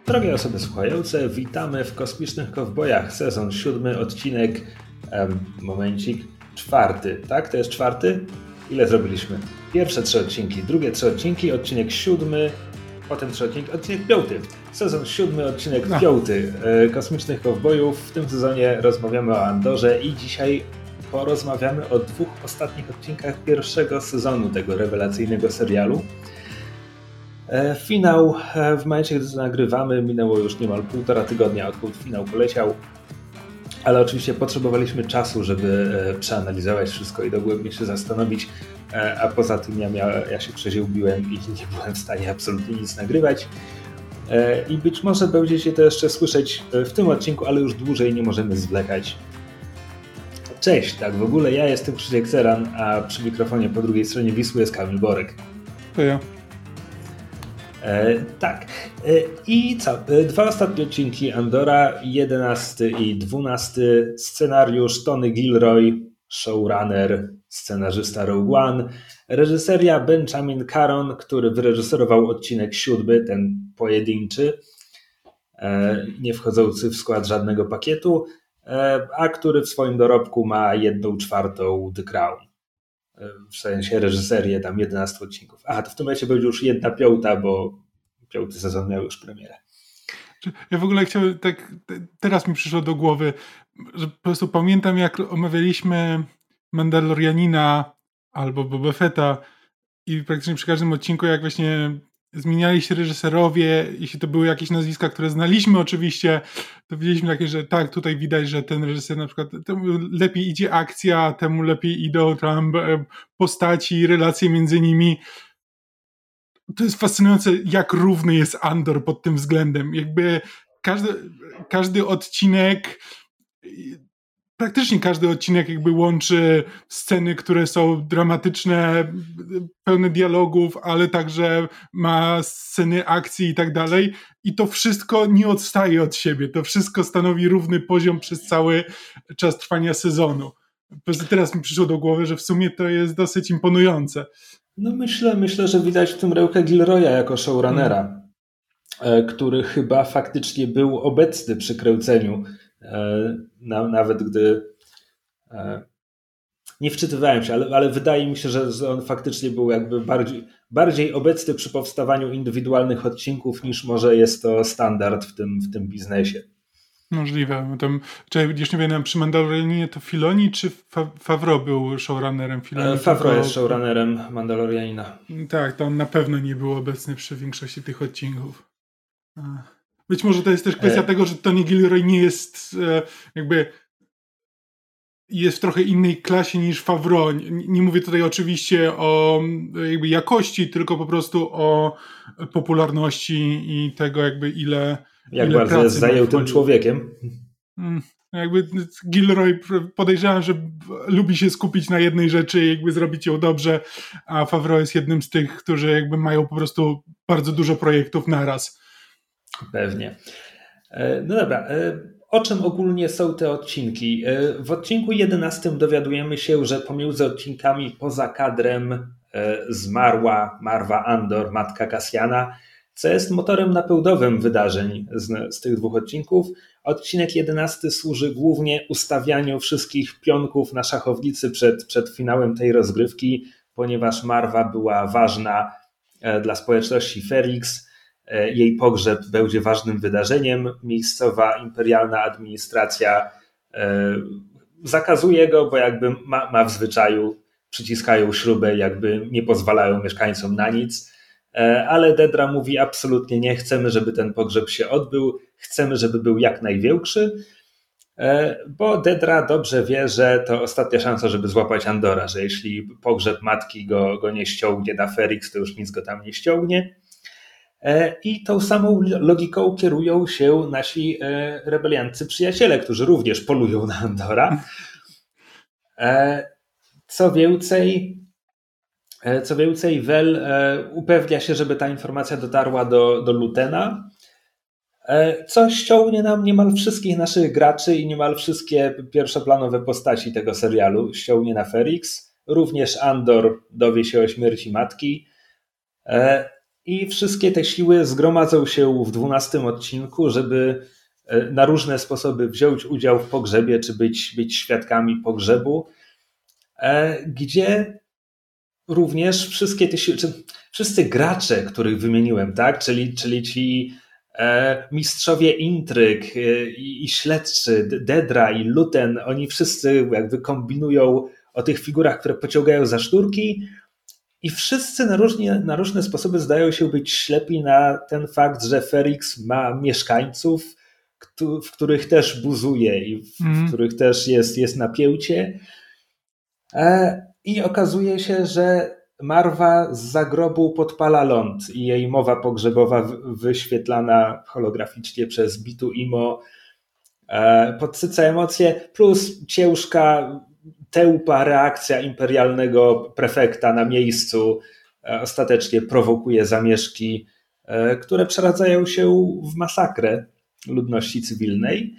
Drogie osoby słuchające, witamy w Kosmicznych Kowbojach, sezon 7, odcinek, momencik, 4, tak? To jest 4? Ile zrobiliśmy? Pierwsze 3 odcinki, drugie 3 odcinki, odcinek 7, potem 3 odcinki, odcinek 5. Sezon 7, odcinek 5 Kosmicznych Kowbojów. W tym sezonie rozmawiamy o Andorze i dzisiaj porozmawiamy o 2 ostatnich odcinkach pierwszego sezonu tego rewelacyjnego serialu. Finał w momencie, gdy to nagrywamy, minęło już niemal 1,5 tygodnia, odkąd finał poleciał, ale oczywiście potrzebowaliśmy czasu, żeby przeanalizować wszystko i dogłębnie się zastanowić, a poza tym ja się przeziębiłem i nie byłem w stanie absolutnie nic nagrywać. I być może będziecie to jeszcze słyszeć w tym odcinku, ale już dłużej nie możemy zwlekać. Cześć, tak w ogóle ja jestem Krzysiek Ceran, a przy mikrofonie po drugiej stronie Wisły jest Kamil Borek. To ja. Tak. I co? 2 ostatnie odcinki Andora, 11 i 12. Scenariusz Tony Gilroy, showrunner, scenarzysta Rogue One. Reżyseria Benjamin Caron, który wyreżyserował odcinek 7, ten pojedynczy, nie wchodzący w skład żadnego pakietu, a który w swoim dorobku ma 1/4 The Crown. W sensie reżyserię tam 11 odcinków. Aha, to w tym momencie będzie już 1/5, bo 5 sezon miał już premierę. Ja w ogóle chciałem, tak teraz mi przyszło do głowy, że po prostu pamiętam, jak omawialiśmy Mandalorianina albo Boba Fetta i praktycznie przy każdym odcinku, jak właśnie zmieniali się reżyserowie, jeśli to były jakieś nazwiska, które znaliśmy oczywiście, to widzieliśmy takie, że tak, tutaj widać, że ten reżyser na przykład, temu lepiej idzie akcja, temu lepiej idą tam postaci, relacje między nimi. To jest fascynujące, jak równy jest Andor pod tym względem. Jakby każdy odcinek, praktycznie każdy odcinek jakby łączy sceny, które są dramatyczne, pełne dialogów, ale także ma sceny akcji i tak dalej. I to wszystko nie odstaje od siebie. To wszystko stanowi równy poziom przez cały czas trwania sezonu. Po prostu teraz mi przyszło do głowy, że w sumie to jest dosyć imponujące. No myślę, że widać w tym Reukę Gilroya jako showrunnera, który chyba faktycznie był obecny przy kręceniu, nawet gdy nie wczytywałem się, ale wydaje mi się, że on faktycznie był jakby bardziej obecny przy powstawaniu indywidualnych odcinków, niż może jest to standard w tym biznesie. Możliwe. Już nie wiem, przy Mandalorianinie to Filoni czy Favreau był showrunnerem? Favreau jest showrunnerem Mandalorianina. Tak, to on na pewno nie był obecny przy większości tych odcinków. Być może to jest też kwestia tego, że Tony Gilroy nie jest jest w trochę innej klasie niż Favreau. Nie mówię tutaj oczywiście o jakby jakości, tylko po prostu o popularności i tego ile bardzo jest zajętym człowiekiem. Jakby Gilroy, podejrzewam, że lubi się skupić na jednej rzeczy i jakby zrobić ją dobrze, a Favreau jest jednym z tych, którzy jakby mają po prostu bardzo dużo projektów naraz. Pewnie. No dobra, o czym ogólnie są te odcinki? W odcinku 11 dowiadujemy się, że pomiędzy odcinkami poza kadrem zmarła Marva Andor, matka Cassiana, co jest motorem napędowym wydarzeń z tych 2 odcinków. Odcinek 11 służy głównie ustawianiu wszystkich pionków na szachownicy przed finałem tej rozgrywki, ponieważ Marva była ważna dla społeczności Ferrix. Jej pogrzeb będzie ważnym wydarzeniem. Miejscowa imperialna administracja zakazuje go, bo jakby ma w zwyczaju, przyciskają śrubę, jakby nie pozwalają mieszkańcom na nic. Ale Dedra mówi absolutnie nie, chcemy, żeby ten pogrzeb się odbył, chcemy, żeby był jak największy, bo Dedra dobrze wie, że to ostatnia szansa, żeby złapać Andora, że jeśli pogrzeb matki go nie ściągnie na Ferrix, to już nic go tam nie ściągnie. I tą samą logiką kierują się nasi rebeliantcy przyjaciele, którzy również polują na Andora. Co więcej, Vel upewnia się, żeby ta informacja dotarła do Lutena, co ściągnie nam niemal wszystkich naszych graczy i niemal wszystkie pierwszoplanowe postaci tego serialu ściągnie na Ferrix. Również Andor dowie się o śmierci matki i wszystkie te siły zgromadzą się w 12 odcinku, żeby na różne sposoby wziąć udział w pogrzebie, czy być świadkami pogrzebu, gdzie również wszystkie te siły, wszyscy gracze, których wymieniłem, tak? Czyli ci mistrzowie intryg i śledczy, Dedra i Luten, oni wszyscy jakby kombinują o tych figurach, które pociągają za sznurki i wszyscy na różne sposoby zdają się być ślepi na ten fakt, że Ferrix ma mieszkańców, w których też buzuje i w których też jest napięcie. I okazuje się, że Marwa z zagrobu podpala ląd i jej mowa pogrzebowa wyświetlana holograficznie przez Bitu Imo podsyca emocje, plus ciężka, tełpa reakcja imperialnego prefekta na miejscu ostatecznie prowokuje zamieszki, które przeradzają się w masakrę ludności cywilnej,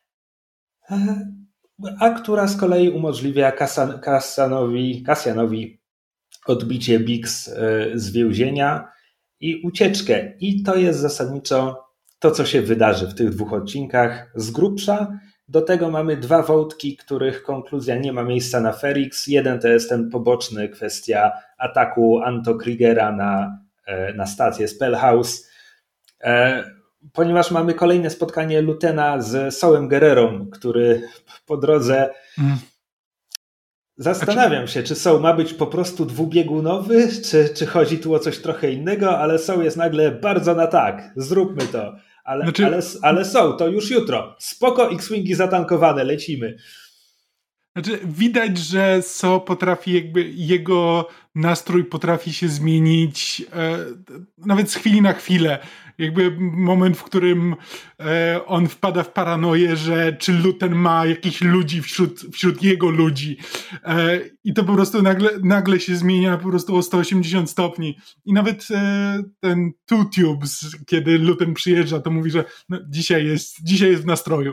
a która z kolei umożliwia Cassianowi odbicie Bix z więzienia i ucieczkę. I to jest zasadniczo to, co się wydarzy w tych 2 odcinkach z grubsza. Do tego mamy 2 wątki, których konkluzja nie ma miejsca na Ferrix. Jeden to jest ten poboczny, kwestia ataku Anto Kriegera na stację Spellhouse, ponieważ mamy kolejne spotkanie Lutena z Sołem Gerrerą, który po drodze... Zastanawiam się, czy Soul ma być po prostu dwubiegunowy, czy chodzi tu o coś trochę innego, ale Soul jest nagle bardzo na tak, zróbmy to. Ale Soul, to już jutro. Spoko, X-Wingi zatankowane, lecimy. Znaczy, widać, że So potrafi jego nastrój potrafi się zmienić nawet z chwili na chwilę. Jakby moment, w którym on wpada w paranoję, że czy Luten ma jakichś ludzi wśród jego ludzi. I to po prostu nagle się zmienia po prostu o 180 stopni. I nawet ten Two Tubes, kiedy Luten przyjeżdża, to mówi, że no, dzisiaj jest w nastroju.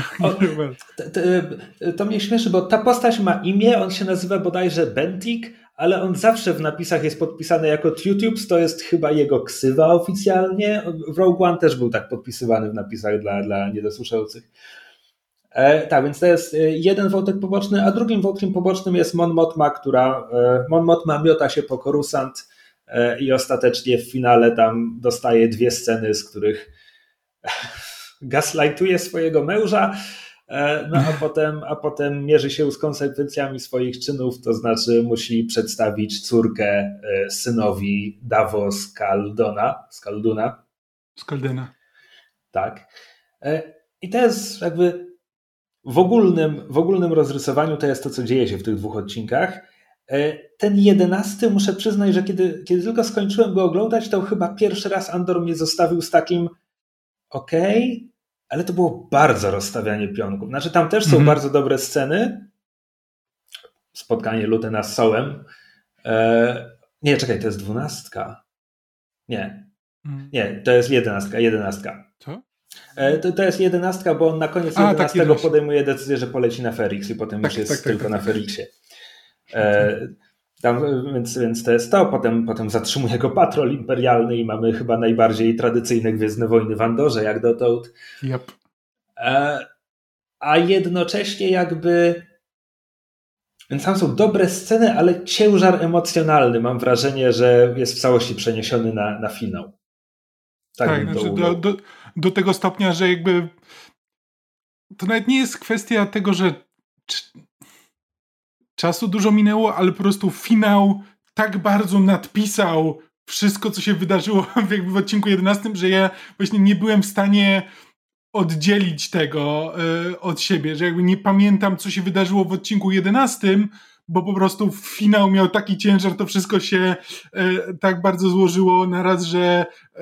To mnie śmieszy, bo ta postać ma imię, on się nazywa bodajże Bentik, ale on zawsze w napisach jest podpisany jako Tutubes, to jest chyba jego ksywa oficjalnie. W Rogue One też był tak podpisywany w napisach dla niedosłyszałcych. Tak, więc to jest jeden wątek poboczny, a drugim wątkiem pobocznym jest Mon Mothma, Mon Mothma miota się po Coruscant i ostatecznie w finale tam dostaje 2 sceny, z których gaslightuje swojego męża, no a potem mierzy się z konsekwencjami swoich czynów, to znaczy musi przedstawić córkę synowi Davo Skalduna. Tak. I to jest jakby w ogólnym rozrysowaniu to jest to, co dzieje się w tych 2 odcinkach. Ten 11, muszę przyznać, że kiedy tylko skończyłem go oglądać, to chyba pierwszy raz Andor mnie zostawił z takim okej, ale to było bardzo rozstawianie pionków. Znaczy tam też są bardzo dobre sceny. Spotkanie Lutena z Sołem. Nie, czekaj, to jest 12. Nie, to jest 11. Co? To jest 11, bo on na koniec 11 podejmuje decyzję, że poleci na Ferrix i potem już jest tylko na Ferrixie. Więc to jest to. Potem zatrzymuje go patrol imperialny i mamy chyba najbardziej tradycyjne Gwiezdne Wojny w Andorze, jak dotąd. Yep. A jednocześnie jakby... Więc tam są dobre sceny, ale ciężar emocjonalny. Mam wrażenie, że jest w całości przeniesiony na finał. Tak, znaczy do tego stopnia, że jakby to nawet nie jest kwestia tego, że czasu dużo minęło, ale po prostu finał tak bardzo nadpisał wszystko, co się wydarzyło jakby w odcinku 11, że ja właśnie nie byłem w stanie oddzielić tego od siebie, że jakby nie pamiętam, co się wydarzyło w odcinku 11, bo po prostu finał miał taki ciężar, to wszystko się tak bardzo złożyło naraz, że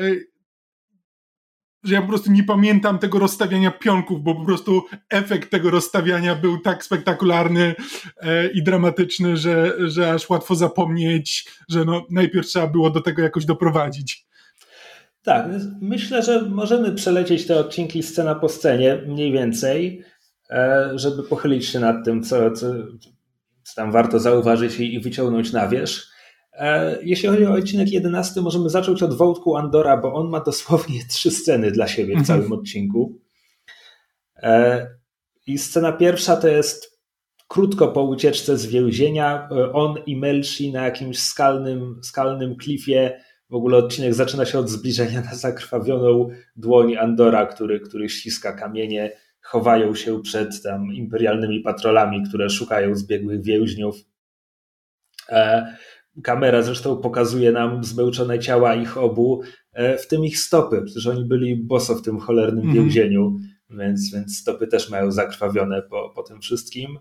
ja po prostu nie pamiętam tego rozstawiania pionków, bo po prostu efekt tego rozstawiania był tak spektakularny i dramatyczny, że aż łatwo zapomnieć, że no, najpierw trzeba było do tego jakoś doprowadzić. Tak, myślę, że możemy przelecieć te odcinki scena po scenie, mniej więcej, żeby pochylić się nad tym, co tam warto zauważyć i wyciągnąć na wierzch. Jeśli chodzi o odcinek 11, możemy zacząć od wątku Andora, bo on ma dosłownie 3 sceny dla siebie w całym odcinku. I scena pierwsza to jest krótko po ucieczce z więzienia. On i Melshi na jakimś skalnym klifie. W ogóle odcinek zaczyna się od zbliżenia na zakrwawioną dłoń Andora, który ściska kamienie. Chowają się przed tam imperialnymi patrolami, które szukają zbiegłych więźniów. Kamera zresztą pokazuje nam zbełczone ciała ich obu, w tym ich stopy, przecież oni byli boso w tym cholernym więzieniu, więc stopy też mają zakrwawione po tym wszystkim.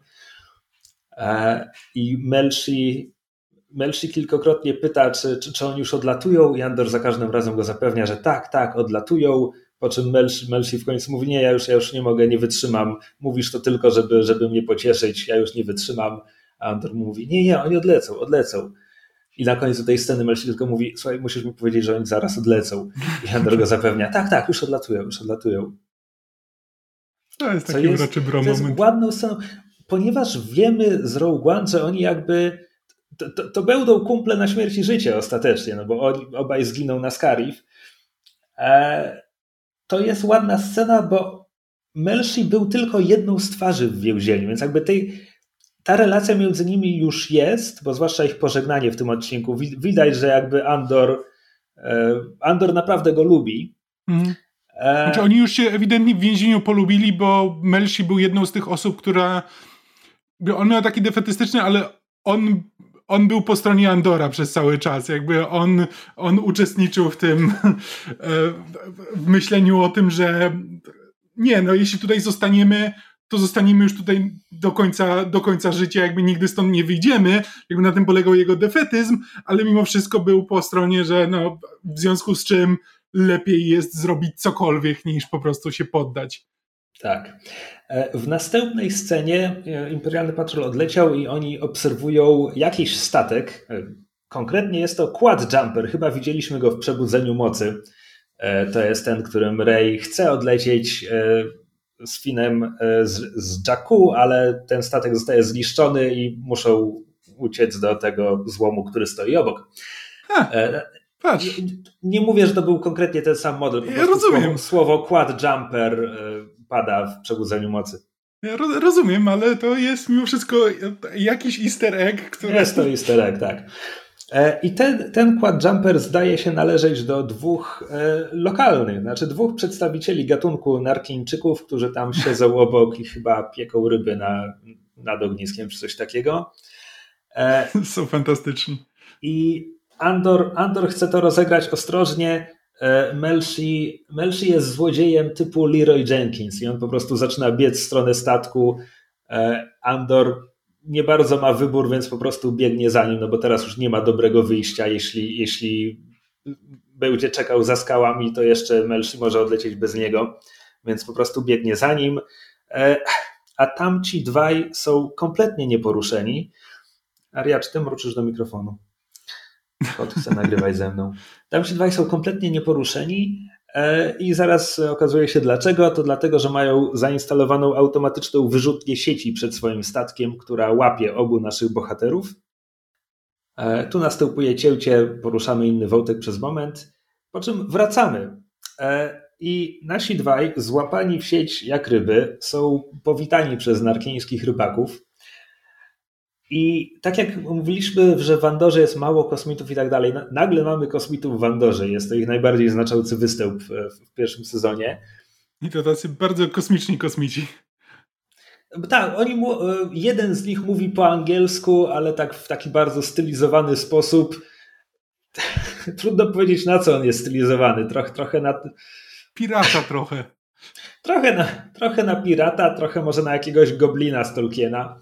I Melshi kilkakrotnie pyta, czy oni już odlatują, i Andor za każdym razem go zapewnia, że tak, odlatują, po czym Melshi w końcu mówi, nie, ja już nie mogę, nie wytrzymam, mówisz to tylko, żeby mnie pocieszyć, ja już nie wytrzymam, a Andor mówi, nie, oni odlecą. I na końcu tej sceny Melshi tylko mówi, słuchaj, musisz mi powiedzieć, że oni zaraz odlecą. I Andor go zapewnia, tak, już odlatują. To jest taki uroczy moment. To jest ładną sceną, ponieważ wiemy z Rogue One, że oni jakby to będą kumple na śmierć i życie ostatecznie, no bo oni obaj zginą na Scarif. To jest ładna scena, bo Melshi był tylko jedną z twarzy w więzieniu, więc jakby ta relacja między nimi już jest, bo zwłaszcza ich pożegnanie w tym odcinku, widać, że jakby Andor naprawdę go lubi. Znaczy oni już się ewidentnie w więzieniu polubili, bo Melshi był jedną z tych osób, która... On miał taki defetystyczny, ale on był po stronie Andora przez cały czas. Jakby on uczestniczył w tym w myśleniu o tym, że nie, no jeśli tutaj zostaniemy, to zostaniemy już tutaj do końca życia, jakby nigdy stąd nie wyjdziemy. Jakby na tym polegał jego defetyzm, ale mimo wszystko był po stronie, że no, w związku z czym lepiej jest zrobić cokolwiek, niż po prostu się poddać. Tak. W następnej scenie Imperialny Patrol odleciał i oni obserwują jakiś statek. Konkretnie jest to Quad Jumper. Chyba widzieliśmy go w Przebudzeniu Mocy. To jest ten, którym Rey chce odlecieć z Finnem z Jakku, ale ten statek zostaje zniszczony i muszą uciec do tego złomu, który stoi obok. Patrz. Nie mówię, że to był konkretnie ten sam model. Po prostu rozumiem. Słowo Quad Jumper pada w Przebudzeniu Mocy. Ja rozumiem, ale to jest mimo wszystko jakiś easter egg, który... Jest to easter egg, tak. I ten Quad Jumper zdaje się należeć do 2 lokalnych, znaczy 2 przedstawicieli gatunku narkińczyków, którzy tam siedzą obok i chyba pieką ryby nad ogniskiem czy coś takiego. Są fantastyczni. I Andor chce to rozegrać ostrożnie. Melshi jest złodziejem typu Leroy Jenkins i on po prostu zaczyna biec w stronę statku. Andor nie bardzo ma wybór, więc po prostu biegnie za nim, no bo teraz już nie ma dobrego wyjścia. Jeśli będzie czekał za skałami, to jeszcze Melshi może odlecieć bez niego, więc po prostu biegnie za nim. A tamci dwaj są kompletnie nieporuszeni. Aria, czy ty mruczysz do mikrofonu? Kot chce nagrywać ze mną. Tamci dwaj są kompletnie nieporuszeni i zaraz okazuje się dlaczego. To dlatego, że mają zainstalowaną automatyczną wyrzutnię sieci przed swoim statkiem, która łapie obu naszych bohaterów. Tu następuje cięcie, poruszamy inny wątek przez moment, po czym wracamy. I nasi dwaj, złapani w sieć jak ryby, są powitani przez narkieńskich rybaków. I tak jak mówiliśmy, że w Andorze jest mało kosmitów i tak dalej, nagle mamy kosmitów w Andorze. Jest to ich najbardziej znaczący występ w pierwszym sezonie. I to tacy bardzo kosmiczni kosmici. Tak, jeden z nich mówi po angielsku, ale tak w taki bardzo stylizowany sposób. Trudno powiedzieć, na co on jest stylizowany. Trochę na... Pirata trochę. Trochę na pirata, trochę może na jakiegoś goblina z Tolkiena.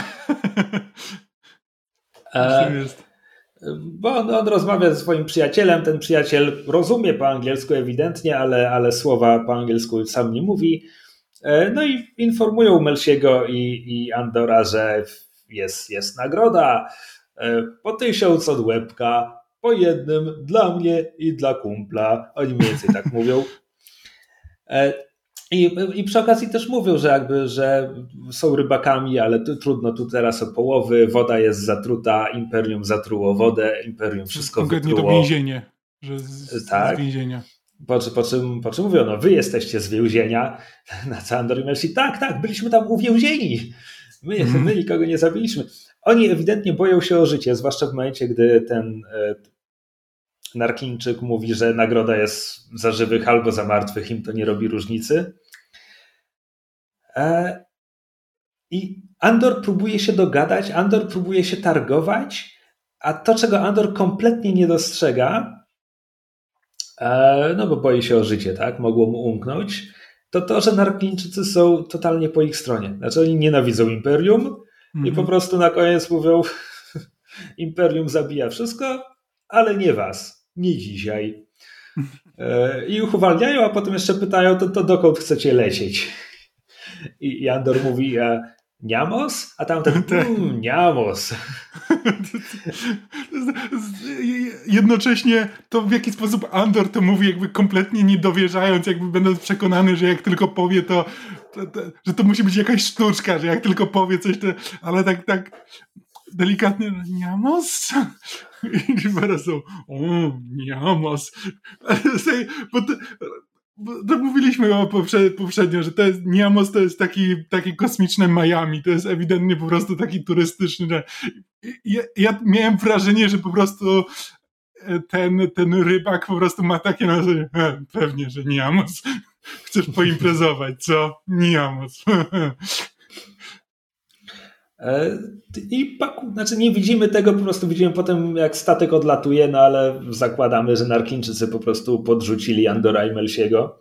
Jest. Bo on rozmawia ze swoim przyjacielem, ten przyjaciel rozumie po angielsku ewidentnie, ale słowa po angielsku sam nie mówi. No i informują Melshiego i Andora, że jest nagroda po 1000 od łebka, po 1 dla mnie i dla kumpla. Oni mniej więcej tak mówią. I przy okazji też mówią, że są rybakami, ale trudno tu teraz o połowy, woda jest zatruta, Imperium zatruło wodę, Imperium wszystko konkretnie wytruło. To więzienie, że z więzienia. Po czym mówią, no wy jesteście z więzienia, na co Andor i Melsi, tak, byliśmy tam uwięzieni, my nikogo nie zabiliśmy. Oni ewidentnie boją się o życie, zwłaszcza w momencie, gdy ten Narkińczyk mówi, że nagroda jest za żywych albo za martwych, im to nie robi różnicy. I Andor próbuje się dogadać, Andor próbuje się targować, a to, czego Andor kompletnie nie dostrzega, no bo boi się o życie, tak? Mogło mu umknąć, to, że Narkińczycy są totalnie po ich stronie. Znaczy oni nienawidzą Imperium i po prostu na koniec mówią Imperium zabija wszystko, ale nie was, nie dzisiaj. I ich uwalniają, a potem jeszcze pytają, to dokąd chcecie lecieć? I Andor mówi, Niamos? A tamten, Niamos. Jednocześnie to w jaki sposób Andor to mówi, jakby kompletnie nie dowierzając, jakby będąc przekonany, że jak tylko powie że to musi być jakaś sztuczka, że jak tylko powie coś, ale tak delikatnie, Niamos? I teraz są, Niamos. Bo mówiliśmy poprzednio, że Niamos to jest taki kosmiczne Miami, to jest ewidentnie po prostu taki turystyczny, że ja miałem wrażenie, że po prostu ten rybak po prostu ma takie na zasadzie, pewnie, że Niamos, chcesz poimprezować, co? Niamos. Znaczy nie widzimy tego, po prostu widzimy potem, jak statek odlatuje, no ale zakładamy, że Narkińczycy po prostu podrzucili Andora i Melsiego.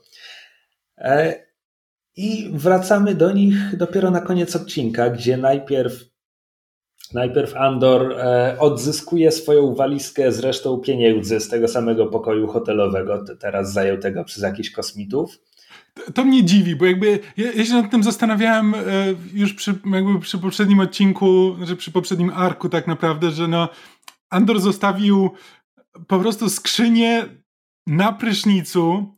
I wracamy do nich dopiero na koniec odcinka, gdzie najpierw Andor odzyskuje swoją walizkę z resztą pieniędzy z tego samego pokoju hotelowego, teraz zajętego przez jakichś kosmitów. To mnie dziwi, bo jakby ja się nad tym zastanawiałem już przy poprzednim odcinku, znaczy przy poprzednim arku tak naprawdę, że no Andor zostawił po prostu skrzynię na prysznicu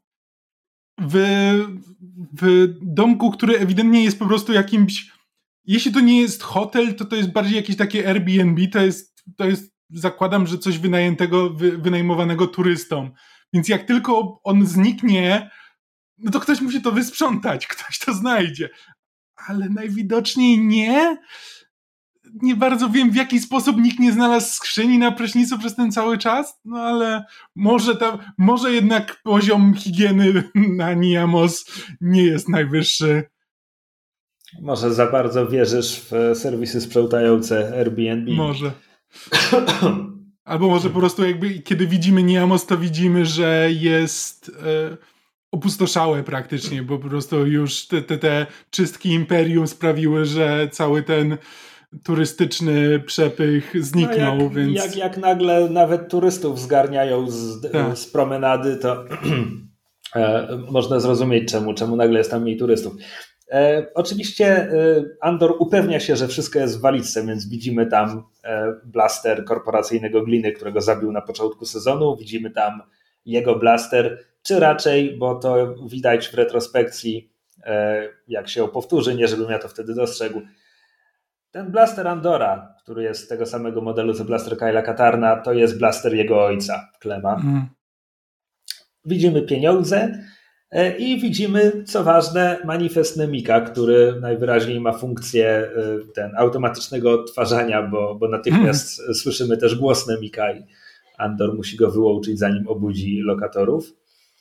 w domku, który ewidentnie jest po prostu jakimś, jeśli to nie jest hotel, to jest bardziej jakieś takie Airbnb, to jest zakładam, że coś wynajmowanego turystom. Więc jak tylko on zniknie, no to ktoś musi to wysprzątać, ktoś to znajdzie. Ale najwidoczniej nie. Nie bardzo wiem, w jaki sposób nikt nie znalazł skrzyni na prysznicu przez ten cały czas, no ale może jednak poziom higieny na Niamos nie jest najwyższy. Może za bardzo wierzysz w serwisy sprzątające Airbnb. Może. Albo może po prostu jakby kiedy widzimy Niamos, to widzimy, że jest opustoszałe praktycznie, bo po prostu już te czystki Imperium sprawiły, że cały ten turystyczny przepych zniknął. No więc jak nagle nawet turystów zgarniają z promenady, to można zrozumieć czemu nagle jest tam mniej turystów. Oczywiście Andor upewnia się, że wszystko jest w walizce, więc widzimy tam blaster korporacyjnego Gliny, którego zabił na początku sezonu, widzimy tam jego blaster, czy raczej, bo to widać w retrospekcji, jak się powtórzy, nie żebym ja to wtedy dostrzegł. Ten blaster Andora, który jest tego samego modelu co blaster Kyla Katarna, to jest blaster jego ojca, Klema. Widzimy pieniądze i widzimy, co ważne, manifest Nemika, który najwyraźniej ma funkcję automatycznego odtwarzania, bo natychmiast słyszymy też głos Nemika i Andor musi go wyłączyć, zanim obudzi lokatorów.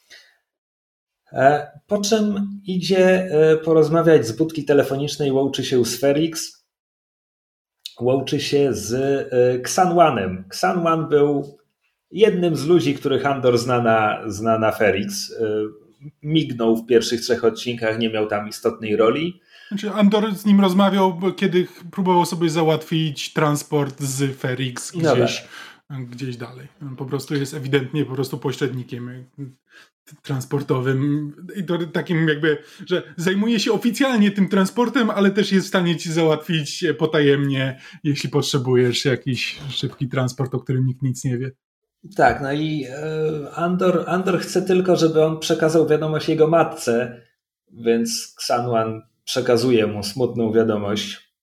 Po czym idzie porozmawiać z budki telefonicznej, łączy się z Ferrix, łączy się z Xan-Łanem. Xan-Wan był jednym z ludzi, których Andor zna na Ferrix. Mignął w pierwszych 3 odcinkach, nie miał tam istotnej roli. Znaczy Andor z nim rozmawiał, kiedy próbował sobie załatwić transport z Ferrix gdzieś dalej. On po prostu jest ewidentnie pośrednikiem transportowym i to takim jakby, że zajmuje się oficjalnie tym transportem, ale też jest w stanie ci załatwić potajemnie, jeśli potrzebujesz jakiś szybki transport, o którym nikt nic nie wie. Tak, no i Andor chce tylko, żeby on przekazał wiadomość jego matce, więc Xanwan przekazuje mu smutną wiadomość.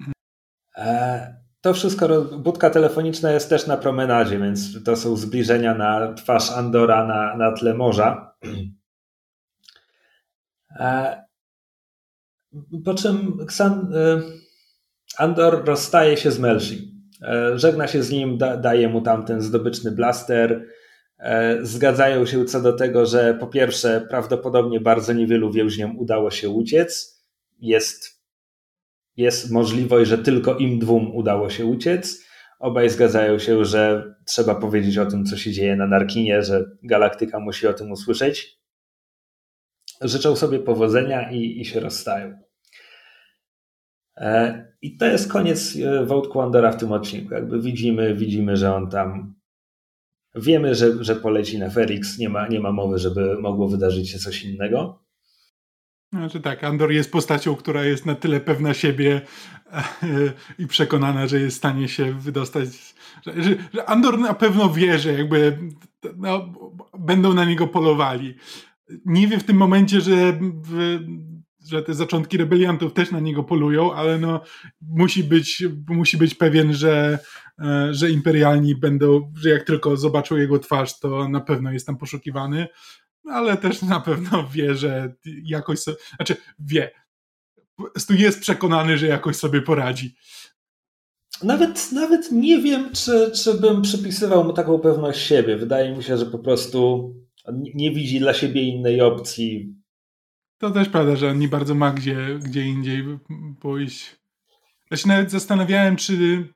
To wszystko, budka telefoniczna jest też na promenadzie, więc to są zbliżenia na twarz Andora na tle morza. Po czym Andor rozstaje się z Melshi. Żegna się z nim, daje mu tam ten zdobyczny blaster. Zgadzają się co do tego, że po pierwsze prawdopodobnie bardzo niewielu więźniom udało się uciec. Jest możliwość, że tylko im dwóm udało się uciec. Obaj zgadzają się, że trzeba powiedzieć o tym, co się dzieje na Narkinie, że galaktyka musi o tym usłyszeć. Życzą sobie powodzenia i się rozstają. I to jest koniec wątku Andora w tym odcinku. Jakby widzimy, że on tam... Wiemy, że poleci na Ferrix. Nie ma mowy, żeby mogło wydarzyć się coś innego. Znaczy tak, Andor jest postacią, która jest na tyle pewna siebie i przekonana, że jest w stanie się wydostać. Że Andor na pewno wie, że jakby będą na niego polowali. Nie wie w tym momencie, że te zaczątki rebeliantów też na niego polują, ale musi być pewien, że imperialni będą, że jak tylko zobaczą jego twarz, to na pewno jest tam poszukiwany. Ale też na pewno wie, że jakoś sobie... wie. Jest przekonany, że jakoś sobie poradzi. Nawet nie wiem, czy bym przypisywał mu taką pewność siebie. Wydaje mi się, że po prostu nie widzi dla siebie innej opcji. To też prawda, że on nie bardzo ma gdzie indziej pójść. Ja się nawet zastanawiałem, czy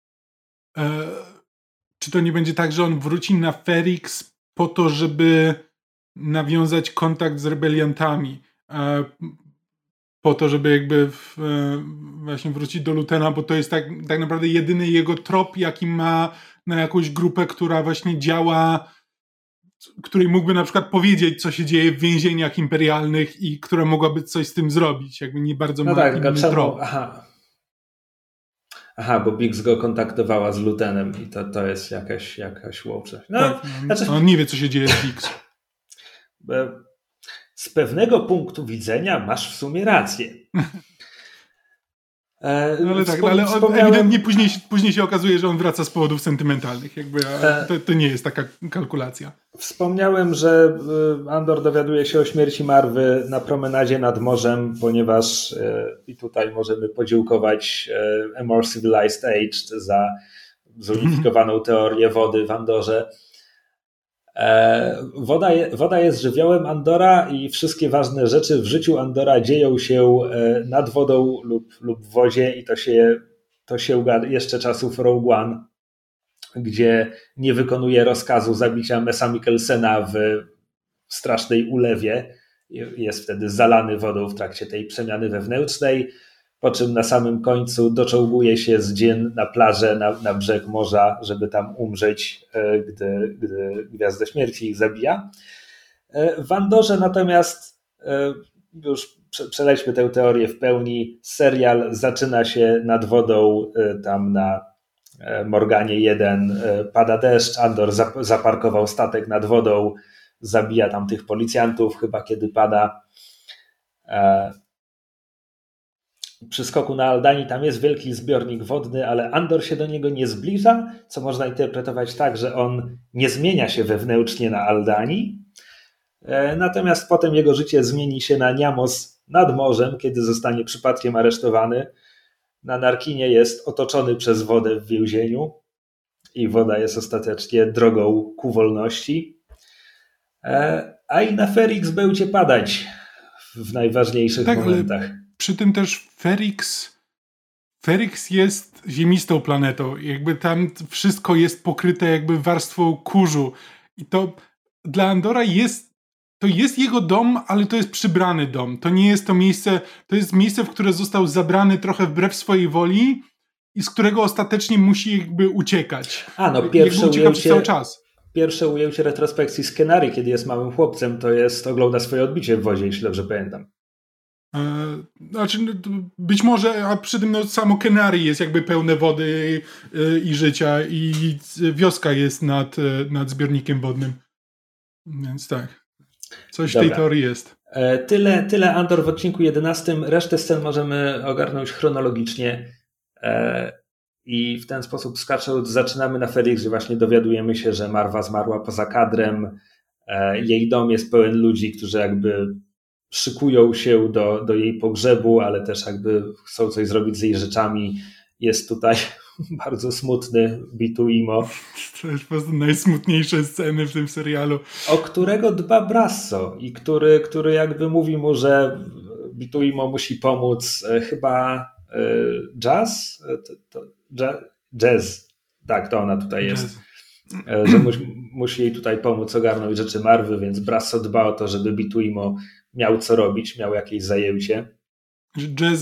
to nie będzie tak, że on wróci na Ferrix po to, żeby nawiązać kontakt z rebeliantami, po to, żeby jakby właśnie wrócić do Lutena, bo to jest tak naprawdę jedyny jego trop, jaki ma na jakąś grupę, która właśnie działa, której mógłby na przykład powiedzieć, co się dzieje w więzieniach imperialnych i która mogłaby coś z tym zrobić. Jakby nie bardzo ma inny trop. Aha, bo Biggs go kontaktowała z Lutenem i to jest jakaś łowczość. On nie wie, co się dzieje z Biggs. Z pewnego punktu widzenia masz w sumie rację. Ale ewidentnie później się okazuje, że on wraca z powodów sentymentalnych. Jakby, to nie jest taka kalkulacja. Wspomniałem, że Andor dowiaduje się o śmierci Marwy na promenadzie nad morzem, ponieważ i tutaj możemy podziękować A More Civilized Age za zunifikowaną teorię wody w Andorze. Woda jest żywiołem Andora i wszystkie ważne rzeczy w życiu Andora dzieją się nad wodą lub w wodzie i to sięga jeszcze czasów Rogue One, gdzie nie wykonuje rozkazu zabicia Mesa Mikkelsena w strasznej ulewie. Jest wtedy zalany wodą w trakcie tej przemiany wewnętrznej, po czym na samym końcu doczołguje się z Jyn na plażę, na brzeg morza, żeby tam umrzeć, gdy Gwiazda Śmierci ich zabija. W Andorze natomiast, już przelećmy tę teorię w pełni, serial zaczyna się nad wodą, tam na Morganie 1 pada deszcz, Andor zaparkował statek nad wodą, zabija tam tych policjantów, chyba kiedy pada. Przy skoku na Aldani tam jest wielki zbiornik wodny, ale Andor się do niego nie zbliża, co można interpretować tak, że on nie zmienia się wewnętrznie na Aldani, natomiast potem jego życie zmieni się na Niamos nad morzem, kiedy zostanie przypadkiem aresztowany. Na Narkinie jest otoczony przez wodę w więzieniu i woda jest ostatecznie drogą ku wolności, a i na Ferrix będzie padać w najważniejszych momentach. Przy tym też Ferrix jest ziemistą planetą. Jakby tam wszystko jest pokryte jakby warstwą kurzu. I to dla Andora jest jego dom, ale to jest przybrany dom. To nie jest to miejsce, to jest miejsce, w które został zabrany trochę wbrew swojej woli i z którego ostatecznie musi jakby uciekać. Pierwsze ujęcie retrospekcji z Kenary, kiedy jest małym chłopcem, to jest ogląda swoje odbicie w wodzie, jeśli dobrze pamiętam. Być może, a przy tym samo Kenary jest jakby pełne wody i życia i wioska jest nad zbiornikiem wodnym. Więc tak. Coś w tej teorii jest. Tyle Andor w odcinku 11. Resztę scen możemy ogarnąć chronologicznie i w ten sposób skacząc zaczynamy na Ferrix, gdzie właśnie dowiadujemy się, że Marwa zmarła poza kadrem. Jej dom jest pełen ludzi, którzy jakby szykują się do jej pogrzebu, ale też jakby chcą coś zrobić z jej rzeczami. Jest tutaj bardzo smutny Bituimo. To jest po prostu najsmutniejsze sceny w tym serialu. O którego dba Brasso i który jakby mówi mu, że Bituimo musi pomóc chyba Jazz? Jazz. Tak, to ona tutaj jest. Że musi jej tutaj pomóc ogarnąć rzeczy Marwy, więc Brasso dba o to, żeby Bituimo miał co robić, miał jakieś zajęcie. Jazz,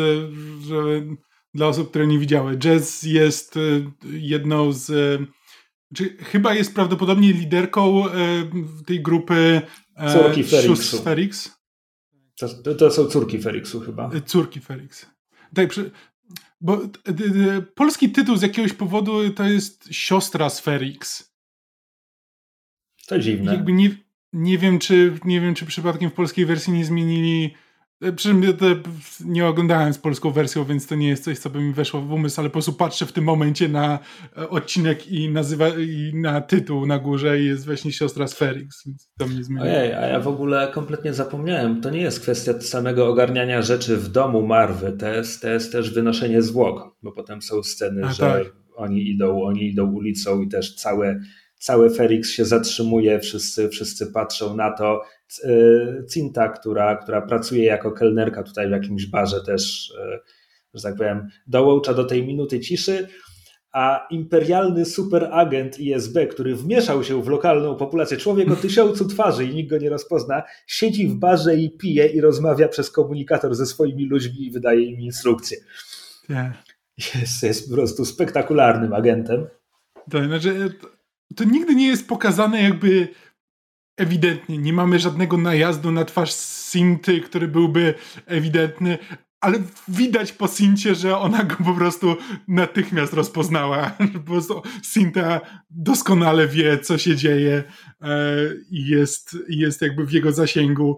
dla osób, które nie widziały, Jazz jest jedną z... chyba jest prawdopodobnie liderką tej grupy córki Ferrix. To są córki Ferrixu chyba. Córki Ferrix. Tak, bo polski tytuł z jakiegoś powodu to jest siostra z Ferrix. To dziwne. Jakby nie wiem, czy przypadkiem w polskiej wersji nie zmienili. Nie oglądałem z polską wersją, więc to nie jest coś, co by mi weszło w umysł, ale po prostu patrzę w tym momencie na odcinek i na tytuł na górze i jest właśnie siostra z Ferrix, więc to mnie zmieniło. Ojej, a ja w ogóle kompletnie zapomniałem. To nie jest kwestia samego ogarniania rzeczy w domu Marwy, to jest też wynoszenie zwłok, bo potem są sceny, że tak. oni idą ulicą i też cały Ferrix się zatrzymuje, wszyscy patrzą na to. Cinta, która pracuje jako kelnerka tutaj w jakimś barze też, że tak powiem, dołącza do tej minuty ciszy, a imperialny superagent ISB, który wmieszał się w lokalną populację, człowiek o 1000 twarzy i nikt go nie rozpozna, siedzi w barze i pije i rozmawia przez komunikator ze swoimi ludźmi i wydaje im instrukcje. Yeah. Jest po prostu spektakularnym agentem. To znaczy, to nigdy nie jest pokazane jakby ewidentnie. Nie mamy żadnego najazdu na twarz Cinty, który byłby ewidentny, ale widać po Cincie, że ona go po prostu natychmiast rozpoznała. Po prostu Cinta doskonale wie, co się dzieje i jest jakby w jego zasięgu.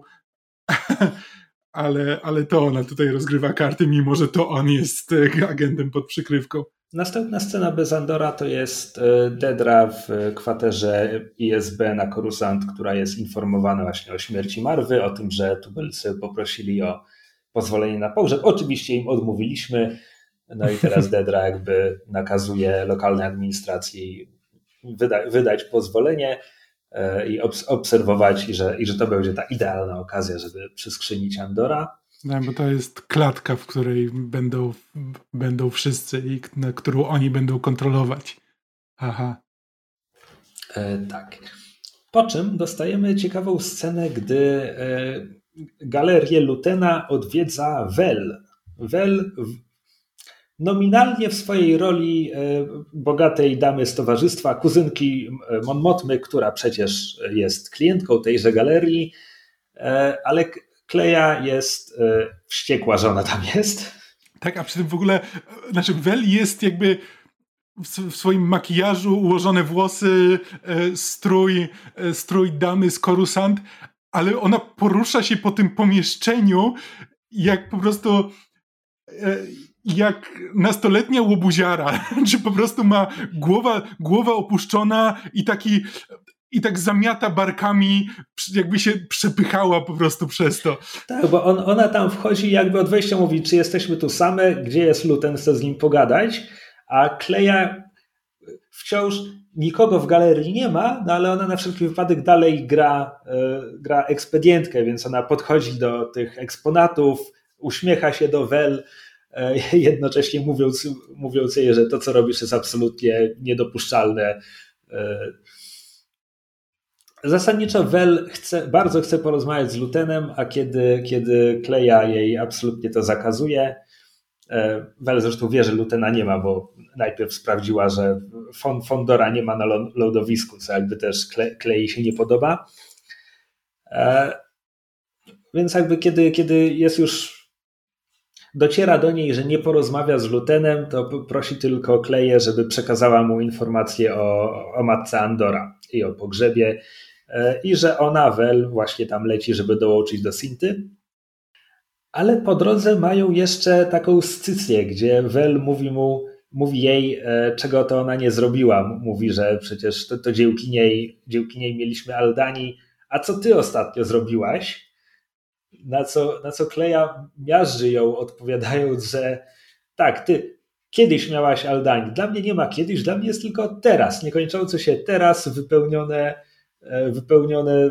Ale to ona tutaj rozgrywa karty, mimo że to on jest agentem pod przykrywką. Następna scena bez Andora to jest Dedra w kwaterze ISB na Coruscant, która jest informowana właśnie o śmierci Marwy, o tym, że tubylcy poprosili o pozwolenie na pogrzeb. Oczywiście im odmówiliśmy, no i teraz Dedra jakby nakazuje lokalnej administracji wydać pozwolenie i obserwować i że to będzie ta idealna okazja, żeby przyskrzynić Andora. No, bo to jest klatka, w której będą wszyscy i na którą oni będą kontrolować. Aha. Tak. Po czym dostajemy ciekawą scenę, gdy galerię Lutena odwiedza Vel. Vel nominalnie w swojej roli bogatej damy z towarzystwa, kuzynki Mon Mothmy, która przecież jest klientką tejże galerii, ale Kleja jest wściekła, że ona tam jest. Tak, a przy tym w ogóle, znaczy Vel jest jakby w swoim makijażu, ułożone włosy, strój damy z Coruscant, ale ona porusza się po tym pomieszczeniu jak po prostu jak nastoletnia łobuziara, czy po prostu ma głowa opuszczona i tak zamiata barkami, jakby się przepychała po prostu przez to. Tak, bo ona tam wchodzi jakby od wejścia mówi, czy jesteśmy tu same, gdzie jest Luten, chcę z nim pogadać, a Kleja wciąż nikogo w galerii nie ma, no ale ona na wszelki wypadek dalej gra ekspedientkę, więc ona podchodzi do tych eksponatów, uśmiecha się do Vel, jednocześnie mówiąc jej, że to, co robisz, jest absolutnie niedopuszczalne. Zasadniczo Vel bardzo chce porozmawiać z Lutenem, a kiedy Kleja jej absolutnie to zakazuje, Vel zresztą wie, że Lutena nie ma, bo najpierw sprawdziła, że Fondora nie ma na lądowisku, co jakby też Klei się nie podoba. Więc jakby kiedy jest już dociera do niej, że nie porozmawia z Lutenem, to prosi tylko Kleję, żeby przekazała mu informacje o matce Andora i o pogrzebie. i że ona, Vel, właśnie tam leci, żeby dołączyć do Sinty. Ale po drodze mają jeszcze taką scycję, gdzie Vel mówi jej, czego to ona nie zrobiła. Mówi, że przecież to dziełki niej mieliśmy Aldani, a co ty ostatnio zrobiłaś? Na co Kleja miażdży ją, odpowiadając, że tak, ty kiedyś miałaś Aldani. Dla mnie nie ma kiedyś, dla mnie jest tylko teraz, niekończące się teraz, wypełnione.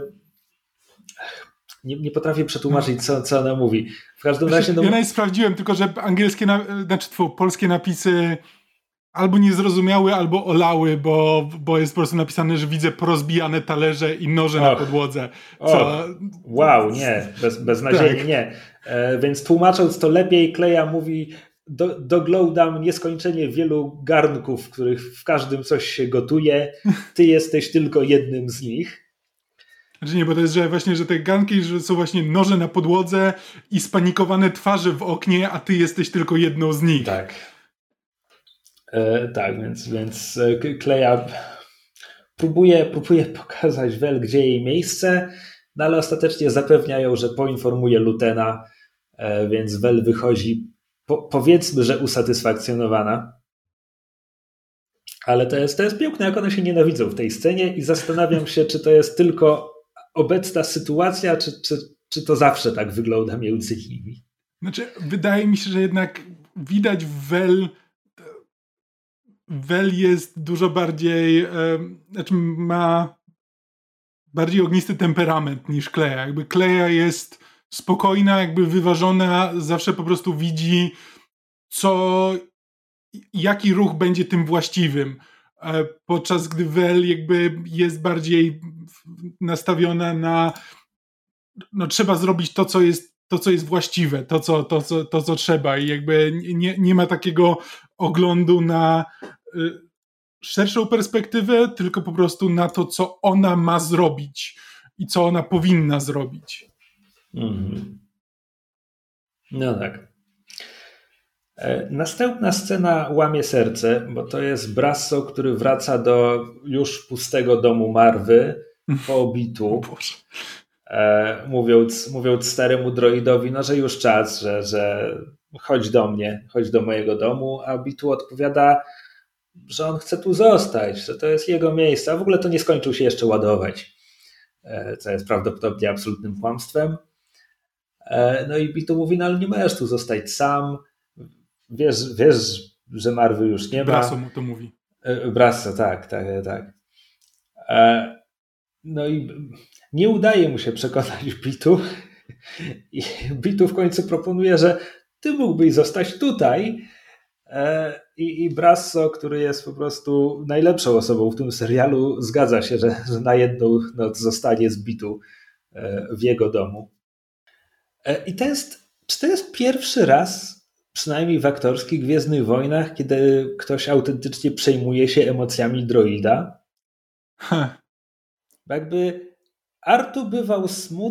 Nie potrafię przetłumaczyć, co ona mówi. W każdym razie... Ja nawet sprawdziłem, tylko że angielskie, polskie napisy albo niezrozumiały, albo olały, bo jest po prostu napisane, że widzę porozbijane talerze i noże na podłodze. Wow, nie, beznadziejnie tak. Nie. Więc tłumacząc to lepiej, Kleja mówi, doglądam nieskończenie wielu garnków, w których w każdym coś się gotuje. Ty jesteś tylko jednym z nich. Znaczy nie, bo to jest, że właśnie, że te garnki, że są właśnie noże na podłodze i spanikowane twarze w oknie, a ty jesteś tylko jedną z nich. Tak. Tak, więc Kleja próbuje pokazać Vel, gdzie jej miejsce, no ale ostatecznie zapewniają, że poinformuje Lutena, więc Vel wychodzi, powiedzmy, że usatysfakcjonowana. Ale to jest piękne, jak one się nienawidzą w tej scenie i zastanawiam się, czy to jest tylko obecna sytuacja, czy to zawsze tak wygląda między nimi. Znaczy, wydaje mi się, że jednak widać Vel jest dużo bardziej, ma bardziej ognisty temperament niż Kleja. Jakby Kleja jest spokojna, jakby wyważona, zawsze po prostu widzi, jaki ruch będzie tym właściwym. Podczas gdy Vel jakby jest bardziej nastawiona na trzeba zrobić to, co jest właściwe, to, co trzeba i jakby nie ma takiego oglądu na szerszą perspektywę, tylko po prostu na to, co ona ma zrobić i co ona powinna zrobić. Mhm. No tak. Następna scena łamie serce, bo to jest Brasso, który wraca do już pustego domu Marwy po obitu. Mówiąc staremu droidowi, że już czas, że chodź do mnie, chodź do mojego domu, a Bitu odpowiada, że on chce tu zostać, że to jest jego miejsce, a w ogóle to nie skończył się jeszcze ładować, co jest prawdopodobnie absolutnym kłamstwem. No i Bitu mówi, ale nie możesz tu zostać sam, wiesz, że Marwy już nie ma. Brasso mu to mówi. Brasso, tak. No i nie udaje mu się przekonać Bitu i Bitu w końcu proponuje, że ty mógłbyś zostać tutaj i Brasso, który jest po prostu najlepszą osobą w tym serialu, zgadza się, że na jedną noc zostanie z Bitu w jego domu. Czy to jest pierwszy raz, przynajmniej w aktorskich Gwiezdnych Wojnach, kiedy ktoś autentycznie przejmuje się emocjami droida? Jakby Artu bywał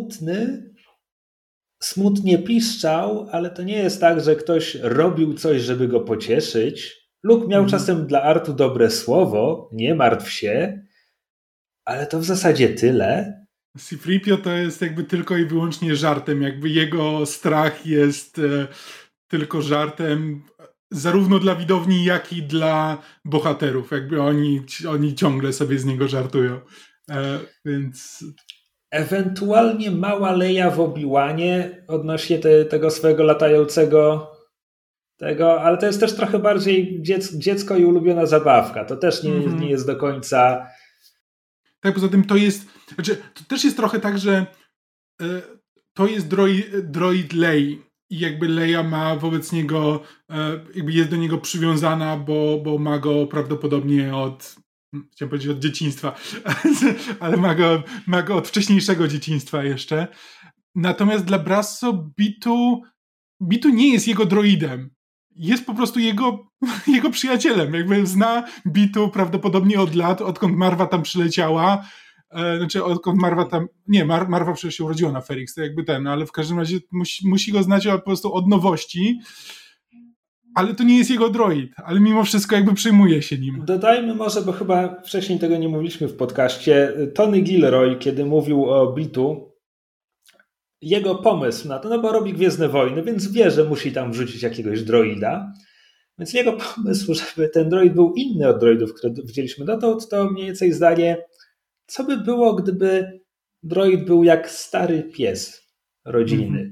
smutnie piszczał, ale to nie jest tak, że ktoś robił coś, żeby go pocieszyć. Luke miał czasem dla Artu dobre słowo, nie martw się, ale to w zasadzie tyle. C-3PO to jest jakby tylko i wyłącznie żartem, jakby jego strach jest tylko żartem zarówno dla widowni, jak i dla bohaterów. Jakby oni ciągle sobie z niego żartują. Więc... Ewentualnie mała Leia w Obi-Wanie odnośnie tego swojego latającego ale to jest też trochę bardziej dziecko i ulubiona zabawka. To też nie jest do końca... Tak, poza tym to też jest trochę tak, że to jest droid Lei i jakby Leia ma wobec niego, jakby jest do niego przywiązana, bo ma go prawdopodobnie chciałem powiedzieć od dzieciństwa, ale ma go od wcześniejszego dzieciństwa jeszcze. Natomiast dla Brasso Bitu nie jest jego droidem. Jest po prostu jego przyjacielem. Jakby zna Bitu prawdopodobnie od lat, odkąd Marwa tam przyleciała. Znaczy odkąd Marwa tam... Nie, Marwa przecież się urodziła na Ferrix, to jakby ale w każdym razie musi go znać po prostu od nowości. ale to nie jest jego droid, ale mimo wszystko jakby przejmuje się nim. Dodajmy może, bo chyba wcześniej tego nie mówiliśmy w podcaście, Tony Gilroy, kiedy mówił o Bitu, jego pomysł na to, no bo robi Gwiezdne Wojny, więc wie, że musi tam wrzucić jakiegoś droida, więc jego pomysł, żeby ten droid był inny od droidów, które widzieliśmy dotąd, to mniej więcej zdanie, co by było, gdyby droid był jak stary pies rodzinny.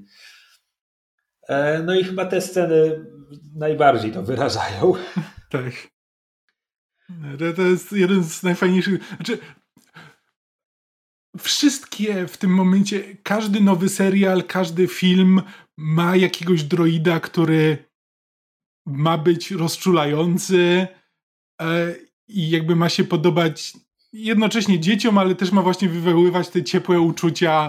No i chyba te sceny najbardziej to wyrażają. Tak. To jest jeden z najfajniejszych... Znaczy, wszystkie w tym momencie, każdy nowy serial, każdy film ma jakiegoś droida, który ma być rozczulający i jakby ma się podobać jednocześnie dzieciom, ale też ma właśnie wywoływać te ciepłe uczucia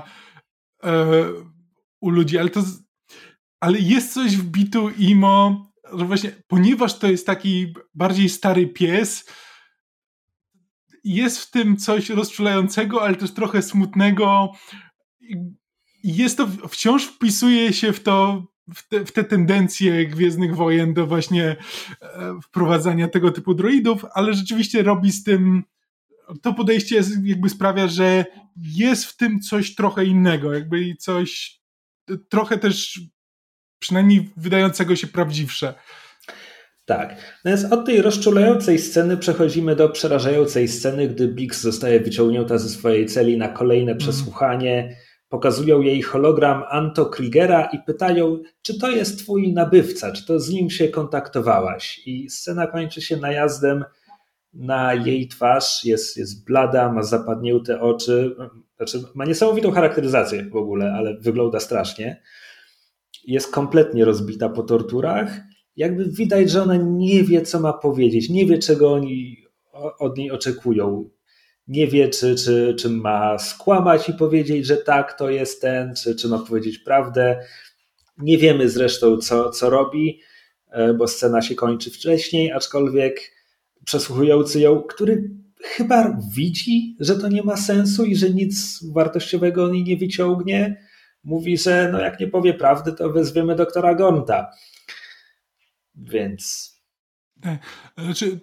u ludzi. Ale jest coś w Bitu Imo, że właśnie, ponieważ to jest taki bardziej stary pies, jest w tym coś rozczulającego, ale też trochę smutnego. Jest to, wciąż wpisuje się w te tendencje Gwiezdnych Wojen do właśnie wprowadzania tego typu droidów, ale rzeczywiście robi z tym, to podejście jakby sprawia, że jest w tym coś trochę innego, jakby coś trochę też przynajmniej wydającego się prawdziwsze. Tak. Natomiast od tej rozczulającej sceny przechodzimy do przerażającej sceny, gdy Bix zostaje wyciągnięta ze swojej celi na kolejne przesłuchanie. Pokazują jej hologram Anto Krigera i pytają, czy to jest twój nabywca, czy to z nim się kontaktowałaś. I scena kończy się najazdem na jej twarz, jest blada, ma zapadnięte oczy, znaczy ma niesamowitą charakteryzację w ogóle, ale wygląda strasznie. Jest kompletnie rozbita po torturach. Jakby widać, że ona nie wie, co ma powiedzieć, nie wie, czego oni od niej oczekują. Nie wie, czy ma skłamać i powiedzieć, że tak, to jest ten, czy ma powiedzieć prawdę. Nie wiemy zresztą, co robi, bo scena się kończy wcześniej, aczkolwiek przesłuchujący ją, który chyba widzi, że to nie ma sensu i że nic wartościowego on jej nie wyciągnie, mówi, że no jak nie powie prawdy, to wezwiemy doktora Gonta. Więc... Znaczy,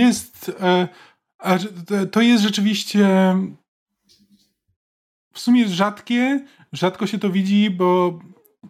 to jest rzeczywiście w sumie rzadko się to widzi, bo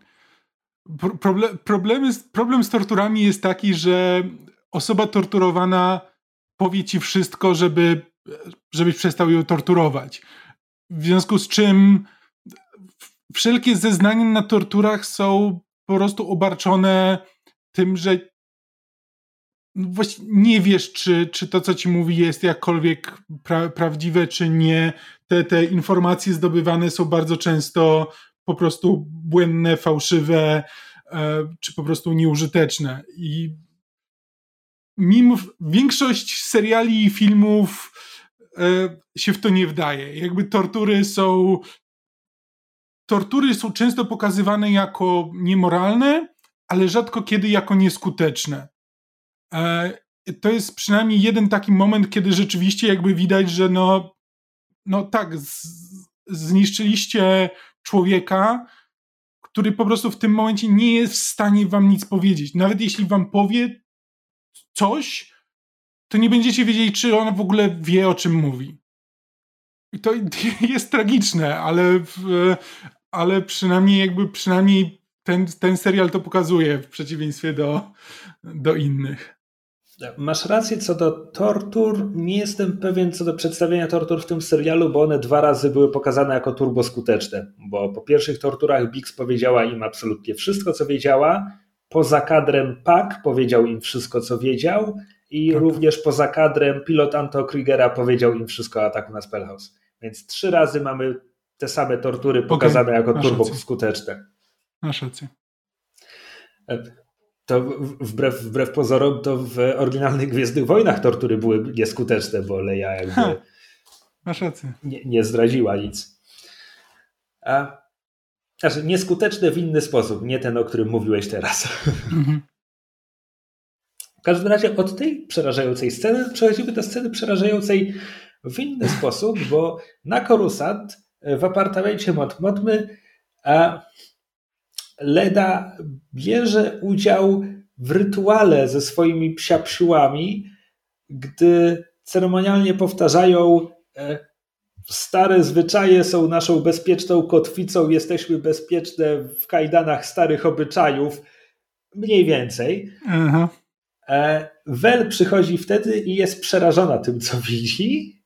problem z torturami jest taki, że osoba torturowana powie ci wszystko, żebyś przestał ją torturować. W związku z czym wszelkie zeznania na torturach są po prostu obarczone tym, że właśnie nie wiesz, czy to, co ci mówi, jest jakkolwiek prawdziwe, czy nie. Te informacje zdobywane są bardzo często po prostu błędne, fałszywe, czy po prostu nieużyteczne. I większość seriali i filmów się w to nie wdaje. Jakby tortury są często pokazywane jako niemoralne, ale rzadko kiedy jako nieskuteczne. To jest przynajmniej jeden taki moment, kiedy rzeczywiście jakby widać, że no tak, zniszczyliście człowieka, który po prostu w tym momencie nie jest w stanie wam nic powiedzieć. Nawet jeśli wam powie coś, to nie będziecie wiedzieli, czy on w ogóle wie, o czym mówi. I to jest tragiczne, ale przynajmniej ten serial to pokazuje w przeciwieństwie do innych. Masz rację co do tortur. Nie jestem pewien co do przedstawienia tortur w tym serialu, bo one 2 razy były pokazane jako turboskuteczne. Bo po pierwszych torturach Bix powiedziała im absolutnie wszystko, co wiedziała. Poza kadrem Pak powiedział im wszystko, co wiedział. I również poza kadrem pilot Anto Krigera powiedział im wszystko o ataku na Spellhouse. Więc 3 razy mamy te same tortury pokazane jako turboskuteczne. Masz rację. To wbrew pozorom, to w oryginalnych Gwiezdnych Wojnach tortury były nieskuteczne, bo Leia jakby masz rację. Nie zdradziła nic. Znaczy nieskuteczne w inny sposób, nie ten, o którym mówiłeś teraz. W każdym razie od tej przerażającej sceny przechodzimy do sceny przerażającej w inny sposób, bo na Coruscant w apartamencie Mot Mothmy Leda bierze udział w rytuale ze swoimi psiapsiłami, gdy ceremonialnie powtarzają stare zwyczaje są naszą bezpieczną kotwicą, jesteśmy bezpieczne w kajdanach starych obyczajów, mniej więcej. Aha. Vel przychodzi wtedy i jest przerażona tym, co widzi.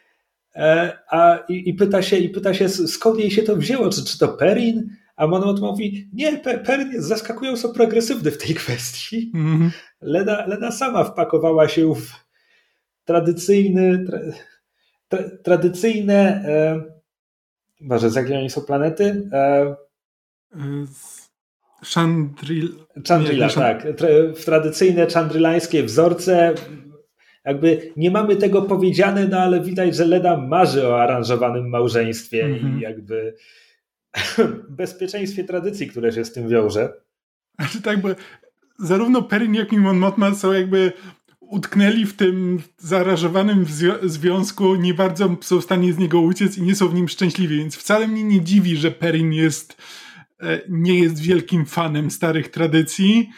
I pyta się, skąd jej się to wzięło, czy to Perrin? A Mon Mothma mówi, nie, Perrin jest zaskakująco progresywny w tej kwestii. Mhm. Lena sama wpakowała się w tradycyjne Boże, z jakiej oni są planety? Chandrila, tak. W tradycyjne chandrilańskie wzorce. Jakby nie mamy tego powiedziane, no ale widać, że Lena marzy o aranżowanym małżeństwie i jakby bezpieczeństwie tradycji, które się z tym wiąże. Znaczy tak, bo zarówno Perrin, jak i Mon Mothma są jakby utknęli w tym zaaranżowanym związku, nie bardzo są w stanie z niego uciec i nie są w nim szczęśliwi, więc wcale mnie nie dziwi, że Perrin nie jest wielkim fanem starych tradycji.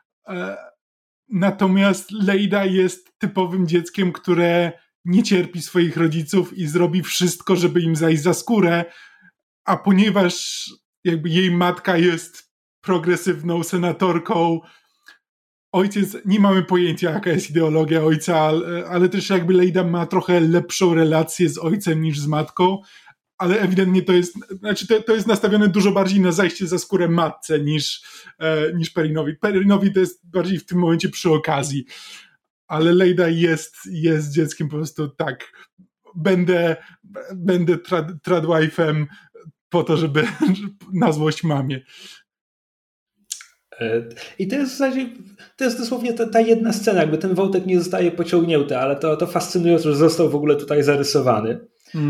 Natomiast Leida jest typowym dzieckiem, które nie cierpi swoich rodziców i zrobi wszystko, żeby im zajść za skórę, a ponieważ jakby jej matka jest progresywną senatorką, ojciec, nie mamy pojęcia, jaka jest ideologia ojca, ale też jakby Leida ma trochę lepszą relację z ojcem niż z matką, ale ewidentnie to jest nastawione dużo bardziej na zajście za skórę matce niż Perrinowi. Perrinowi to jest bardziej w tym momencie przy okazji, ale Leida jest dzieckiem po prostu tak, będę tradwife'em po to, żeby na złość mamie. I to jest w zasadzie, to jest dosłownie ta jedna scena, jakby ten wątek nie zostaje pociągnięty, ale to fascynujące, że został w ogóle tutaj zarysowany.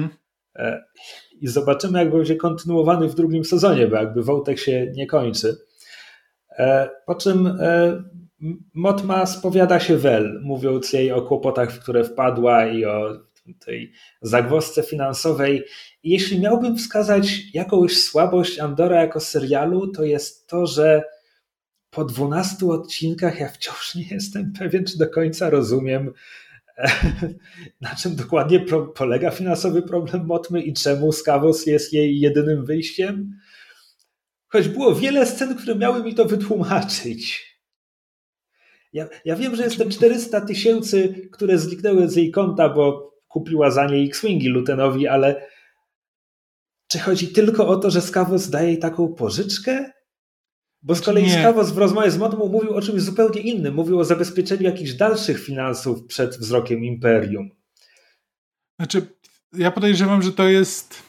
I zobaczymy, jak będzie kontynuowany w drugim sezonie, bo jakby wątek się nie kończy. Po czym Mothma spowiada się Vel, mówiąc jej o kłopotach, w które wpadła i o tej zagwozdce finansowej. I jeśli miałbym wskazać jakąś słabość Andora jako serialu, to jest to, że po 12 odcinkach ja wciąż nie jestem pewien, czy do końca rozumiem, na czym dokładnie polega finansowy problem Mothmy i czemu Skavos jest jej jedynym wyjściem. Choć było wiele scen, które miały mi to wytłumaczyć. Ja wiem, że jest te 400 000, które zniknęły z jej konta, bo kupiła za nie X-Wingi Lutenowi, ale czy chodzi tylko o to, że Skavos daje jej taką pożyczkę? Bo z kolei Skavos w rozmowie z Mothmą mówił o czymś zupełnie innym. Mówił o zabezpieczeniu jakichś dalszych finansów przed wzrokiem Imperium. Znaczy, ja podejrzewam, że to jest...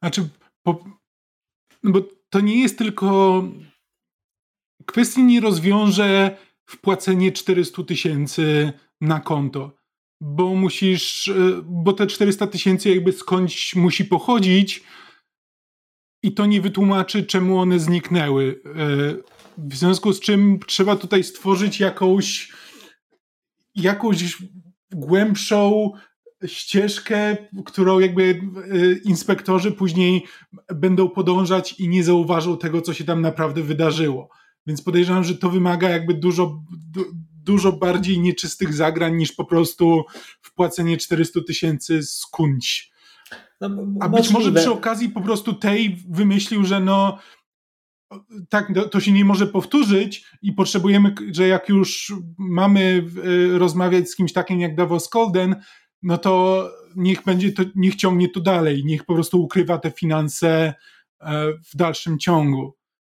bo to nie jest tylko... Kwestii nie rozwiąże wpłacenie 400 000 na konto. Bo te 400 000 jakby skądś musi pochodzić i to nie wytłumaczy, czemu one zniknęły. W związku z czym trzeba tutaj stworzyć jakąś głębszą ścieżkę, którą jakby inspektorzy później będą podążać i nie zauważą tego, co się tam naprawdę wydarzyło. Więc podejrzewam, że to wymaga jakby dużo bardziej nieczystych zagrań niż po prostu wpłacenie 400 000 skądś. A być może przy okazji po prostu tej wymyślił, że tak, to się nie może powtórzyć i potrzebujemy, że jak już mamy rozmawiać z kimś takim jak Davos Golden, no to niech ciągnie to dalej, niech po prostu ukrywa te finanse w dalszym ciągu.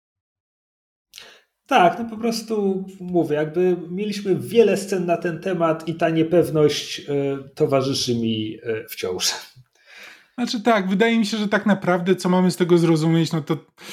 Tak, po prostu mówię, jakby mieliśmy wiele scen na ten temat i ta niepewność towarzyszy mi wciąż. Znaczy tak, wydaje mi się, że tak naprawdę co mamy z tego zrozumieć, no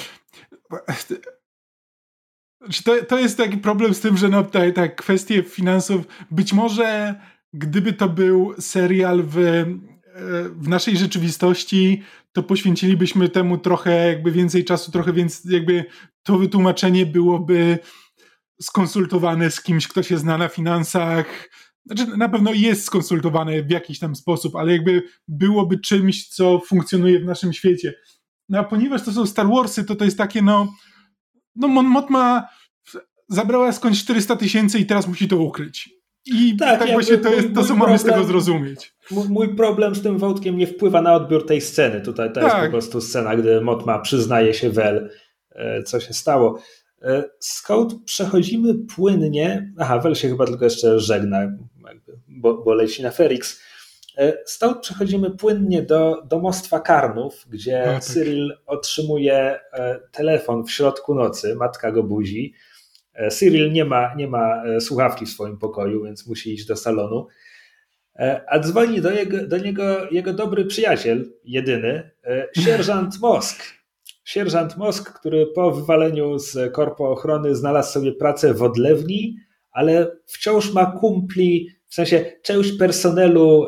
to jest taki problem z tym, że te kwestie finansów, być może gdyby to był serial w naszej rzeczywistości, to poświęcilibyśmy temu trochę jakby więcej czasu, trochę więcej jakby to wytłumaczenie byłoby skonsultowane z kimś, kto się zna na finansach. Znaczy na pewno jest skonsultowane w jakiś tam sposób, ale jakby byłoby czymś, co funkcjonuje w naszym świecie. No a ponieważ to są Star Warsy, to jest takie Mon Mothma zabrała skądś 400 000 i teraz musi to ukryć. I tak właśnie to jest to, co mamy z tego zrozumieć. Mój problem z tym wątkiem nie wpływa na odbiór tej sceny. Tutaj to jest po prostu scena, gdy Motma przyznaje się Vel, co się stało. Scout przechodzimy płynnie. Vel się chyba tylko jeszcze żegna, bo leci na Ferrix. Stąd przechodzimy płynnie do domostwa Karnów, gdzie Cyril otrzymuje telefon w środku nocy, matka go budzi. Cyril nie ma słuchawki w swoim pokoju, więc musi iść do salonu. A dzwoni do niego jego dobry przyjaciel, jedyny, sierżant Mosk. Sierżant Mosk, który po wywaleniu z korpo ochrony znalazł sobie pracę w odlewni, ale wciąż ma kumpli, w sensie część personelu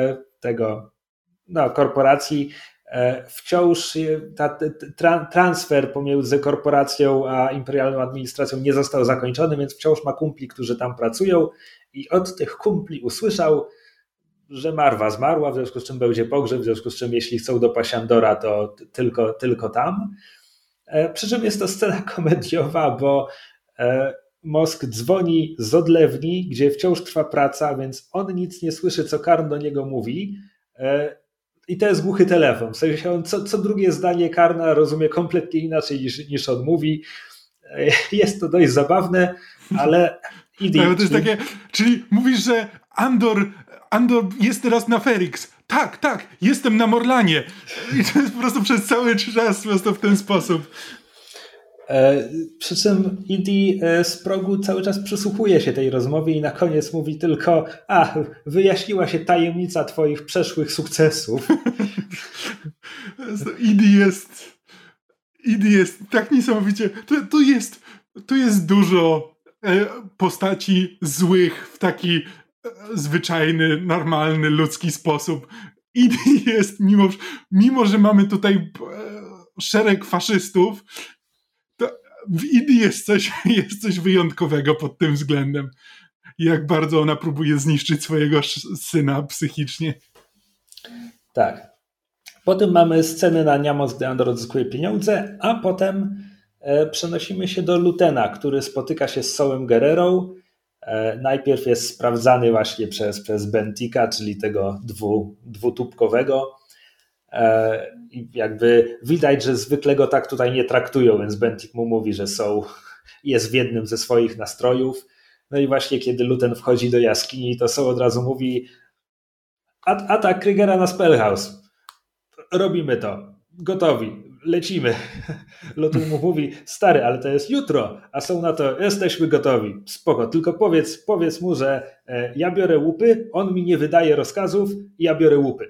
korporacji, wciąż transfer pomiędzy korporacją a imperialną administracją nie został zakończony, więc wciąż ma kumpli, którzy tam pracują i od tych kumpli usłyszał, że Marwa zmarła, w związku z czym będzie pogrzeb, w związku z czym jeśli chcą do Pasiandora, to tylko tam. Przy czym jest to scena komediowa, bo Mosk dzwoni z odlewni, gdzie wciąż trwa praca, więc on nic nie słyszy, co Karn do niego mówi. I to jest głuchy telefon. W sensie on co drugie zdanie Karna rozumie kompletnie inaczej niż on mówi. Jest to dość zabawne, ale to jest takie, czyli mówisz, że Andor jest teraz na Ferrix. Tak, jestem na Morlanie. I to jest po prostu przez cały czas po prostu w ten sposób. Przy czym Idi z progu cały czas przysłuchuje się tej rozmowie i na koniec mówi tylko: wyjaśniła się tajemnica twoich przeszłych sukcesów. Idi jest tak niesamowicie... Tu jest dużo postaci złych w taki zwyczajny, normalny, ludzki sposób. Idi jest, mimo że mamy tutaj szereg faszystów, w Idi jest coś wyjątkowego pod tym względem. Jak bardzo ona próbuje zniszczyć swojego syna psychicznie. Tak. Potem mamy scenę na Niamos, gdy Andor odzyskuje pieniądze, a potem przenosimy się do Lutena, który spotyka się z Sowem Gerrerą. Najpierw jest sprawdzany właśnie przez Bentika, czyli tego dwutubkowego. I jakby widać, że zwykle go tak tutaj nie traktują, więc Bentik mu mówi, że jest w jednym ze swoich nastrojów. No i właśnie kiedy Luten wchodzi do jaskini, to Sow od razu mówi: atak Krygera na Spellhouse. Robimy to. Gotowi. Lecimy. Luten mu mówi: stary, ale to jest jutro. A Sow na to: jesteśmy gotowi. Spoko, tylko powiedz mu, że ja biorę łupy, on mi nie wydaje rozkazów i ja biorę łupy.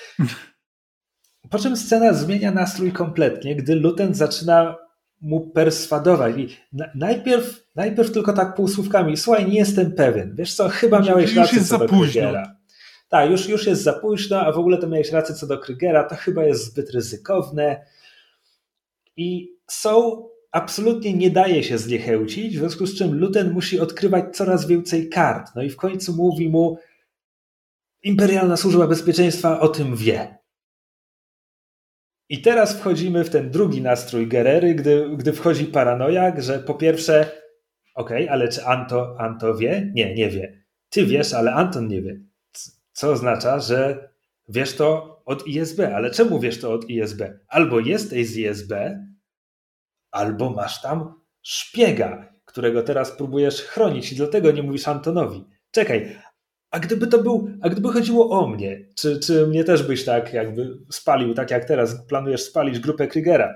Po czym scena zmienia nastrój kompletnie, gdy Luten zaczyna mu perswadować. I najpierw tylko tak półsłówkami: słuchaj, nie jestem pewien. Wiesz co, chyba miałeś rację co do Krygera. Tak, już jest za późno, a w ogóle to miałeś rację co do Krygera, to chyba jest zbyt ryzykowne. I Sow absolutnie nie daje się zniechęcić, w związku z czym Luten musi odkrywać coraz więcej kart. No i w końcu mówi mu: Imperialna Służba Bezpieczeństwa o tym wie. I teraz wchodzimy w ten drugi nastrój Gerrery, gdy wchodzi paranojak, że po pierwsze, ale czy Anto wie? Nie wie. Ty wiesz, ale Anton nie wie. Co oznacza, że wiesz to od ISB. Ale czemu wiesz to od ISB? Albo jesteś z ISB, albo masz tam szpiega, którego teraz próbujesz chronić i dlatego nie mówisz Antonowi. Czekaj, a gdyby chodziło o mnie, czy mnie też byś tak jakby spalił, tak jak teraz planujesz spalić grupę Krygera?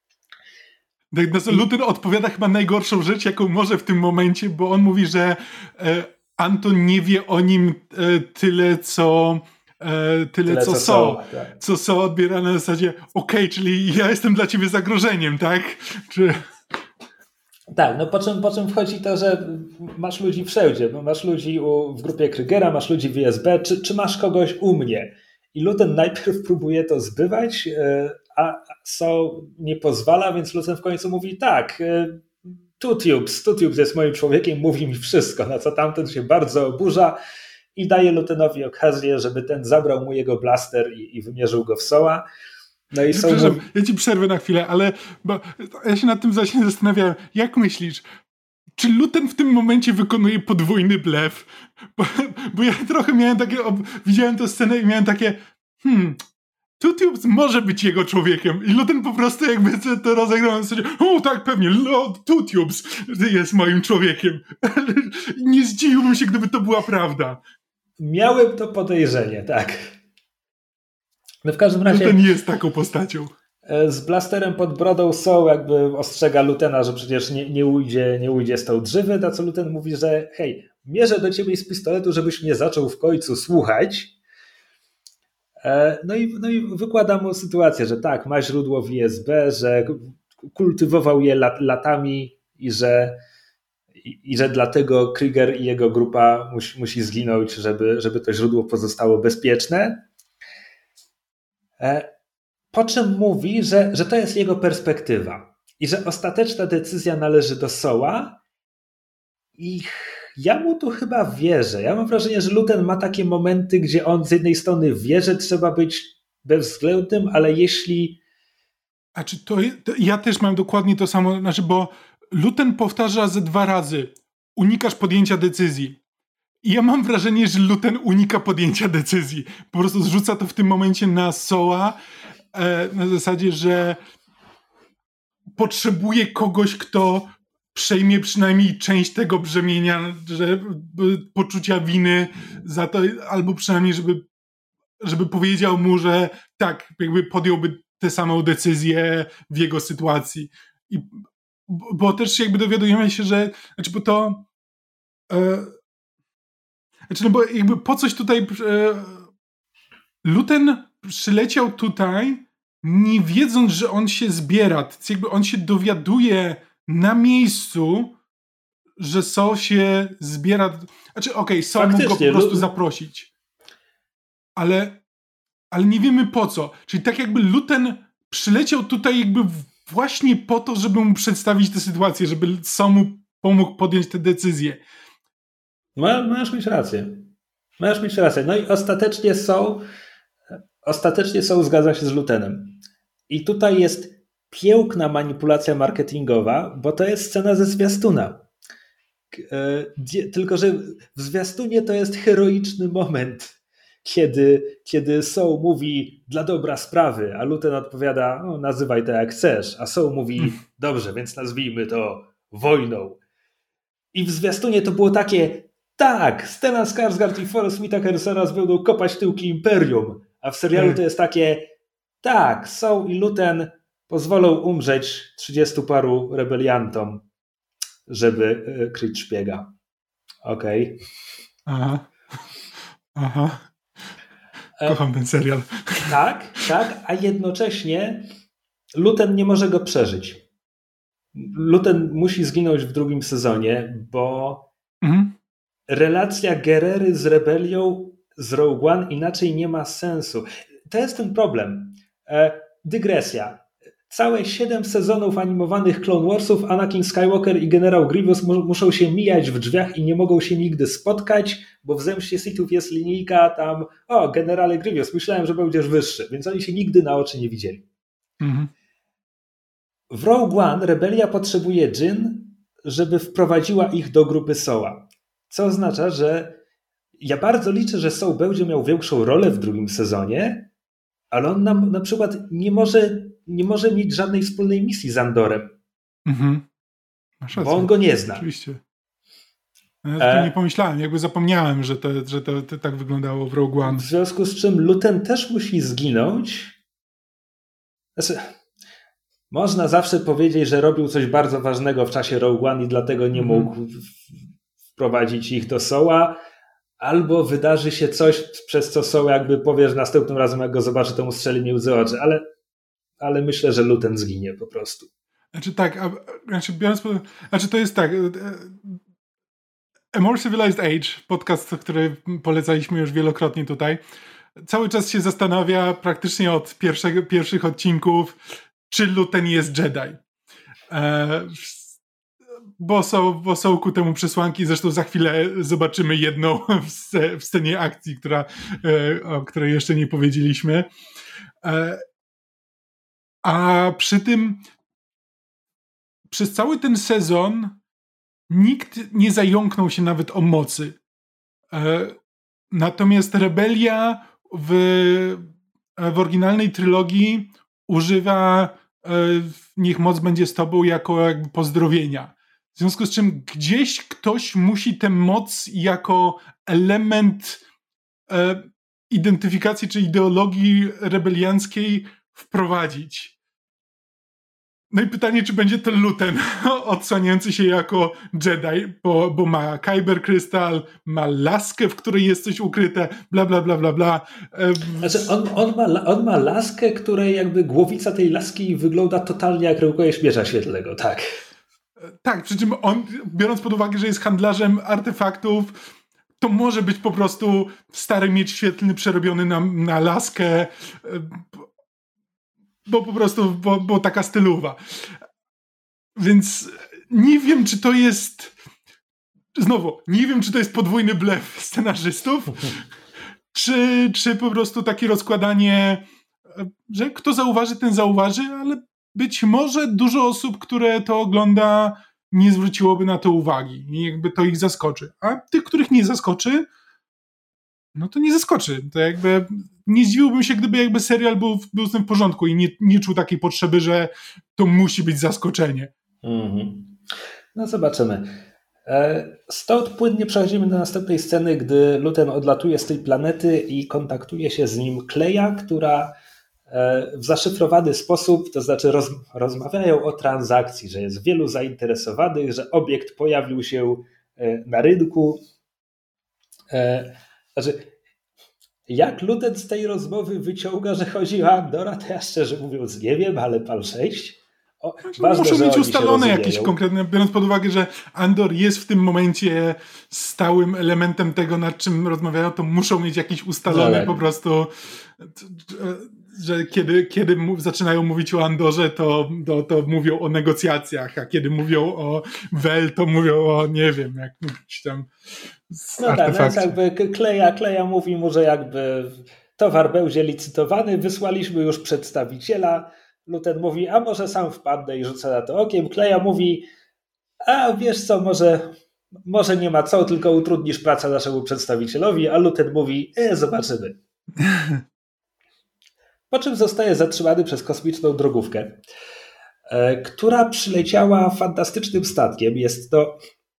Luten odpowiada chyba najgorszą rzecz, jaką może w tym momencie, bo on mówi, że Anton nie wie o nim tyle, co Sow. Tak. Co Sow odbiera na zasadzie: czyli ja jestem dla ciebie zagrożeniem, tak? Tak, no po czym wchodzi to, że masz ludzi wszędzie, bo masz ludzi w grupie Krygera, masz ludzi w ISB, czy masz kogoś u mnie? I Luten najpierw próbuje to zbywać, a Sow nie pozwala, więc Luten w końcu mówi: tak, Two Tubes jest moim człowiekiem, mówi mi wszystko, na co tamten się bardzo oburza i daje Lutenowi okazję, żeby ten zabrał mu jego blaster i wymierzył go w Sowa. No i ja ci przerwę na chwilę, ale bo ja się nad tym właśnie zastanawiałem. Jak myślisz, czy Luten w tym momencie wykonuje podwójny blef? Bo ja trochę miałem takie, widziałem tę scenę i miałem takie, Two-Tubes może być jego człowiekiem. I Luten po prostu jakby to rozegrał na zasadzie, o tak, pewnie, Two-Tubes jest moim człowiekiem. Nie zdziwiłbym się, gdyby to była prawda. Miałem to podejrzenie, tak. No w każdym razie... Luten jest taką postacią. Z blasterem pod brodą Saul jakby ostrzega Lutena, że przecież nie ujdzie z tą drzywy, na co Luten mówi, że hej, mierzę do ciebie z pistoletu, żebyś mnie zaczął w końcu słuchać. No i wykłada mu sytuację, że tak, ma źródło w ISB, że kultywował je latami i że dlatego Krieger i jego grupa musi zginąć, żeby to źródło pozostało bezpieczne. Po czym mówi, że to jest jego perspektywa i że ostateczna decyzja należy do Saula i ja mu tu chyba wierzę. Ja mam wrażenie, że Luten ma takie momenty, gdzie on z jednej strony wie, że trzeba być bezwzględnym, ale jeśli... Ja też mam dokładnie to samo, bo Luten powtarza ze 2 razy: unikasz podjęcia decyzji. I ja mam wrażenie, że Luten unika podjęcia decyzji. Po prostu zrzuca to w tym momencie na Saula, na zasadzie, że potrzebuje kogoś, kto przejmie przynajmniej część tego brzemienia, poczucia winy za to, albo przynajmniej, żeby powiedział mu, że tak, jakby podjąłby tę samą decyzję w jego sytuacji. Bo też jakby dowiadujemy się, że bo to bo jakby po coś tutaj Luten przyleciał tutaj nie wiedząc, że on się zbiera. Jakby on się dowiaduje na miejscu, że Saul się zbiera. Saul mógł go po prostu zaprosić. Ale nie wiemy po co. Czyli tak jakby Luten przyleciał tutaj jakby właśnie po to, żeby mu przedstawić tę sytuację, żeby Saul mu pomógł podjąć tę decyzję. Masz mieć rację. No i ostatecznie Saul zgadza się z Lutenem. I tutaj jest piękna manipulacja marketingowa, bo to jest scena ze zwiastuna. Tylko że w zwiastunie to jest heroiczny moment, kiedy Saul mówi dla dobra sprawy, a Luten odpowiada, no, nazywaj to jak chcesz, a Saul mówi dobrze, więc nazwijmy to wojną. I w zwiastunie to było takie, tak, Stellan Skarsgård i Forrest Whitaker zaraz będą kopać tyłki Imperium, a w serialu to jest takie, tak, Saul i Luten pozwolą umrzeć 30 paru rebeliantom, żeby kryć szpiega. Okej. Aha. Kocham ten serial. Tak, a jednocześnie Luten nie może go przeżyć. Luten musi zginąć w 2. sezonie, bo relacja Gerery z rebelią z Rogue One inaczej nie ma sensu. To jest ten problem. Dygresja. Całe 7 sezonów animowanych Clone Warsów Anakin Skywalker i generał Grievous muszą się mijać w drzwiach i nie mogą się nigdy spotkać, bo w Zemście Sithów jest linijka tam, o, generale Grievous, myślałem, że będziesz wyższy, więc oni się nigdy na oczy nie widzieli. W Rogue One rebelia potrzebuje Jyn, żeby wprowadziła ich do grupy Saula. Co oznacza, że ja bardzo liczę, że Saul będzie miał większą rolę w 2. sezonie, ale on nam na przykład nie może mieć żadnej wspólnej misji z Andorem. Masz rację. Bo on go nie zna. Oczywiście. Ja nie pomyślałem, jakby zapomniałem, że to tak wyglądało w Rogue One. W związku z czym Luten też musi zginąć. Znaczy, można zawsze powiedzieć, że robił coś bardzo ważnego w czasie Rogue One i dlatego nie mógł wprowadzić ich do Saula, albo wydarzy się coś, przez co Saul jakby powie, że następnym razem jak go zobaczy, to mu strzeli mi łzy oczy, ale myślę, że Luten zginie po prostu. To jest tak. A More Civilized Age, podcast, który polecaliśmy już wielokrotnie tutaj, cały czas się zastanawia praktycznie od pierwszych odcinków, czy Luten jest Jedi. Bo są ku temu przesłanki, zresztą za chwilę zobaczymy jedną w scenie akcji, o której jeszcze nie powiedzieliśmy. A przy tym przez cały ten sezon nikt nie zająknął się nawet o mocy. Natomiast Rebelia w oryginalnej trylogii używa niech moc będzie z tobą jako jakby pozdrowienia. W związku z czym gdzieś ktoś musi tę moc jako element identyfikacji czy ideologii rebelianckiej wprowadzić. No i pytanie, czy będzie to Luten odsłaniający się jako Jedi, bo ma Kyber Crystal, ma laskę, w której jest coś ukryte, bla, bla, bla, bla, bla. Znaczy on ma laskę, której jakby głowica tej laski wygląda totalnie jak rękojeść miecza świetlnego, tak. Tak, przy czym on, biorąc pod uwagę, że jest handlarzem artefaktów, to może być po prostu stary miecz świetlny przerobiony na laskę, bo po prostu, bo taka stylowa. Więc nie wiem, czy to jest nie wiem, czy to jest podwójny blef scenarzystów, czy po prostu takie rozkładanie, że kto zauważy, ten zauważy, ale być może dużo osób, które to ogląda, nie zwróciłoby na to uwagi i jakby to ich zaskoczy. A tych, których nie zaskoczy, no to nie zaskoczy. To jakby nie zdziwiłbym się, gdyby jakby serial był z tym w porządku i nie czuł takiej potrzeby, że to musi być zaskoczenie. No zobaczymy. Stąd płynnie przechodzimy do następnej sceny, gdy Luten odlatuje z tej planety i kontaktuje się z nim Kleja, która w zaszyfrowany sposób, to znaczy rozmawiają o transakcji, że jest wielu zainteresowanych, że obiekt pojawił się na rynku. Znaczy, jak Luten z tej rozmowy wyciąga, że chodzi o Andora, to ja szczerze mówiąc nie wiem, ale PAL 6. Muszą mieć ustalone jakieś konkretne, biorąc pod uwagę, że Andor jest w tym momencie stałym elementem tego, nad czym rozmawiają, to muszą mieć jakieś ustalone po prostu, że kiedy zaczynają mówić o Andorze, to mówią o negocjacjach, a kiedy mówią o Wel, to mówią o, nie wiem, jakimś tam artefakcie. Tak, jakby Kleja mówi mu, że jakby towar będzie licytowany, wysłaliśmy już przedstawiciela. Luten mówi, a może sam wpadnę i rzucę na to okiem. Kleja mówi, a wiesz co, może nie ma co, tylko utrudnisz pracę naszemu przedstawicielowi, a Luten mówi, zobaczymy. Po czym zostaje zatrzymany przez kosmiczną drogówkę, która przyleciała fantastycznym statkiem. Jest to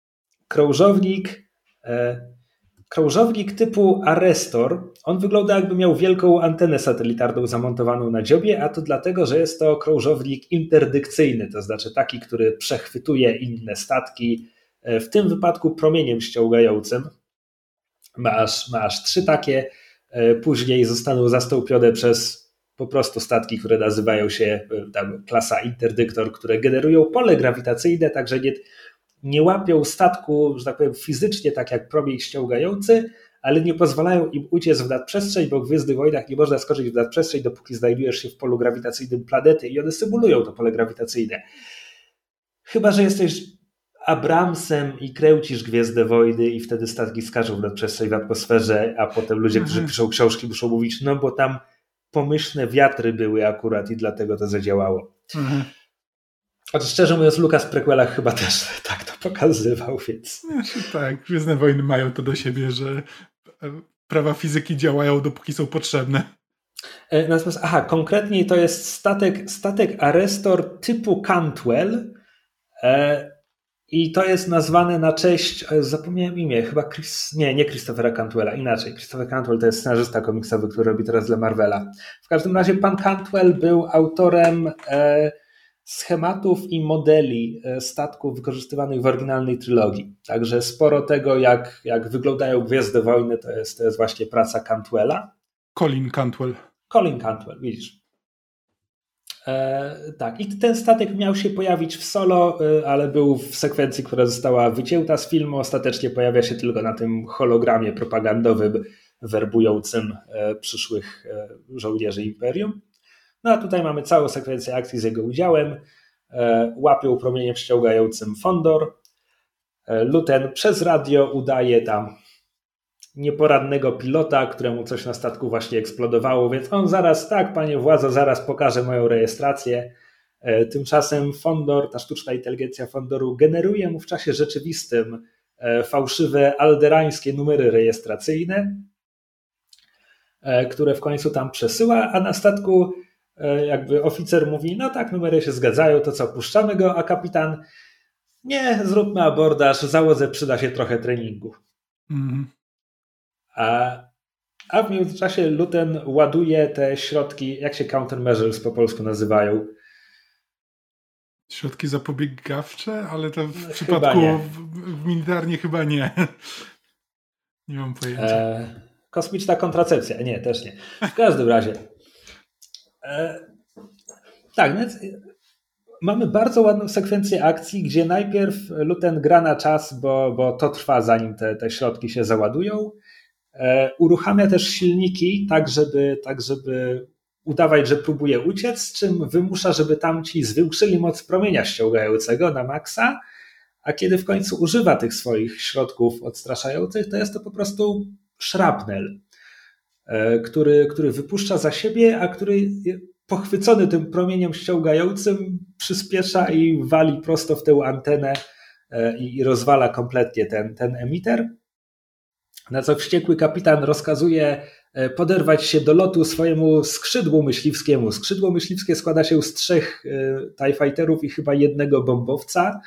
krążownik typu Arrestor. On wygląda, jakby miał wielką antenę satelitarną zamontowaną na dziobie, a to dlatego, że jest to krążownik interdykcyjny, to znaczy taki, który przechwytuje inne statki, w tym wypadku promieniem ściągającym. Ma aż 3 takie, później zostaną zastąpione przez po prostu statki, które nazywają się tam klasa Interdyktor, które generują pole grawitacyjne, także nie łapią statku, że tak powiem, fizycznie, tak jak promień ściągający, ale nie pozwalają im uciec w nadprzestrzeń, bo w Gwiezdnych Wojnach nie można skoczyć w nadprzestrzeń, dopóki znajdujesz się w polu grawitacyjnym planety i one symulują to pole grawitacyjne. Chyba że jesteś Abramsem i kręcisz Gwiezdne Wojny i wtedy statki skaczą w nadprzestrzeń w atmosferze, a potem ludzie, którzy piszą książki, muszą mówić, no bo tam pomyślne wiatry były akurat i dlatego to zadziałało. Znaczy, szczerze mówiąc, Lucas w prequelach chyba też tak to pokazywał, więc... Tak, Gwiezdne Wojny mają to do siebie, że prawa fizyki działają, dopóki są potrzebne. Natomiast, konkretniej to jest statek Arrestor typu Cantwell i to jest nazwane na cześć, zapomniałem imię, chyba nie Christophera Cantwella, inaczej. Christopher Cantwell to jest scenarzysta komiksowy, który robi teraz dla Marvela. W każdym razie pan Cantwell był autorem schematów i modeli statków wykorzystywanych w oryginalnej trylogii. Także sporo tego, jak wyglądają Gwiezdne Wojny, to jest właśnie praca Cantwella. Colin Cantwell, widzisz. Tak, i ten statek miał się pojawić w Solo, ale był w sekwencji, która została wycięta z filmu. Ostatecznie pojawia się tylko na tym hologramie propagandowym werbującym przyszłych żołnierzy Imperium. No a tutaj mamy całą sekwencję akcji z jego udziałem. Łapią promieniem ściągającym Fondor. Luten przez radio udaje tam nieporadnego pilota, któremu coś na statku właśnie eksplodowało, więc on zaraz, tak panie władzo, zaraz pokaże moją rejestrację. Tymczasem Fondor, ta sztuczna inteligencja Fondoru generuje mu w czasie rzeczywistym fałszywe alderańskie numery rejestracyjne, które w końcu tam przesyła, a na statku jakby oficer mówi, no tak, numery się zgadzają, to co, puszczamy go, a kapitan, nie, zróbmy abordaż, załodze przyda się trochę treningu. A w międzyczasie Luten ładuje te środki, jak się countermeasures po polsku nazywają? Środki zapobiegawcze, ale to w przypadku w militarnie chyba nie. Nie mam pojęcia. Kosmiczna kontracepcja. Nie, też nie. W każdym razie. Tak, więc mamy bardzo ładną sekwencję akcji, gdzie najpierw Luten gra na czas, bo to trwa zanim te środki się załadują. Uruchamia też silniki, tak żeby udawać, że próbuje uciec, z czym wymusza, żeby tamci zwiększyli moc promienia ściągającego na maksa, a kiedy w końcu używa tych swoich środków odstraszających, to jest to po prostu szrapnel, który wypuszcza za siebie, a który pochwycony tym promieniem ściągającym przyspiesza i wali prosto w tę antenę i rozwala kompletnie ten emiter. Na co wściekły kapitan rozkazuje poderwać się do lotu swojemu skrzydłu myśliwskiemu. Skrzydło myśliwskie składa się z 3 TIE Fighterów i chyba 1 bombowca.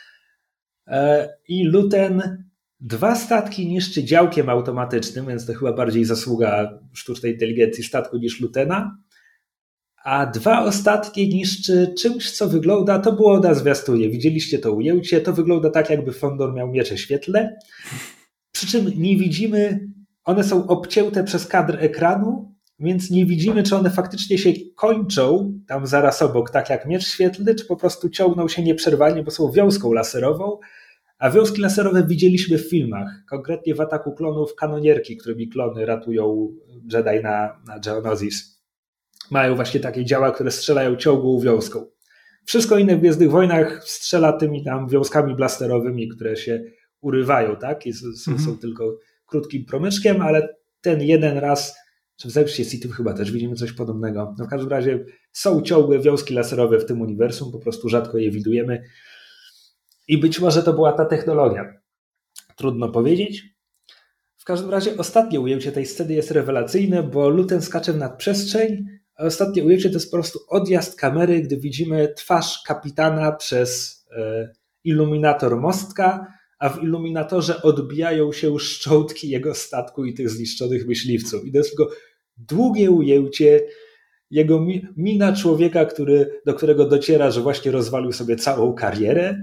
I Luten 2 statki niszczy działkiem automatycznym, więc to chyba bardziej zasługa sztucznej inteligencji statku niż Lutena. A 2 ostatnie niszczy czymś, co wygląda, to było na zwiastunie, widzieliście to ujęcie, to wygląda tak, jakby Fondor miał miecze świetlne. Przy czym nie widzimy, one są obcięte przez kadr ekranu, więc nie widzimy, czy one faktycznie się kończą tam zaraz obok, tak jak miecz świetlny, czy po prostu ciągną się nieprzerwanie, bo są wiązką laserową, a wiązki laserowe widzieliśmy w filmach, konkretnie w Ataku Klonów kanonierki, którymi klony ratują Jedi na Geonosis. Mają właśnie takie działa, które strzelają ciągłą wiązką. Wszystko inne w Gwiezdnych Wojnach strzela tymi tam wiązkami blasterowymi, które się urywają, tak? I są tylko krótkim promyczkiem, ale ten jeden raz, czy w Zemście Sithów chyba też widzimy coś podobnego. No w każdym razie są ciągłe wiązki laserowe w tym uniwersum, po prostu rzadko je widujemy. I być może to była ta technologia. Trudno powiedzieć. W każdym razie ostatnie ujęcie tej sceny jest rewelacyjne, bo Luten skacze w nadprzestrzeń, a ostatnie ujęcie to jest po prostu odjazd kamery, gdy widzimy twarz kapitana przez iluminator mostka, a w iluminatorze odbijają się szczątki jego statku i tych zniszczonych myśliwców. I to jest tylko długie ujęcie, jego mina człowieka, do którego dociera, że właśnie rozwalił sobie całą karierę.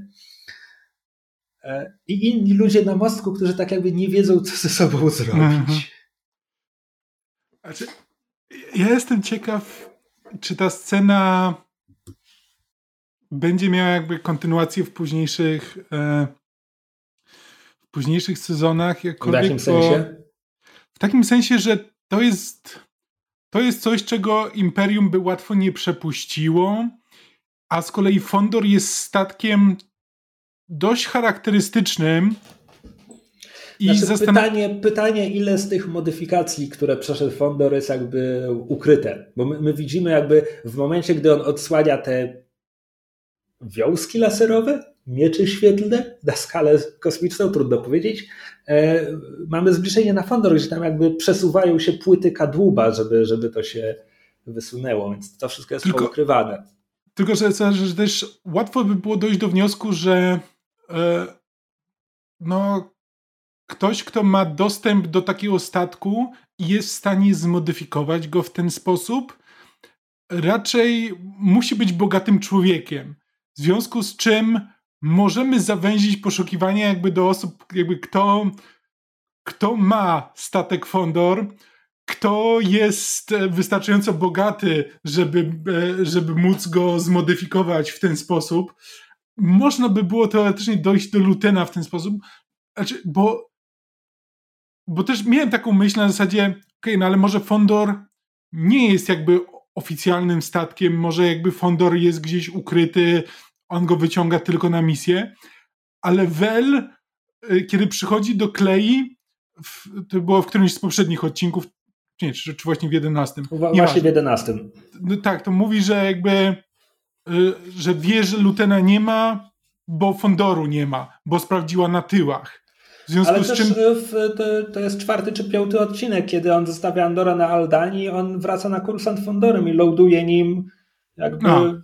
I inni ludzie na mostku, którzy tak jakby nie wiedzą, co ze sobą zrobić. Znaczy, ja jestem ciekaw, czy ta scena będzie miała jakby kontynuację w późniejszych sezonach. W jakim sensie? W takim sensie, że to jest coś, czego Imperium by łatwo nie przepuściło, a z kolei Fondor jest statkiem dość charakterystycznym. Pytanie, ile z tych modyfikacji, które przeszedł Fondor, jest jakby ukryte. Bo my widzimy jakby w momencie, gdy on odsłania te wiązki laserowe, miecze świetlne na skalę kosmiczną, trudno powiedzieć, mamy zbliżenie na Fondor, gdzie tam jakby przesuwają się płyty kadłuba, żeby to się wysunęło, więc to wszystko jest poukrywane. Tylko, że też łatwo by było dojść do wniosku, że ktoś, kto ma dostęp do takiego statku i jest w stanie zmodyfikować go w ten sposób, raczej musi być bogatym człowiekiem. W związku z czym możemy zawęzić poszukiwania jakby do osób, jakby kto ma statek Fondor, kto jest wystarczająco bogaty, żeby móc go zmodyfikować w ten sposób. Można by było teoretycznie dojść do Lutena w ten sposób, znaczy, bo też miałem taką myśl na zasadzie, ale może Fondor nie jest jakby oficjalnym statkiem, może jakby Fondor jest gdzieś ukryty, on go wyciąga tylko na misję, ale Vel, kiedy przychodzi do Klei, to było w którymś z poprzednich odcinków, nie, czy właśnie w 11. Właśnie w 11. No tak, to mówi, że jakby że wie, że Lutena nie ma, bo Fondoru nie ma, bo sprawdziła na tyłach. W związku Ale z też czym... to jest 4. czy 5. odcinek, kiedy on zostawia Andora na Aldani, on wraca na kursant Fondorem i loaduje nim jakby... No.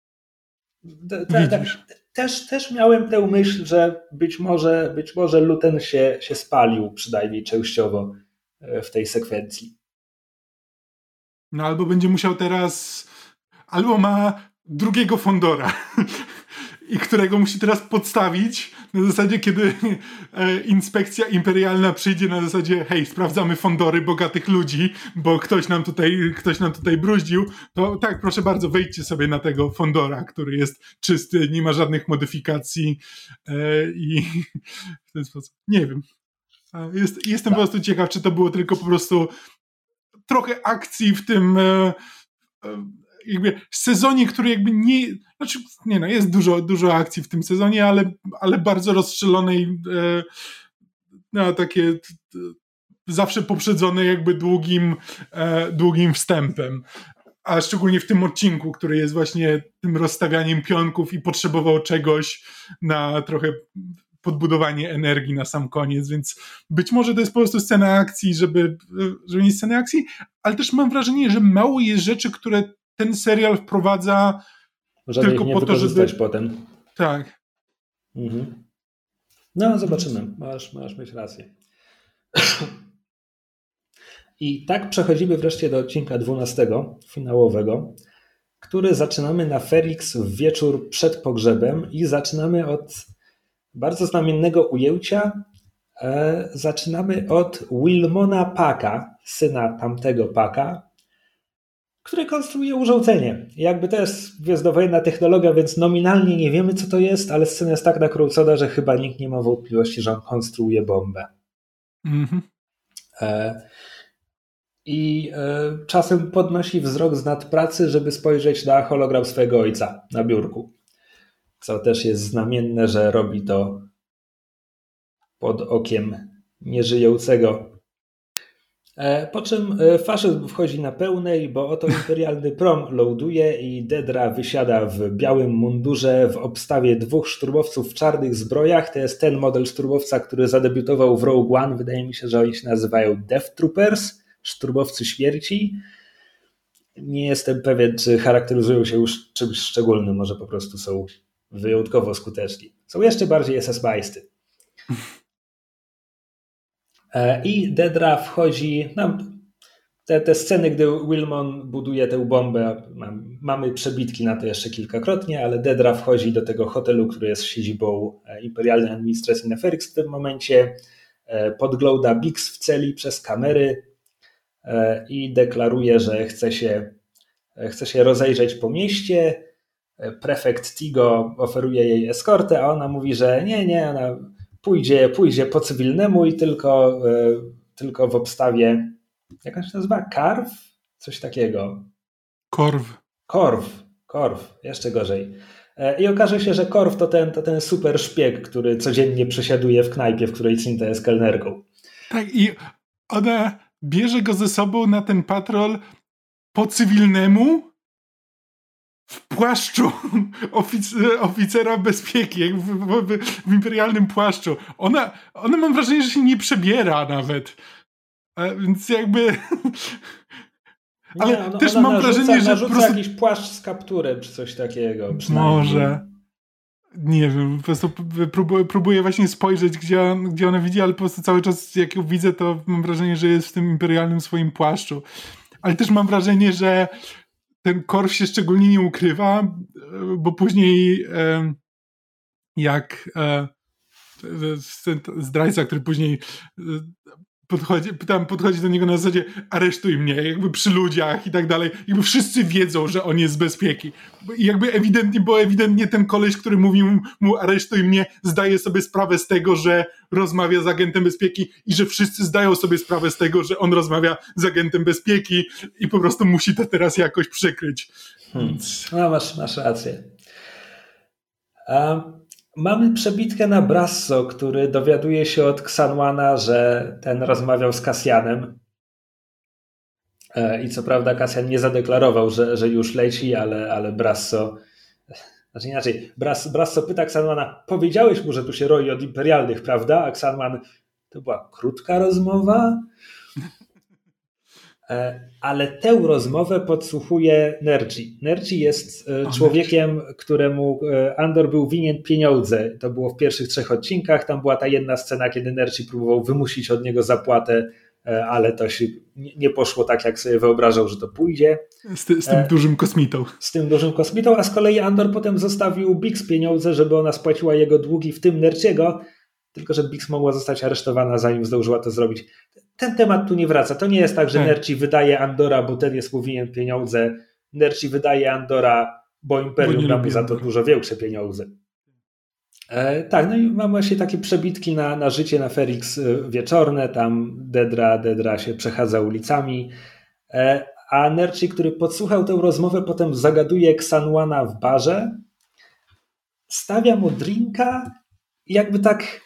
Też miałem tę myśl, że być może Luten się spalił, przynajmniej częściowo w tej sekwencji. No albo będzie musiał teraz... Albo ma drugiego Fondora i którego musi teraz podstawić na zasadzie, kiedy inspekcja imperialna przyjdzie na zasadzie hej, sprawdzamy Fondory bogatych ludzi, bo ktoś nam tutaj bruździł, to tak, proszę bardzo, wejdźcie sobie na tego Fondora, który jest czysty, nie ma żadnych modyfikacji i w ten sposób. Nie wiem. Jestem po prostu ciekaw, czy to było tylko po prostu trochę akcji w tym jakby sezonie, który jakby jest dużo akcji w tym sezonie, ale bardzo rozstrzelonej, takie zawsze poprzedzone jakby długim wstępem. A szczególnie w tym odcinku, który jest właśnie tym rozstawianiem pionków i potrzebował czegoś na trochę podbudowanie energii na sam koniec, więc być może to jest po prostu scena akcji, żeby mieć scenę akcji, ale też mam wrażenie, że mało jest rzeczy, które ten serial wprowadza tylko po to, żeby... potem. Tak. Mhm. No, zobaczymy. Masz mieć rację. I tak przechodzimy wreszcie do odcinka 12, finałowego, który zaczynamy na Ferrix w wieczór przed pogrzebem i zaczynamy od bardzo znamiennego ujęcia. Zaczynamy od Wilmona Packa, syna tamtego Packa, który konstruuje urządzenie. Jakby to jest gwiezdnowojenna technologia, więc nominalnie nie wiemy, co to jest, ale scena jest tak nakręcona, że chyba nikt nie ma wątpliwości, że on konstruuje bombę. Mhm. I czasem podnosi wzrok z nadpracy, żeby spojrzeć na hologram swojego ojca na biurku. Co też jest znamienne, że robi to pod okiem nieżyjącego. Po czym faszyzm wchodzi na pełnej, bo oto imperialny prom loaduje i Dedra wysiada w białym mundurze w obstawie 2 szturmowców w czarnych zbrojach. To jest ten model szturmowca, który zadebiutował w Rogue One. Wydaje mi się, że oni się nazywają Death Troopers, szturmowcy śmierci. Nie jestem pewien, czy charakteryzują się już czymś szczególnym, może po prostu są wyjątkowo skuteczni. Są jeszcze bardziej SS-bajsty. I Dedra wchodzi, te sceny, gdy Wilmon buduje tę bombę, mamy przebitki na to jeszcze kilkakrotnie, ale Dedra wchodzi do tego hotelu, który jest siedzibą imperialnej administracji na Ferrix w tym momencie, podgląda Bix w celi przez kamery i deklaruje, że chce się rozejrzeć po mieście. Prefekt Tigo oferuje jej eskortę, a ona mówi, że nie, ona pójdzie po cywilnemu i tylko w obstawie, jak on się nazywa? Karw? Coś takiego. Korw, jeszcze gorzej. I okaże się, że Korw to ten super szpieg, który codziennie przesiaduje w knajpie, w której Cinta jest kelnerką. Tak, i ona bierze go ze sobą na ten patrol po cywilnemu w płaszczu oficera bezpieki, jak w imperialnym płaszczu. Ona mam wrażenie, że się nie przebiera nawet. Więc jakby... Ale też mam wrażenie, że narzuca jakiś płaszcz z kapturem, czy coś takiego. Może. Nie wiem, po prostu próbuję właśnie spojrzeć, gdzie ona widzi, ale po prostu cały czas, jak ją widzę, to mam wrażenie, że jest w tym imperialnym swoim płaszczu. Ale też mam wrażenie, że ten Korw się szczególnie nie ukrywa, bo później jak zdrajca, który później podchodzi do niego na zasadzie aresztuj mnie, jakby przy ludziach i tak dalej, jakby wszyscy wiedzą, że on jest z bezpieki. I jakby ewidentnie ten koleś, który mówił mu aresztuj mnie, zdaje sobie sprawę z tego, że rozmawia z agentem bezpieki i że wszyscy zdają sobie sprawę z tego, że on rozmawia z agentem bezpieki i po prostu musi to teraz jakoś przykryć. No masz rację. Mamy przebitkę na Brasso, który dowiaduje się od Xanwana, że ten rozmawiał z Cassianem. I co prawda Cassian nie zadeklarował, że już leci, ale Brasso Znaczy inaczej, Brasso pyta Xanwana, powiedziałeś mu, że tu się roi od imperialnych, prawda? A Xanwan, to była krótka rozmowa, ale tę rozmowę podsłuchuje Nerci. Nerci jest człowiekiem, któremu Andor był winien pieniądze. To było w pierwszych 3 odcinkach. Tam była ta jedna scena, kiedy Nerci próbował wymusić od niego zapłatę, ale to się nie poszło tak, jak sobie wyobrażał, że to pójdzie. Z tym dużym kosmitą. Z tym dużym kosmitą, a z kolei Andor potem zostawił Bix pieniądze, żeby ona spłaciła jego długi, w tym Nerciego, tylko że Bix mogła zostać aresztowana, zanim zdążyła to zrobić. Ten temat tu nie wraca. To nie jest tak, że Nerci wydaje Andora, bo ten jest mu winien pieniądze. Nerci wydaje Andora, bo Imperium da mu za to dużo większe pieniądze. Tak, no i mam właśnie takie przebitki na życie na Ferrix wieczorne. Tam Dedra się przechadza ulicami. A Nerci, który podsłuchał tę rozmowę, potem zagaduje Xanwana w barze, stawia mu drinka i jakby tak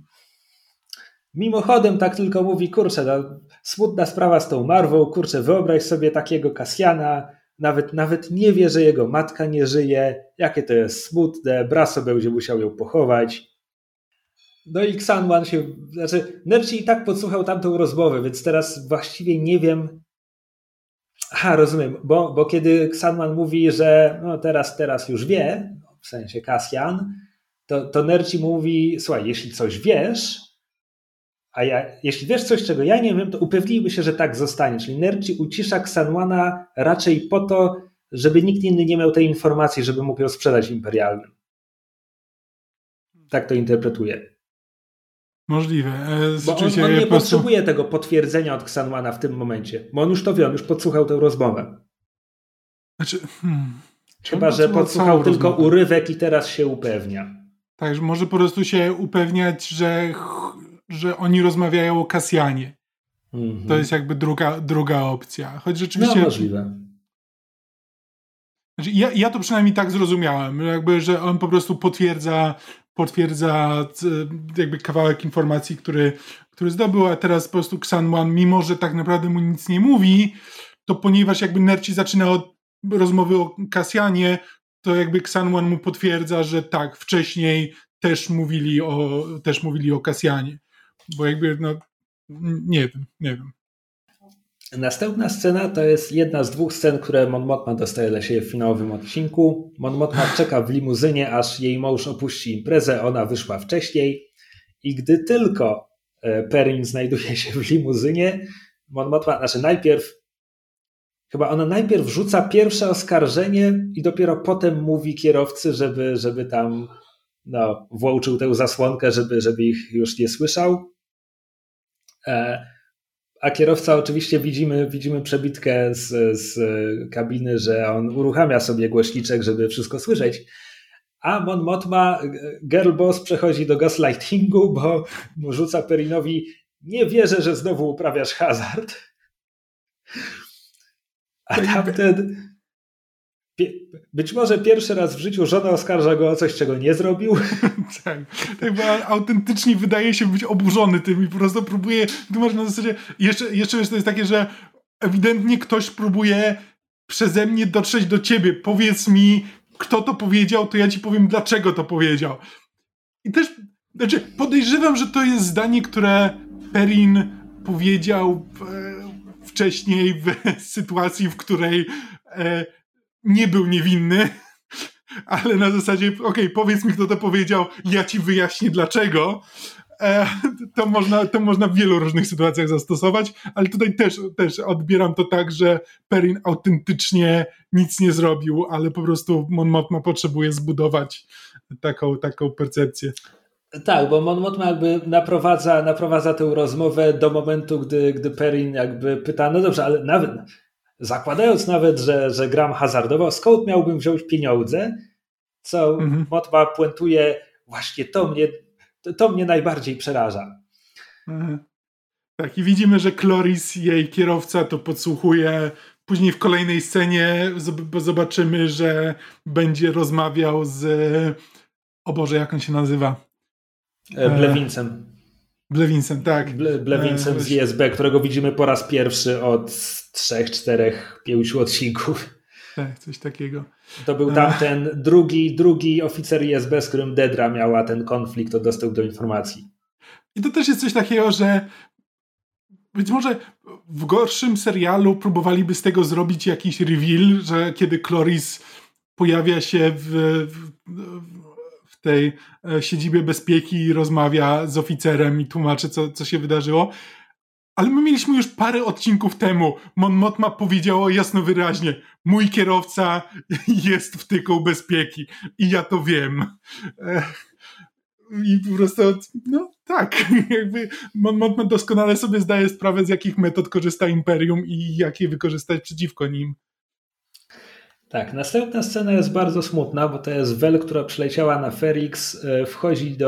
mimochodem tak tylko mówi, kurczę, no, smutna sprawa z tą Marwą, kurczę, wyobraź sobie takiego Cassiana, nawet nie wie, że jego matka nie żyje, jakie to jest smutne, Brasso będzie musiał ją pochować. No i Xanwan Nerci i tak podsłuchał tamtą rozmowę, więc teraz właściwie nie wiem. Aha, rozumiem, bo kiedy Xanwan mówi, że no teraz już wie, w sensie Cassian, to Nerci mówi, słuchaj, jeśli coś wiesz, jeśli wiesz coś, czego ja nie wiem, to upewnijmy się, że tak zostanie. Czyli Nerci ucisza Xanwana raczej po to, żeby nikt inny nie miał tej informacji, żeby mógł ją sprzedać imperialnym. Tak to interpretuję. Możliwe. Bo on nie potrzebuje tego potwierdzenia od Xanwana w tym momencie, bo on już to wie, on już podsłuchał tę rozmowę. Znaczy, Chyba, że podsłuchał tylko urywek i teraz się upewnia. Tak, że może po prostu się upewniać, że oni rozmawiają o Cassianie. Mm-hmm. To jest jakby druga opcja. Choć rzeczywiście... No, możliwe. Znaczy, ja to przynajmniej tak zrozumiałem, jakby, że on po prostu potwierdza jakby kawałek informacji, który zdobył, a teraz po prostu Xanwan, mimo że tak naprawdę mu nic nie mówi, to ponieważ jakby Nerci zaczyna od rozmowy o Cassianie, to jakby Xanwan mu potwierdza, że tak, wcześniej też mówili o Cassianie. Bo jakby, no, nie wiem. Następna scena to jest jedna z 2 scen, które Mon Mothma dostaje dla siebie w finałowym odcinku. Mon Mothma czeka w limuzynie, aż jej mąż opuści imprezę, ona wyszła wcześniej i gdy tylko Perrin znajduje się w limuzynie, Mon Mothma, najpierw rzuca pierwsze oskarżenie i dopiero potem mówi kierowcy, żeby tam włączył tę zasłonkę, żeby ich już nie słyszał. A kierowca oczywiście widzimy przebitkę z kabiny, że on uruchamia sobie głośniczek, żeby wszystko słyszeć. A Mon Mothma, girl boss, przechodzi do gaslightingu, bo mu rzuca Perrinowi, nie wierzę, że znowu uprawiasz hazard. A tamten być może pierwszy raz w życiu żona oskarża go o coś, czego nie zrobił. Tak, bo autentycznie wydaje się być oburzony tym i po prostu próbuje tłumaczyć na zasadzie, jeszcze to jest takie, że ewidentnie ktoś próbuje przeze mnie dotrzeć do ciebie, powiedz mi, kto to powiedział, to ja ci powiem, dlaczego to powiedział. I też, podejrzewam, że to jest zdanie, które Perrin powiedział wcześniej w sytuacji, w której nie był niewinny, ale na zasadzie, powiedz mi, kto to powiedział, ja ci wyjaśnię dlaczego. To można w wielu różnych sytuacjach zastosować, ale tutaj też odbieram to tak, że Perrin autentycznie nic nie zrobił, ale po prostu Mon Mothma potrzebuje zbudować taką percepcję. Tak, bo Mon Mothma jakby naprowadza tę rozmowę do momentu, gdy Perrin jakby pyta, no dobrze, ale zakładając nawet, że gram hazardowo, skąd miałbym wziąć pieniądze? Co Mothma puentuje, właśnie to mnie najbardziej przeraża. Tak, i widzimy, że Kloris, jej kierowca, to podsłuchuje. Później w kolejnej scenie zobaczymy, że będzie rozmawiał z... O Boże, jak on się nazywa? Blewinsem. Blewinsem, tak. Blewinsem z ISB, którego widzimy po raz pierwszy od 3, 4, 5 odcinków. Tak, coś takiego. To był tamten drugi oficer ISB, z którym Dedra miała ten konflikt o dostęp do informacji. I to też jest coś takiego, że być może w gorszym serialu próbowaliby z tego zrobić jakiś reveal, że kiedy Kloris pojawia się w tej siedzibie bezpieki i rozmawia z oficerem i tłumaczy, co się wydarzyło. Ale my mieliśmy już parę odcinków temu. Mon Mothma powiedziała jasno wyraźnie: mój kierowca jest wtyką bezpieki i ja to wiem. I po prostu, no tak, jakby Mon Mothma doskonale sobie zdaje sprawę, z jakich metod korzysta Imperium i jak je wykorzystać przeciwko nim. Tak, następna scena jest bardzo smutna, bo to jest Vel, która przyleciała na Ferrix, wchodzi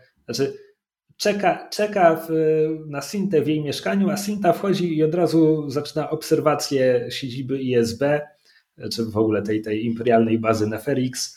czeka na Sintę w jej mieszkaniu, a Sinta wchodzi i od razu zaczyna obserwację siedziby ISB, czy w ogóle tej imperialnej bazy na Ferrix.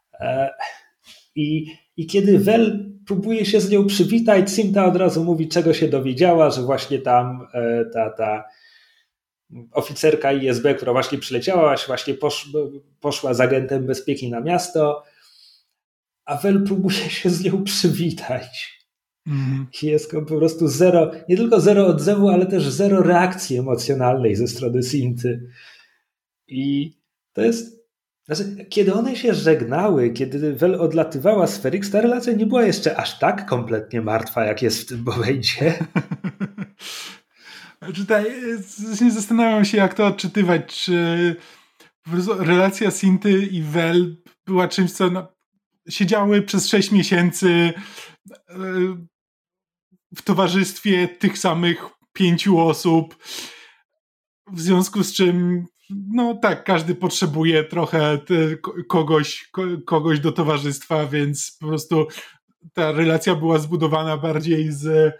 I kiedy Vel próbuje się z nią przywitać, Sinta od razu mówi, czego się dowiedziała, że właśnie tam ta oficerka ISB, która właśnie przyleciała, właśnie poszła z agentem bezpieki na miasto, a Vel próbuje się z nią przywitać. Jest po prostu nie tylko zero odzewu, ale też zero reakcji emocjonalnej ze strony Sinty. I to jest... kiedy one się żegnały, kiedy Vel odlatywała z Ferrix, ta relacja nie była jeszcze aż tak kompletnie martwa, jak jest w tym momencie. Tutaj zastanawiam się, jak to odczytywać, czy relacja Sinty i Vel była czymś, co siedziały przez 6 miesięcy w towarzystwie tych samych 5 osób, w związku z czym no tak, każdy potrzebuje trochę kogoś do towarzystwa, więc po prostu ta relacja była zbudowana bardziej z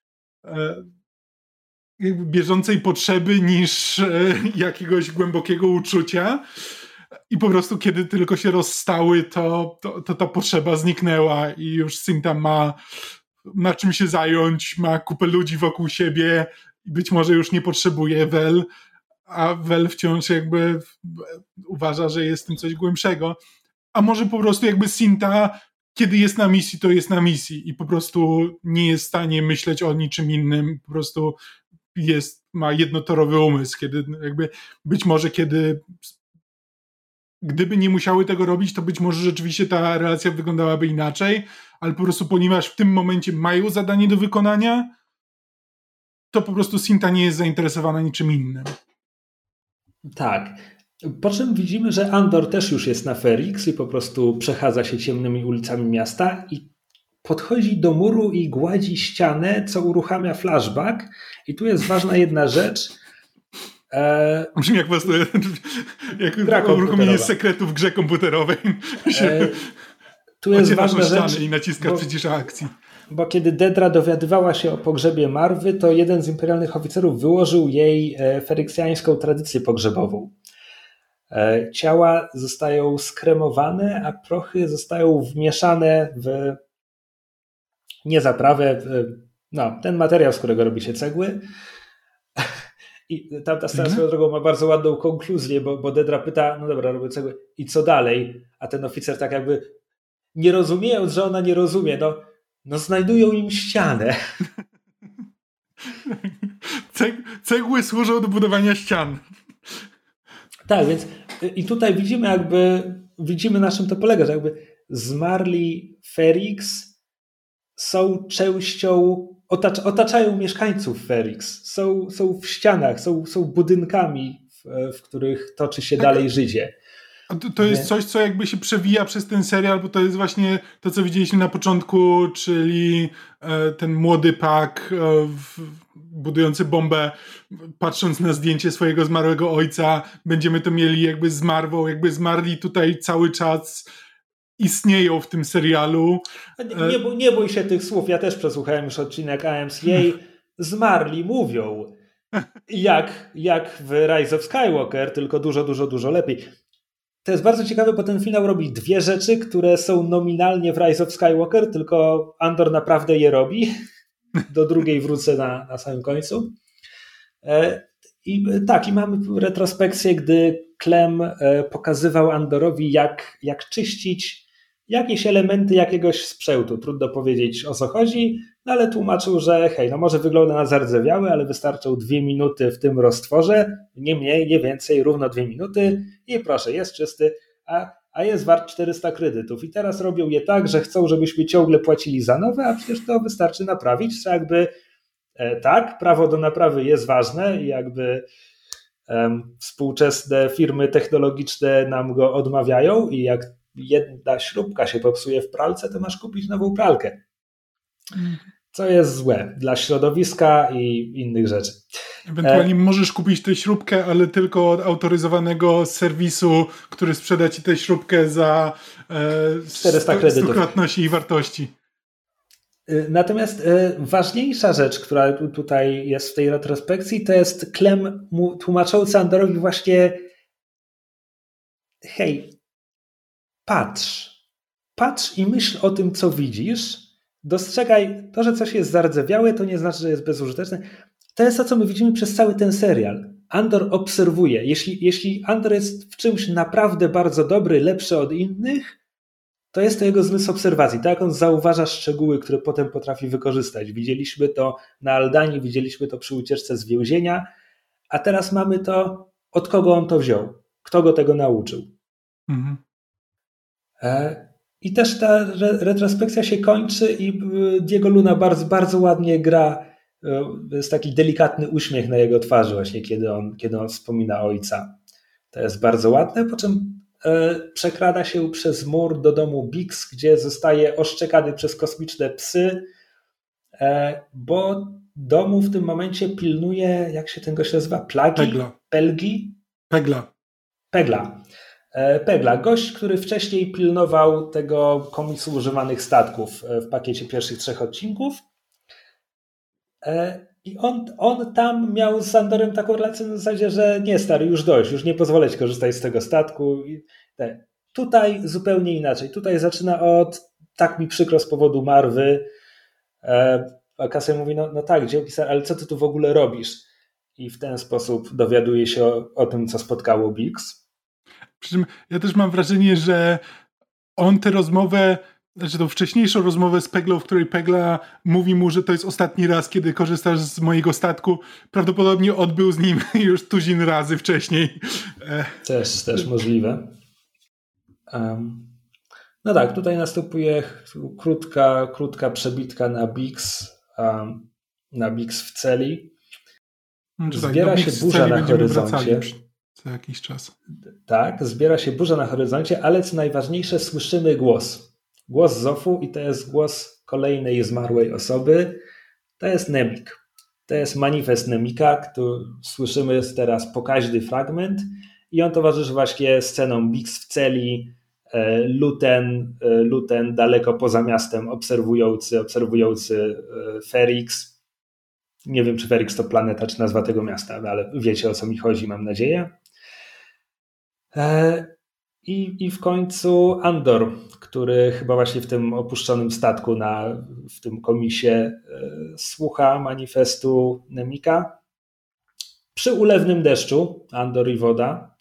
jakby bieżącej potrzeby niż jakiegoś głębokiego uczucia. I po prostu kiedy tylko się rozstały, to ta potrzeba zniknęła i już Sinta ma czym się zająć, ma kupę ludzi wokół siebie i być może już nie potrzebuje Vel, a Vel wciąż jakby uważa, że jest w tym coś głębszego. A może po prostu jakby Sinta, kiedy jest na misji, to jest na misji i po prostu nie jest w stanie myśleć o niczym innym, po prostu ma jednotorowy umysł, kiedy jakby być może gdyby nie musiały tego robić, to być może rzeczywiście ta relacja wyglądałaby inaczej, ale po prostu ponieważ w tym momencie mają zadanie do wykonania, to po prostu Sinta nie jest zainteresowana niczym innym. Tak. Po czym widzimy, że Andor też już jest na Ferrix i po prostu przechadza się ciemnymi ulicami miasta i podchodzi do muru i gładzi ścianę, co uruchamia flashback. I tu jest ważna jedna rzecz. Brzmi jak po prostu jak uruchomienie sekretu w grze komputerowej. Tu jest ważna rzecz. I naciska przycisk akcji. Bo kiedy Dedra dowiadywała się o pogrzebie Marwy, to jeden z imperialnych oficerów wyłożył jej feryksjańską tradycję pogrzebową. Ciała zostają skremowane, a prochy zostają wmieszane w zaprawę, ten materiał, z którego robi się cegły. I ta scena swoją drogą ma bardzo ładną konkluzję, bo Dedra pyta, no dobra, robię cegły, i co dalej? A ten oficer tak jakby nie rozumiejąc, że ona nie rozumie, no znajdują im ścianę. Cegły służą do budowania ścian. Tak, więc i tutaj widzimy na czym to polega, że jakby zmarli Ferrix są częścią, otaczają mieszkańców Ferrix, są w ścianach, są budynkami, w których toczy się dalej życie. To jest coś, co jakby się przewija przez ten serial, bo to jest właśnie to, co widzieliśmy na początku, czyli ten młody Pak budujący bombę, patrząc na zdjęcie swojego zmarłego ojca. Będziemy to mieli jakby z Marvą, jakby zmarli tutaj cały czas istnieją w tym serialu. Nie bój się tych słów, ja też przesłuchałem już odcinek AMCA. Zmarli mówią jak w Rise of Skywalker, tylko dużo, dużo, dużo lepiej. To jest bardzo ciekawe, bo ten finał robi dwie rzeczy, które są nominalnie w Rise of Skywalker, tylko Andor naprawdę je robi. Do drugiej wrócę na samym końcu. I tak, i mamy retrospekcję, gdy Clem pokazywał Andorowi, jak czyścić jakieś elementy jakiegoś sprzętu. Trudno powiedzieć, o co chodzi, no ale tłumaczył, że hej, no może wygląda na zardzewiały, ale wystarczą 2 minuty w tym roztworze, nie mniej, nie więcej, równo 2 minuty i proszę, jest czysty, a jest wart 400 kredytów. I teraz robią je tak, że chcą, żebyśmy ciągle płacili za nowe, a przecież to wystarczy naprawić, trzeba jakby tak, prawo do naprawy jest ważne i jakby współczesne firmy technologiczne nam go odmawiają i jak jedna śrubka się popsuje w pralce, to masz kupić nową pralkę. Co jest złe dla środowiska i innych rzeczy. Ewentualnie możesz kupić tę śrubkę, ale tylko od autoryzowanego serwisu, który sprzeda ci tę śrubkę za 400 kredytów. Stukrotność jej wartości. Natomiast ważniejsza rzecz, która tutaj jest w tej retrospekcji, to jest Clem tłumaczący Andorowi właśnie hej, patrz i myśl o tym, co widzisz, dostrzegaj to, że coś jest zardzewiałe, to nie znaczy, że jest bezużyteczne. To jest to, co my widzimy przez cały ten serial. Andor obserwuje. Jeśli Andor jest w czymś naprawdę bardzo dobry, lepszy od innych, to jest to jego zmysł obserwacji. Tak jak on zauważa szczegóły, które potem potrafi wykorzystać. Widzieliśmy to na Aldanie, widzieliśmy to przy ucieczce z więzienia, a teraz mamy to, od kogo on to wziął. Kto go tego nauczył. Mhm. I też ta retrospekcja się kończy i Diego Luna bardzo, bardzo ładnie gra. Jest taki delikatny uśmiech na jego twarzy właśnie, kiedy on wspomina ojca. To jest bardzo ładne, po czym przekrada się przez mur do domu Bix, gdzie zostaje oszczekany przez kosmiczne psy, bo domu w tym momencie pilnuje, jak się ten gość nazywa? Pegla, gość, który wcześniej pilnował tego komisu używanych statków w pakiecie pierwszych 3 odcinków. I on tam miał z Andorem taką relację na zasadzie, że nie stary, już dość, już nie pozwolę ci korzystać z tego statku. Tutaj zupełnie inaczej. Tutaj zaczyna od tak mi przykro z powodu Marwy. A Cassian mówi, no tak, dzięki, ale co ty tu w ogóle robisz? I w ten sposób dowiaduje się o tym, co spotkało Bix. Przy czym ja też mam wrażenie, że on tę rozmowę, znaczy tą wcześniejszą rozmowę z Peglą, w której Pegla mówi mu, że to jest ostatni raz, kiedy korzystasz z mojego statku, prawdopodobnie odbył z nim już tuzin razy wcześniej. Też możliwe. No tak, tutaj następuje krótka przebitka na Bix w celi. Zbiera się burza na horyzoncie. Co jakiś czas. Tak, zbiera się burza na horyzoncie, ale co najważniejsze, słyszymy głos. Głos Zofu i to jest głos kolejnej zmarłej osoby. To jest Nemik. To jest manifest Nemika, który słyszymy teraz pokaźny fragment i on towarzyszy właśnie scenom Bix w celi, Luten daleko poza miastem obserwujący Ferrix. Nie wiem, czy Ferrix to planeta, czy nazwa tego miasta, ale wiecie, o co mi chodzi, mam nadzieję. I w końcu Andor, który chyba właśnie w tym opuszczonym statku w tym komisie słucha manifestu Nemika. Przy ulewnym deszczu, Andor i woda.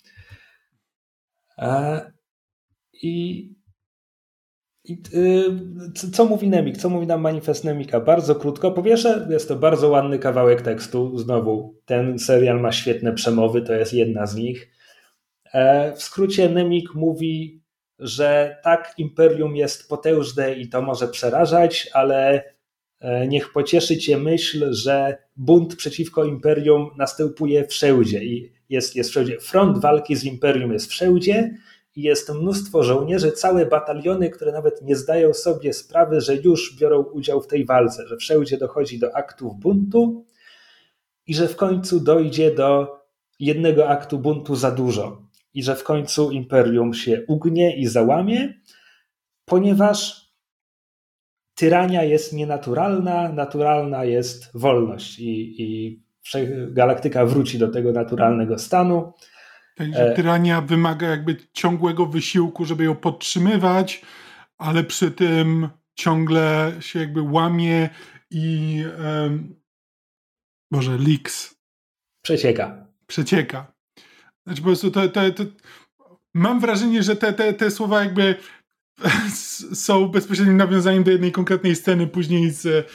Co mówi Nemik? Co mówi nam manifest Nemika? Bardzo krótko. Po pierwsze, jest to bardzo ładny kawałek tekstu. Znowu, ten serial ma świetne przemowy, to jest jedna z nich. W skrócie Nemik mówi, że tak, Imperium jest potężne i to może przerażać, ale niech pocieszy cię myśl, że bunt przeciwko Imperium następuje wszędzie i jest wszędzie. Front walki z Imperium jest wszędzie i jest mnóstwo żołnierzy, całe bataliony, które nawet nie zdają sobie sprawy, że już biorą udział w tej walce, że wszędzie dochodzi do aktów buntu i że w końcu dojdzie do jednego aktu buntu za dużo i że w końcu Imperium się ugnie i załamie, ponieważ tyrania jest nienaturalna, naturalna jest wolność i galaktyka wróci do tego naturalnego stanu. Także tyrania wymaga jakby ciągłego wysiłku, żeby ją podtrzymywać, ale przy tym ciągle się jakby łamie i leaks. Przecieka. przecieka. Znaczy po prostu to mam wrażenie, że te słowa jakby są bezpośrednim nawiązaniem do jednej konkretnej sceny później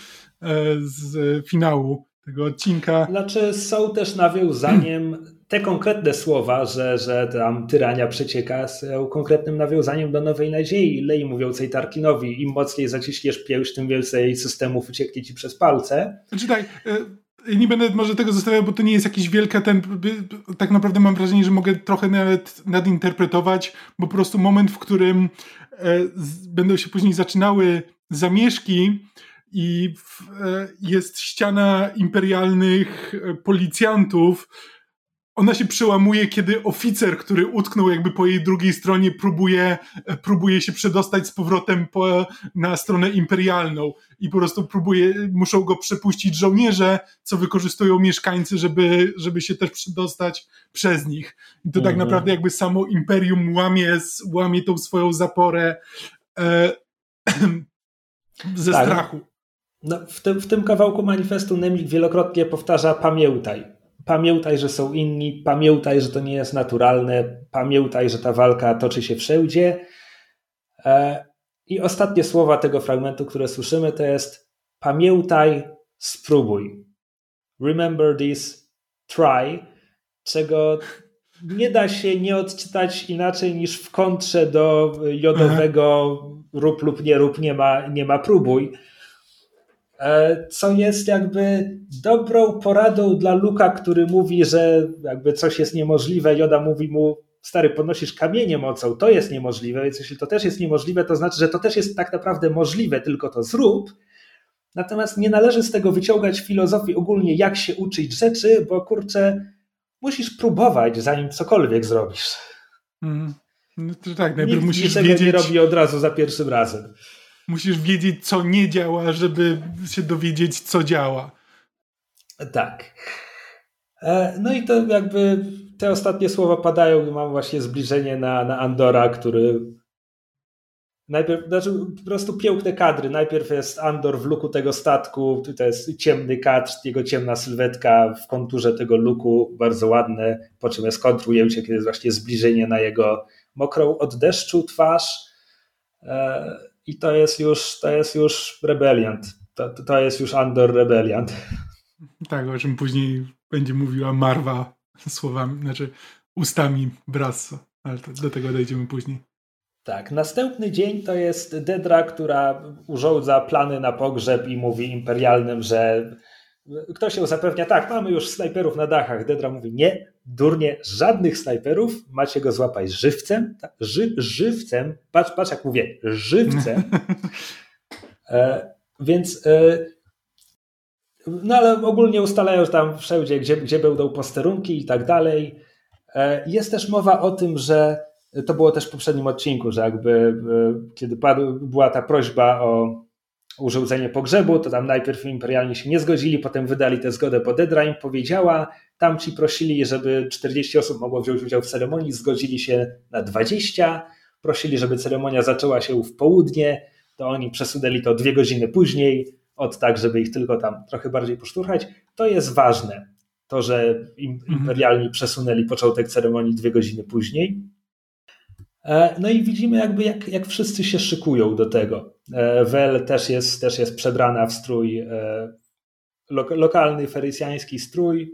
z finału tego odcinka. Znaczy są też nawiązaniem, te konkretne słowa, że tam tyrania przecieka, są konkretnym nawiązaniem do Nowej Nadziei, Lei mówiącej Tarkinowi, im mocniej zaciśniesz pięść, tym więcej systemów ucieknie ci przez palce. Znaczy tak, nie będę może tego zostawiał, bo to nie jest jakiś wielka tak naprawdę mam wrażenie, że mogę trochę nawet nadinterpretować, bo po prostu moment, w którym będą się później zaczynały zamieszki i jest ściana imperialnych policjantów, ona się przełamuje, kiedy oficer, który utknął jakby po jej drugiej stronie, próbuje się przedostać z powrotem na stronę imperialną i po prostu muszą go przepuścić żołnierze, co wykorzystują mieszkańcy, żeby się też przedostać przez nich. I to tak naprawdę jakby samo imperium łamie tą swoją zaporę ze strachu. No, w tym kawałku manifestu Nemlik wielokrotnie powtarza: pamiętaj. Pamiętaj, że są inni, pamiętaj, że to nie jest naturalne, pamiętaj, że ta walka toczy się wszędzie. I ostatnie słowa tego fragmentu, które słyszymy, to jest: pamiętaj, spróbuj. Remember this, try, czego nie da się nie odczytać inaczej niż w kontrze do jodowego rób lub nie ma próbuj. Co jest jakby dobrą poradą dla Luka, który mówi, że jakby coś jest niemożliwe. Joda mówi mu: stary, podnosisz kamienie mocą, to jest niemożliwe, więc jeśli to też jest niemożliwe, to znaczy, że to też jest tak naprawdę możliwe, tylko to zrób. Natomiast nie należy z tego wyciągać filozofii ogólnie, jak się uczyć rzeczy, bo kurczę, musisz próbować, zanim cokolwiek zrobisz. No to tak, najpierw Nikt musisz wiedzieć... nie robi od razu za pierwszym razem. Musisz wiedzieć, co nie działa, żeby się dowiedzieć, co działa. Tak. No i to jakby te ostatnie słowa padają, gdy mam właśnie zbliżenie na Andora, który najpierw, znaczy po prostu piękne kadry. Najpierw jest Andor w luku tego statku, to jest ciemny kadr, jego ciemna sylwetka w konturze tego luku, bardzo ładne, po czym jest kontrujęcie, kiedy jest właśnie zbliżenie na jego mokrą od deszczu twarz. I to jest już Rebelliant. To jest już Andor Rebelliant. Tak, o czym później będzie mówiła Marwa słowami, znaczy ustami Brasso, ale do tego dojdziemy później. Tak, następny dzień to jest Dedra, która urządza plany na pogrzeb i mówi imperialnym, że ktoś ją zapewnia: tak, mamy już snajperów na dachach. Dedra mówi: nie, durnie, żadnych snajperów, macie go złapać żywcem. Żywcem, patrz jak mówię, żywcem. Więc no ale ogólnie ustalają, że tam wszędzie, gdzie będą posterunki i tak dalej. Jest też mowa o tym, że to było też w poprzednim odcinku, że jakby kiedy była ta prośba o urządzenie pogrzebu, to tam najpierw imperialni się nie zgodzili, potem wydali tę zgodę, bo Dedra im powiedziała, tamci prosili, żeby 40 osób mogło wziąć udział w ceremonii, zgodzili się na 20, prosili, żeby ceremonia zaczęła się w południe, to oni przesunęli to 2 godziny później, tak, żeby ich tylko tam trochę bardziej poszturchać. To jest ważne, to, że imperialni przesunęli początek ceremonii 2 godziny później. No i widzimy jakby jak wszyscy się szykują do tego. Wel też jest przebrana w strój, lokalny ferycjański strój.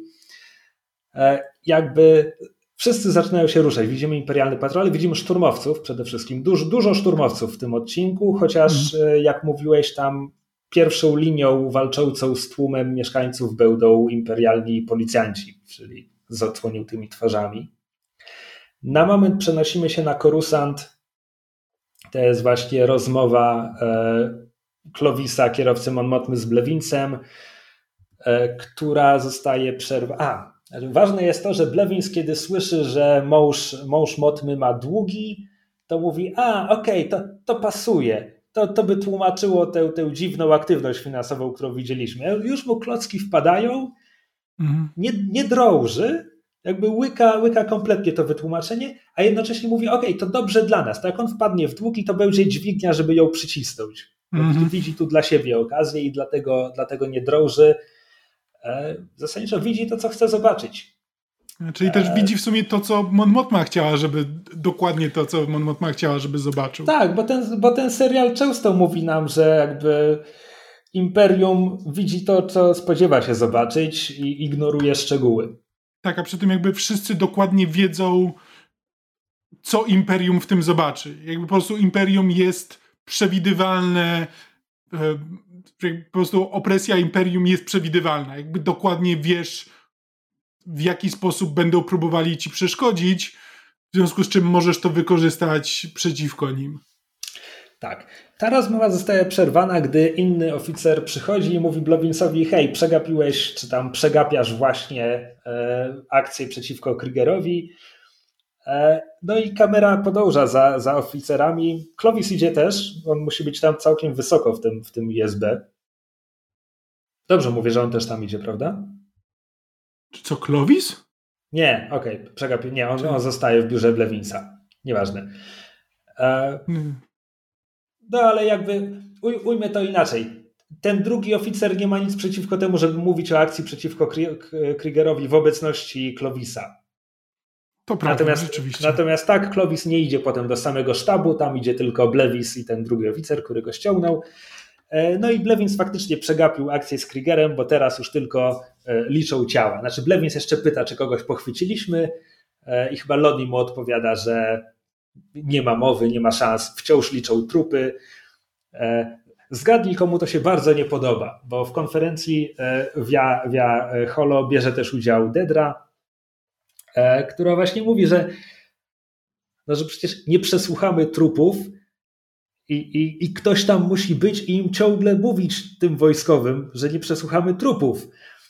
Jakby wszyscy zaczynają się ruszać. Widzimy imperialny patrol, widzimy szturmowców przede wszystkim. Dużo szturmowców w tym odcinku, chociaż jak mówiłeś, tam pierwszą linią walczącą z tłumem mieszkańców będą imperialni policjanci, czyli z odsłoniętymi twarzami. Na moment przenosimy się na Coruscant. To jest właśnie rozmowa Clovisa, kierowcy Mon Mothmy z Blewinsem, która zostaje przerwana. Ważne jest to, że Blewins, kiedy słyszy, że mąż Mothmy ma długi, to mówi: okej, to pasuje. To by tłumaczyło tę dziwną aktywność finansową, którą widzieliśmy. Już mu klocki wpadają, nie drąży, jakby łyka kompletnie to wytłumaczenie, a jednocześnie mówi: okej, to dobrze dla nas. To jak on wpadnie w długi, to będzie dźwignia, żeby ją przycisnąć. Widzi tu dla siebie okazję i dlatego nie drąży. Zasadniczo widzi to, co chce zobaczyć. Czyli też widzi w sumie to, co Mon Mothma chciała, dokładnie to, co Mon Mothma chciała, żeby zobaczył. Tak, bo ten serial często mówi nam, że jakby Imperium widzi to, co spodziewa się zobaczyć i ignoruje szczegóły. Tak, a przy tym jakby wszyscy dokładnie wiedzą, co Imperium w tym zobaczy. Jakby po prostu Imperium jest przewidywalne, po prostu opresja Imperium jest przewidywalna. Jakby dokładnie wiesz, w jaki sposób będą próbowali ci przeszkodzić, w związku z czym możesz to wykorzystać przeciwko nim. Tak. Ta rozmowa zostaje przerwana, gdy inny oficer przychodzi i mówi Blovinsowi: hej, przegapiłeś, czy tam przegapiasz właśnie akcję przeciwko Krygerowi. No i kamera podąża za oficerami. Clovis idzie też, on musi być tam całkiem wysoko w tym USB. Dobrze mówię, że on też tam idzie, prawda? Czy co, Clovis? Nie, okej, przegapił. Nie, on zostaje w biurze Blevinsa. Nieważne. No ale jakby ujmę to inaczej. Ten drugi oficer nie ma nic przeciwko temu, żeby mówić o akcji przeciwko Krygerowi w obecności Clovisa. To prawda, rzeczywiście. Natomiast tak, Clovis nie idzie potem do samego sztabu, tam idzie tylko Blevis i ten drugi oficer, który go ściągnął. No i Blevins faktycznie przegapił akcję z Krygerem, bo teraz już tylko liczą ciała. Znaczy Blevins jeszcze pyta, czy kogoś pochwyciliśmy i chyba Loni mu odpowiada, że nie ma mowy, nie ma szans, wciąż liczą trupy. Zgadnij, komu to się bardzo nie podoba, bo w konferencji via Holo bierze też udział Dedra, która właśnie mówi, że przecież nie przesłuchamy trupów i ktoś tam musi być i im ciągle mówić tym wojskowym, że nie przesłuchamy trupów.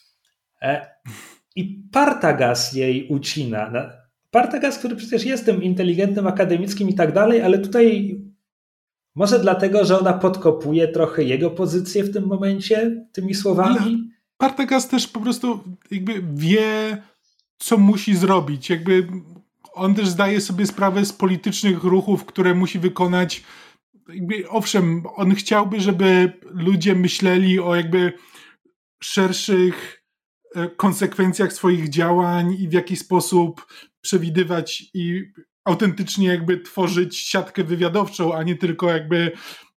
I Partagas jej ucina. Partagas, który przecież jest tym inteligentnym, akademickim i tak dalej, ale tutaj może dlatego, że ona podkopuje trochę jego pozycję w tym momencie tymi słowami. Ale Partagas też po prostu jakby wie, co musi zrobić. Jakby on też zdaje sobie sprawę z politycznych ruchów, które musi wykonać. Jakby, owszem, on chciałby, żeby ludzie myśleli o jakby szerszych konsekwencjach swoich działań i w jaki sposób przewidywać i autentycznie jakby tworzyć siatkę wywiadowczą, a nie tylko jakby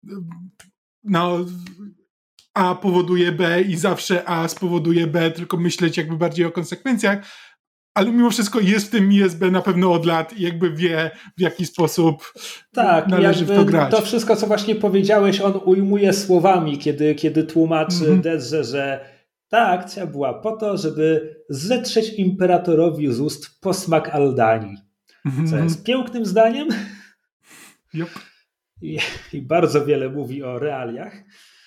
A powoduje B i zawsze A spowoduje B, tylko myśleć jakby bardziej o konsekwencjach, ale mimo wszystko jest w tym ISB na pewno od lat i jakby wie, w jaki sposób należy w to grać. To wszystko, co właśnie powiedziałeś, on ujmuje słowami, kiedy tłumaczy Dedrze, że ta akcja była po to, żeby zetrzeć imperatorowi z ust posmak Aldanii. Co jest pięknym zdaniem. Yep. I bardzo wiele mówi o realiach.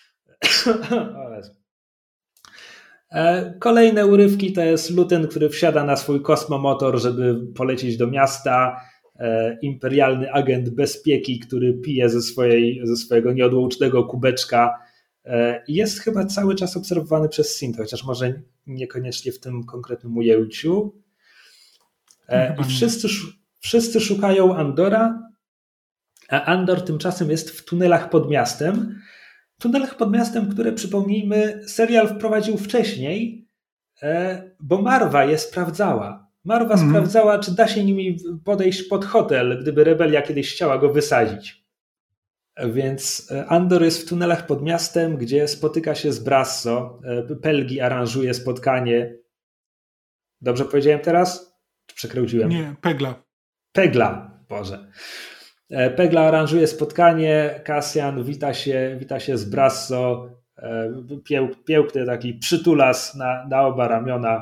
Kolejne urywki to jest Luten, który wsiada na swój kosmomotor, żeby polecieć do miasta. Imperialny agent bezpieki, który pije ze swojego nieodłącznego kubeczka. Jest chyba cały czas obserwowany przez Sintę, chociaż może niekoniecznie w tym konkretnym ujęciu. I wszyscy szukają Andora, a Andor tymczasem jest w tunelach pod miastem. Tunelach pod miastem, które, przypomnijmy, serial wprowadził wcześniej, bo Marwa je sprawdzała. Marwa sprawdzała, czy da się nimi podejść pod hotel, gdyby rebelia kiedyś chciała go wysadzić. Więc Andor jest w tunelach pod miastem, gdzie spotyka się z Brasso. Pelgi aranżuje spotkanie. Dobrze powiedziałem teraz? Czy przekręciłem? Nie, Pegla, Boże. Pegla aranżuje spotkanie, Cassian wita się z Brasso, piękny taki przytulas na oba ramiona.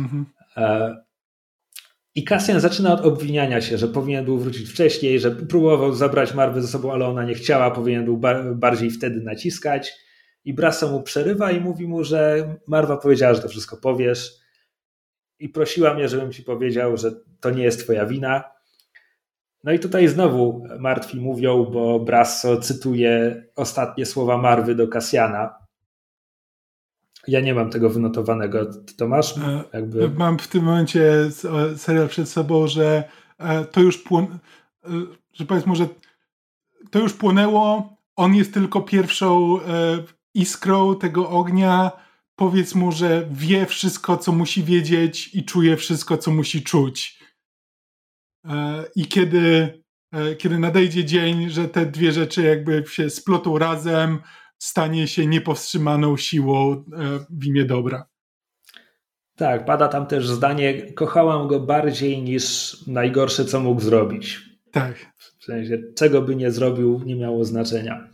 I Cassian zaczyna od obwiniania się, że powinien był wrócić wcześniej, że próbował zabrać Marwę ze sobą, ale ona nie chciała, powinien był bardziej wtedy naciskać. I Brasso mu przerywa i mówi mu, że Marwa powiedziała, że to wszystko powiesz i prosiła mnie, żebym ci powiedział, że to nie jest twoja wina. No i tutaj znowu martwi mówią, bo Brasso cytuje ostatnie słowa Marwy do Cassiana. Ja nie mam tego wynotowanego. Ty to masz? Mam w tym momencie serial przed sobą, że to już że powiedzmy, że to już płonęło, on jest tylko pierwszą iskrą tego ognia, powiedz mu, że wie wszystko, co musi wiedzieć i czuje wszystko, co musi czuć. I kiedy nadejdzie dzień, że te dwie rzeczy jakby się splotą razem, stanie się niepowstrzymaną siłą w imię dobra. Tak, pada tam też zdanie: kochałam go bardziej niż najgorsze, co mógł zrobić. Tak. W sensie, czego by nie zrobił, nie miało znaczenia.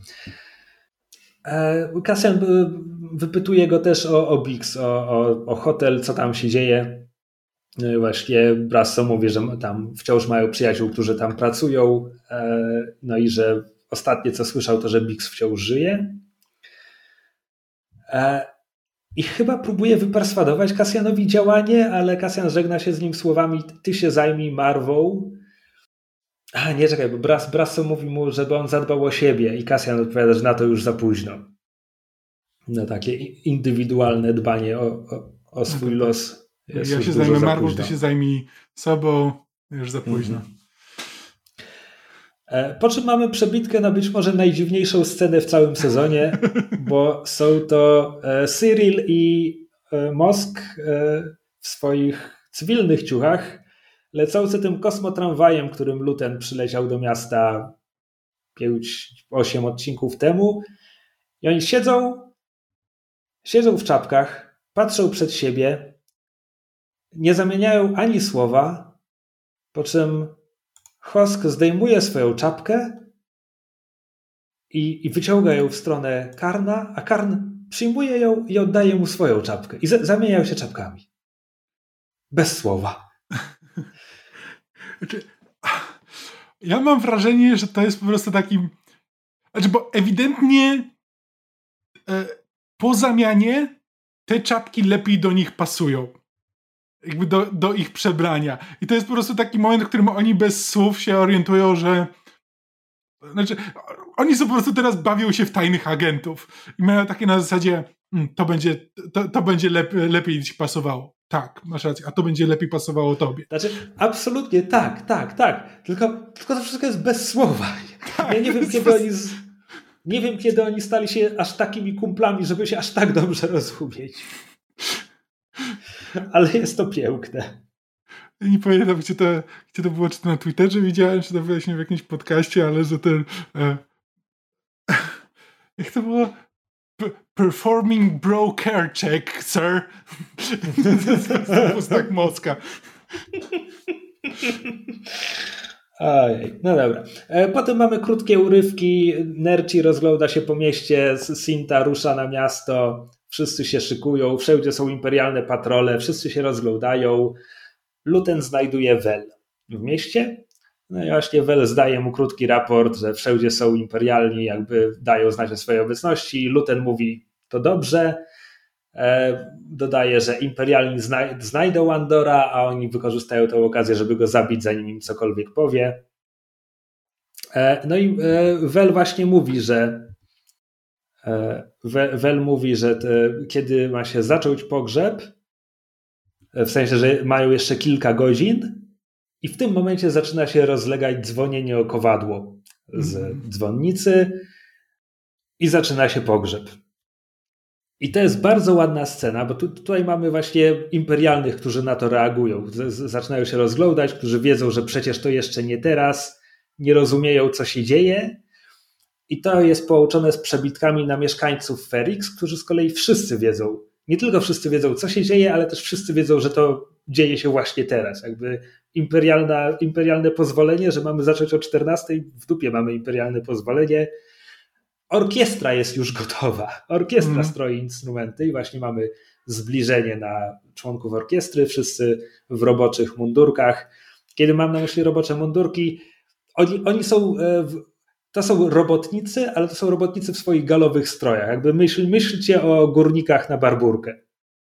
Cassian wypytuje go też o Biggs, o hotel, co tam się dzieje. Właśnie Brasso mówi, że tam wciąż mają przyjaciół, którzy tam pracują, no i że ostatnie, co słyszał, to, że Biggs wciąż żyje. I chyba próbuje wyperswadować Cassianowi działanie, ale Cassian żegna się z nim słowami: ty się zajmij Marwą. Nie, czekaj, bo Brasso mówi mu, żeby on zadbał o siebie i Cassian odpowiada, że na to już za późno. No takie indywidualne dbanie o swój los. Ja się zajmę Marwą, ty się zajmij sobą, już za późno. Po czym mamy przebitkę na być może najdziwniejszą scenę w całym sezonie, bo są to Cyril i Mosk w swoich cywilnych ciuchach, lecący tym kosmotramwajem, którym Luten przyleciał do miasta 8 odcinków temu. I oni siedzą w czapkach, patrzą przed siebie, nie zamieniają ani słowa, po czym Hosk zdejmuje swoją czapkę i wyciąga ją w stronę Karna, a Karn przyjmuje ją i oddaje mu swoją czapkę. I zamieniają się czapkami. Bez słowa. Ja mam wrażenie, że to jest po prostu taki... bo ewidentnie po zamianie te czapki lepiej do nich pasują. Jakby do ich przebrania. I to jest po prostu taki moment, w którym oni bez słów się orientują, że... Znaczy, oni są po prostu teraz bawią się w tajnych agentów. I mają takie na zasadzie, to będzie lepiej ci pasowało. Tak, masz rację, a to będzie lepiej pasowało tobie. Znaczy, absolutnie tak. Tylko to wszystko jest bez słowa. Tak, ja nie wiem, kiedy oni stali się aż takimi kumplami, żeby się aż tak dobrze rozumieć. Ale jest to piękne. Nie pamiętam, gdzie to było, czy to na Twitterze widziałem, czy to właśnie w jakimś podcaście, ale że ten... jak to było? Performing bro care check, sir. To jest tak Moska. Ojej, no dobra. Potem mamy krótkie urywki. Nerci rozgląda się po mieście, Sinta rusza na miasto, wszyscy się szykują, wszędzie są imperialne patrole, wszyscy się rozglądają. Luten znajduje Vel w mieście. No i właśnie Vel zdaje mu krótki raport, że wszędzie są imperialni, jakby dają znać o swojej obecności. Luten mówi: to dobrze. Dodaje, że imperialni znajdą Andora, a oni wykorzystają tę okazję, żeby go zabić, zanim im cokolwiek powie. No i Vel właśnie mówi, że kiedy ma się zacząć pogrzeb, w sensie, że mają jeszcze kilka godzin i w tym momencie zaczyna się rozlegać dzwonienie o kowadło z dzwonnicy i zaczyna się pogrzeb. I to jest bardzo ładna scena, bo tutaj mamy właśnie imperialnych, którzy na to reagują. Zaczynają się rozglądać, którzy wiedzą, że przecież to jeszcze nie teraz, nie rozumieją, co się dzieje. I to jest połączone z przebitkami na mieszkańców Ferrix, którzy z kolei wszyscy wiedzą, nie tylko wszyscy wiedzą, co się dzieje, ale też wszyscy wiedzą, że to dzieje się właśnie teraz. Jakby imperialne pozwolenie, że mamy zacząć o 14:00, w dupie mamy imperialne pozwolenie. Orkiestra jest już gotowa. Orkiestra stroi instrumenty i właśnie mamy zbliżenie na członków orkiestry, wszyscy w roboczych mundurkach. Kiedy mam na myśli robocze mundurki, oni są... To są robotnicy, ale to są robotnicy w swoich galowych strojach. Jakby myślcie o górnikach na barburkę.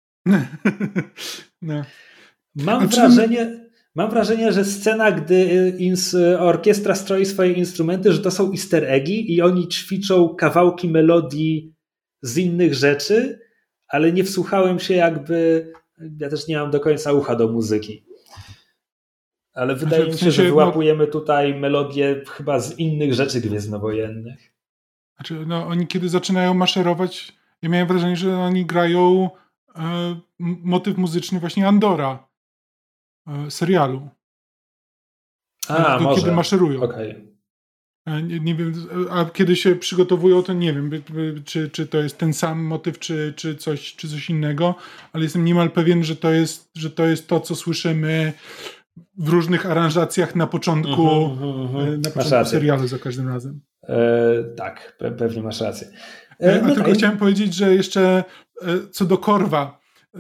No. Mam wrażenie, że scena, gdy orkiestra stroi swoje instrumenty, że to są easter eggi i oni ćwiczą kawałki melodii z innych rzeczy, ale nie wsłuchałem się ja też nie mam do końca ucha do muzyki. Ale wydaje mi się, że wyłapujemy tutaj melodię chyba z innych rzeczy gwiezdnowojennych. Oni kiedy zaczynają maszerować, ja miałem wrażenie, że oni grają motyw muzyczny właśnie Andora, serialu. Może. Kiedy maszerują. Okay. Nie wiem, a kiedy się przygotowują, to nie wiem, czy to jest ten sam motyw, czy coś innego, ale jestem niemal pewien, że to jest to, co słyszymy w różnych aranżacjach na początku, serialu za każdym razem. Tak, pewnie masz rację. Tylko chciałem powiedzieć, że jeszcze co do Korwa,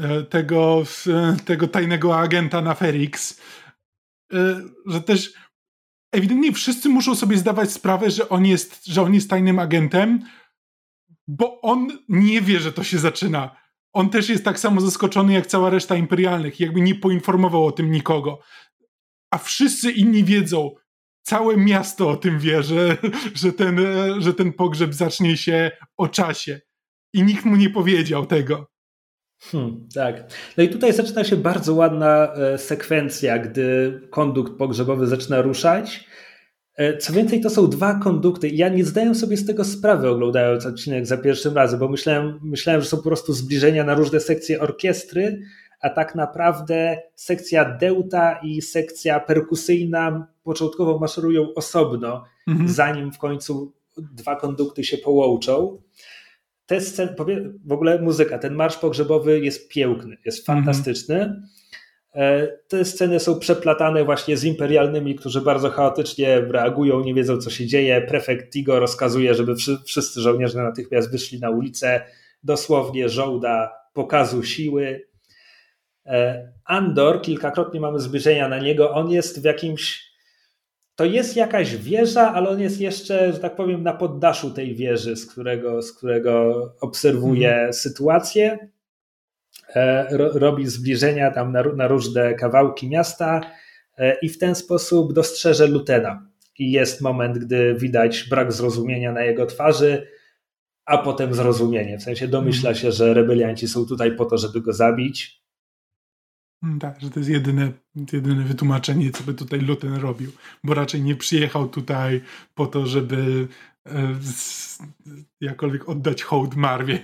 tego tajnego agenta na Ferrix, że też ewidentnie wszyscy muszą sobie zdawać sprawę, że on jest tajnym agentem, bo on nie wie, że to się zaczyna. On też jest tak samo zaskoczony jak cała reszta imperialnych, jakby nie poinformował o tym nikogo. A wszyscy inni wiedzą, całe miasto o tym wie, że ten pogrzeb zacznie się o czasie. I nikt mu nie powiedział tego. Tak. No i tutaj zaczyna się bardzo ładna sekwencja, gdy kondukt pogrzebowy zaczyna ruszać. Co więcej, to są 2 kondukty. Ja nie zdaję sobie z tego sprawy, oglądając odcinek za pierwszym razem, bo myślałem, że są po prostu zbliżenia na różne sekcje orkiestry, a tak naprawdę sekcja deuta i sekcja perkusyjna początkowo maszerują osobno, zanim w końcu 2 kondukty się połączą. Te sceny, w ogóle muzyka, ten marsz pogrzebowy jest piękny, jest fantastyczny. Te sceny są przeplatane właśnie z imperialnymi, którzy bardzo chaotycznie reagują, nie wiedzą, co się dzieje. Prefekt Tigo rozkazuje, żeby wszyscy żołnierze natychmiast wyszli na ulicę. Dosłownie żołda pokazu siły. Andor, kilkakrotnie mamy zbliżenia na niego, on jest w jakimś... To jest jakaś wieża, ale on jest jeszcze, że tak powiem, na poddaszu tej wieży, z którego obserwuje sytuację. Robi zbliżenia tam na różne kawałki miasta i w ten sposób dostrzeże Lutena. I jest moment, gdy widać brak zrozumienia na jego twarzy, a potem zrozumienie. W sensie domyśla się, że rebelianci są tutaj po to, żeby go zabić. Tak, że to jest jedyne wytłumaczenie, co by tutaj Luten robił, bo raczej nie przyjechał tutaj po to, żeby jakkolwiek oddać hołd Marwie.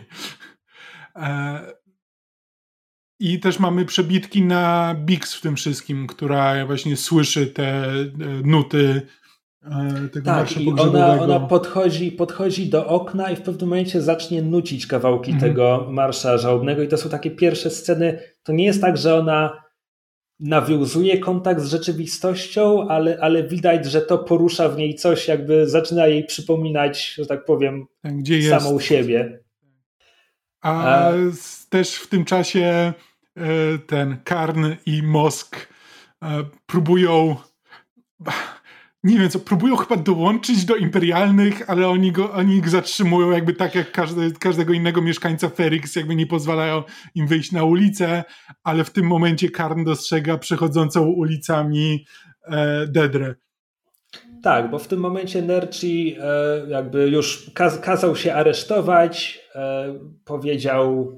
I też mamy przebitki na Bix w tym wszystkim, która właśnie słyszy te nuty tego marszu pogrzebowego. Ona podchodzi do okna i w pewnym momencie zacznie nucić kawałki tego marsza żałobnego i to są takie pierwsze sceny. To nie jest tak, że ona nawiązuje kontakt z rzeczywistością, ale widać, że to porusza w niej coś, jakby zaczyna jej przypominać, że tak powiem, samą siebie. A też w tym czasie ten Karn i Mosk próbują... Nie wiem co, próbują chyba dołączyć do imperialnych, ale oni ich zatrzymują jakby tak jak każdego innego mieszkańca Ferrix, jakby nie pozwalają im wyjść na ulicę, ale w tym momencie Karn dostrzega przechodzącą ulicami Dedrę. Tak, bo w tym momencie Nerci jakby już kazał się aresztować, powiedział...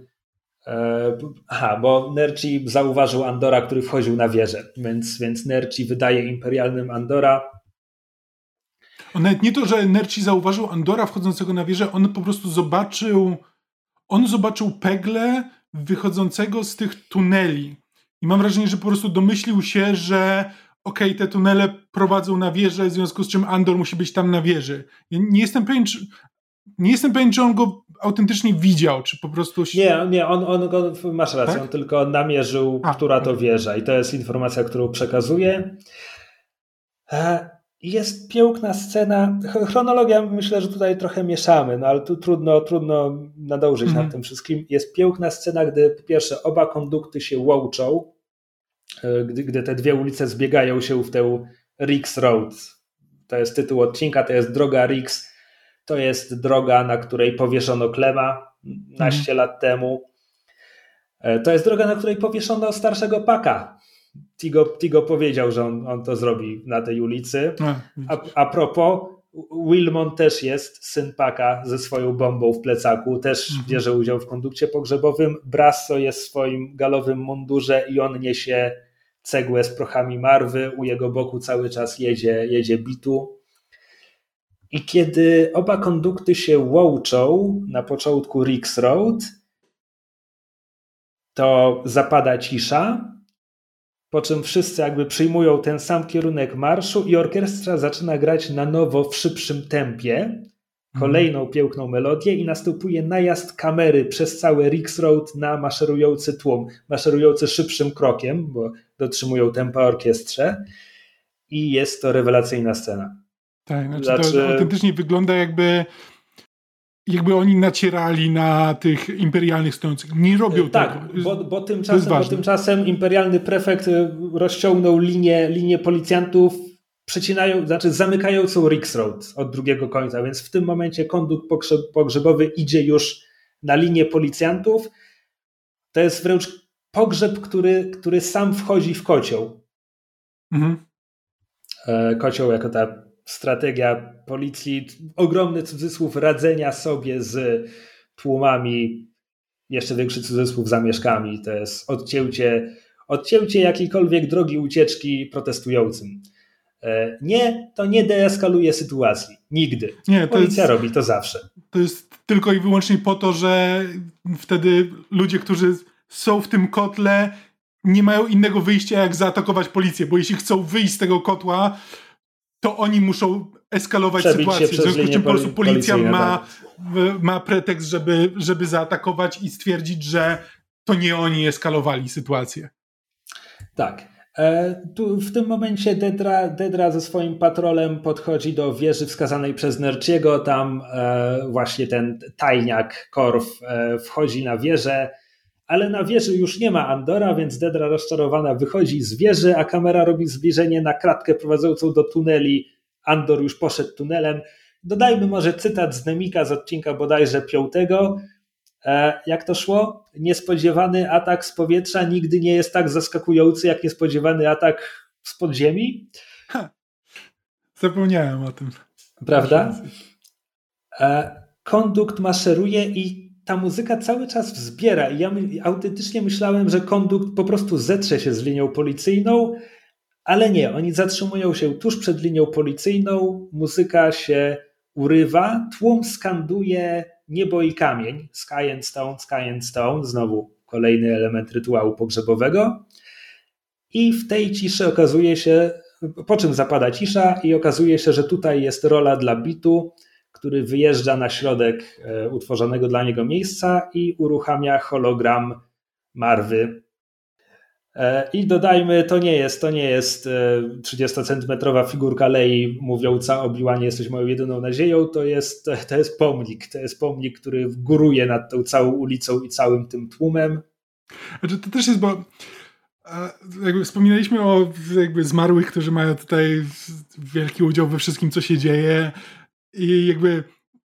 bo Nerci zauważył Andora, który wchodził na wieżę, więc Nerci wydaje imperialnym Andora. On nawet nie to, że Nerci zauważył Andora wchodzącego na wieżę, on po prostu zobaczył Pegle wychodzącego z tych tuneli. I mam wrażenie, że po prostu domyślił się, że te tunele prowadzą na wieżę, w związku z czym Andor musi być tam na wieży. Ja nie jestem pewien, czy on go autentycznie widział, czy po prostu... Nie, on go, masz rację, tak? On tylko namierzył, która to wieża i to jest informacja, którą przekazuje. Jest piękna scena, chronologia myślę, że tutaj trochę mieszamy, no ale tu trudno nadążyć nad tym wszystkim. Jest piękna scena, gdy po pierwsze oba kondukty się łączą, gdy te 2 ulice zbiegają się w tę Rix Road. To jest tytuł odcinka, to jest droga Rix. To jest droga, na której powieszono Klema naście lat temu. To jest droga, na której powieszono starszego Paka. Tigo powiedział, że on to zrobi na tej ulicy. A propos, Wilmon też jest syn Paka ze swoją bombą w plecaku. Też bierze udział w kondukcie pogrzebowym. Brasso jest w swoim galowym mundurze i on niesie cegłę z prochami Marwy. U jego boku cały czas jedzie Bitu. I kiedy oba kondukty się łączą na początku Rix Road, to zapada cisza, po czym wszyscy jakby przyjmują ten sam kierunek marszu i orkiestra zaczyna grać na nowo w szybszym tempie kolejną piękną melodię i następuje najazd kamery przez cały Rix Road na maszerujący tłum, maszerujący szybszym krokiem, bo dotrzymują tempa orkiestrze i jest to rewelacyjna scena. Tak, to autentycznie wygląda jakby oni nacierali na tych imperialnych stojących. Nie robią tego. Tak, bo tymczasem imperialny prefekt rozciągnął linię policjantów, zamykającą Rix Road od drugiego końca, więc w tym momencie kondukt pogrzebowy idzie już na linię policjantów. To jest wręcz pogrzeb, który sam wchodzi w kocioł. Kocioł jako ta strategia policji, ogromny cudzysłów radzenia sobie z tłumami, jeszcze większy cudzysłów zamieszkami. To jest odcięcie jakiejkolwiek drogi ucieczki protestującym. Nie, to nie deeskaluje sytuacji. Nigdy. Nie, policja robi to zawsze. To jest tylko i wyłącznie po to, że wtedy ludzie, którzy są w tym kotle, nie mają innego wyjścia, jak zaatakować policję, bo jeśli chcą wyjść z tego kotła, to oni muszą eskalować sytuację. W związku z czym po prostu policja ma pretekst, żeby zaatakować i stwierdzić, że to nie oni eskalowali sytuację. Tak. Tu w tym momencie Dedra ze swoim patrolem podchodzi do wieży wskazanej przez Nerciego. Tam właśnie ten tajniak Korf wchodzi na wieżę, ale na wieży już nie ma Andora, więc Dedra rozczarowana wychodzi z wieży, a kamera robi zbliżenie na kratkę prowadzącą do tuneli. Andor już poszedł tunelem. Dodajmy może cytat z Nemika z odcinka bodajże 5. Jak to szło? Niespodziewany atak z powietrza nigdy nie jest tak zaskakujący, jak niespodziewany atak z podziemi. Zapomniałem o tym. Prawda? Kondukt maszeruje i ta muzyka cały czas wzbiera. I ja autentycznie myślałem, że kondukt po prostu zetrze się z linią policyjną, ale nie. Oni zatrzymują się tuż przed linią policyjną, muzyka się urywa, tłum skanduje niebo i kamień, sky and stone, znowu kolejny element rytuału pogrzebowego. I w tej ciszy okazuje się, po czym zapada cisza i okazuje się, że tutaj jest rola dla Bitu, który wyjeżdża na środek utworzonego dla niego miejsca i uruchamia hologram Marwy. I dodajmy, to nie jest 30-centymetrowa figurka Lei mówiąca Obi-Wanie jesteś moją jedyną nadzieją, to jest pomnik, który góruje nad tą całą ulicą i całym tym tłumem. Znaczy, to też jest, bo jakby wspominaliśmy o jakby zmarłych, którzy mają tutaj wielki udział we wszystkim, co się dzieje i jakby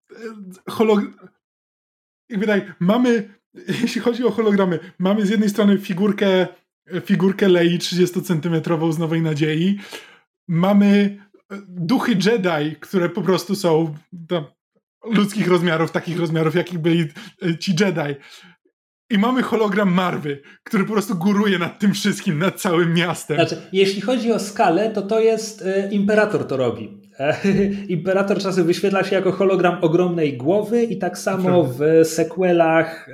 mamy, jeśli chodzi o hologramy, mamy z jednej strony figurkę Lei 30-centymetrową z Nowej Nadziei. Mamy duchy Jedi, które po prostu są ludzkich rozmiarów, takich rozmiarów, jakich byli ci Jedi. I mamy hologram Marwy, który po prostu góruje nad tym wszystkim, nad całym miastem. Znaczy, jeśli chodzi o skalę, to jest Imperator to robi. Imperator czasem wyświetla się jako hologram ogromnej głowy i tak samo w sequelach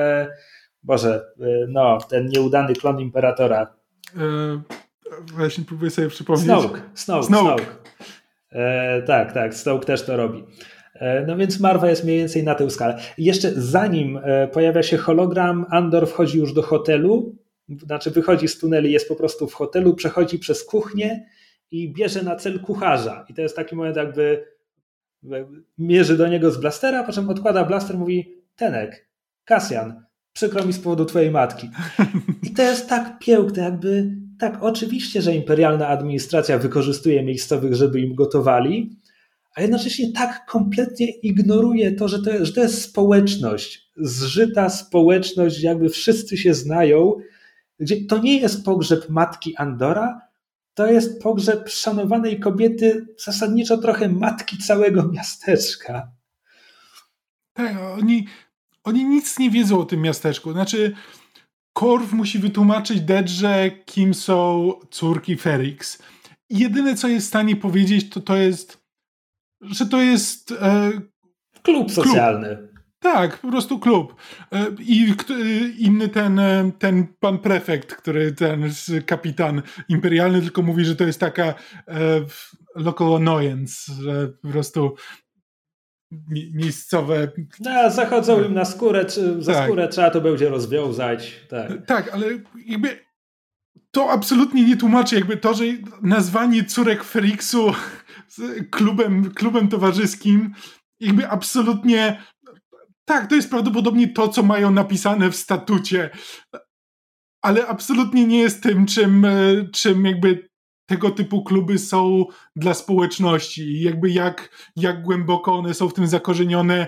ten nieudany klon Imperatora. Właśnie próbuję sobie przypomnieć. Snoke. Tak, Snoke też to robi. No więc Marwa jest mniej więcej na tę skalę. I jeszcze zanim pojawia się hologram, Andor wchodzi już do hotelu, znaczy wychodzi z tuneli, jest po prostu w hotelu, przechodzi przez kuchnię i bierze na cel kucharza. I to jest taki moment, jakby mierzy do niego z blastera, po czym odkłada blaster, mówi: Tenek, Cassian, przykro mi z powodu twojej matki. I to jest tak piękne, jakby tak oczywiście, że imperialna administracja wykorzystuje miejscowych, żeby im gotowali, a jednocześnie tak kompletnie ignoruje to, że to jest społeczność, zżyta społeczność, jakby wszyscy się znają, gdzie to nie jest pogrzeb matki Andora, to jest pogrzeb szanowanej kobiety, zasadniczo trochę matki całego miasteczka. Tak, oni nic nie wiedzą o tym miasteczku. Znaczy, Korf musi wytłumaczyć Dedrze, kim są córki Ferrix. I jedyne, co jest w stanie powiedzieć, to jest, że to jest klub socjalny. Tak, po prostu klub. I inny ten pan prefekt, który ten kapitan imperialny, tylko mówi, że to jest taka local annoyance, że po prostu miejscowe... No, zachodzą im na skórę, skórę trzeba to będzie rozwiązać. Tak, ale jakby to absolutnie nie tłumaczy jakby to, że nazwanie córek Ferrixu klubem towarzyskim jakby absolutnie... Tak, to jest prawdopodobnie to, co mają napisane w statucie, ale absolutnie nie jest tym, czym jakby tego typu kluby są dla społeczności i jakby jak głęboko one są w tym zakorzenione,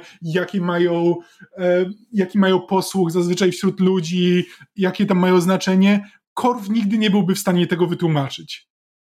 jaki mają posłuch zazwyczaj wśród ludzi, jakie tam mają znaczenie. Korw nigdy nie byłby w stanie tego wytłumaczyć.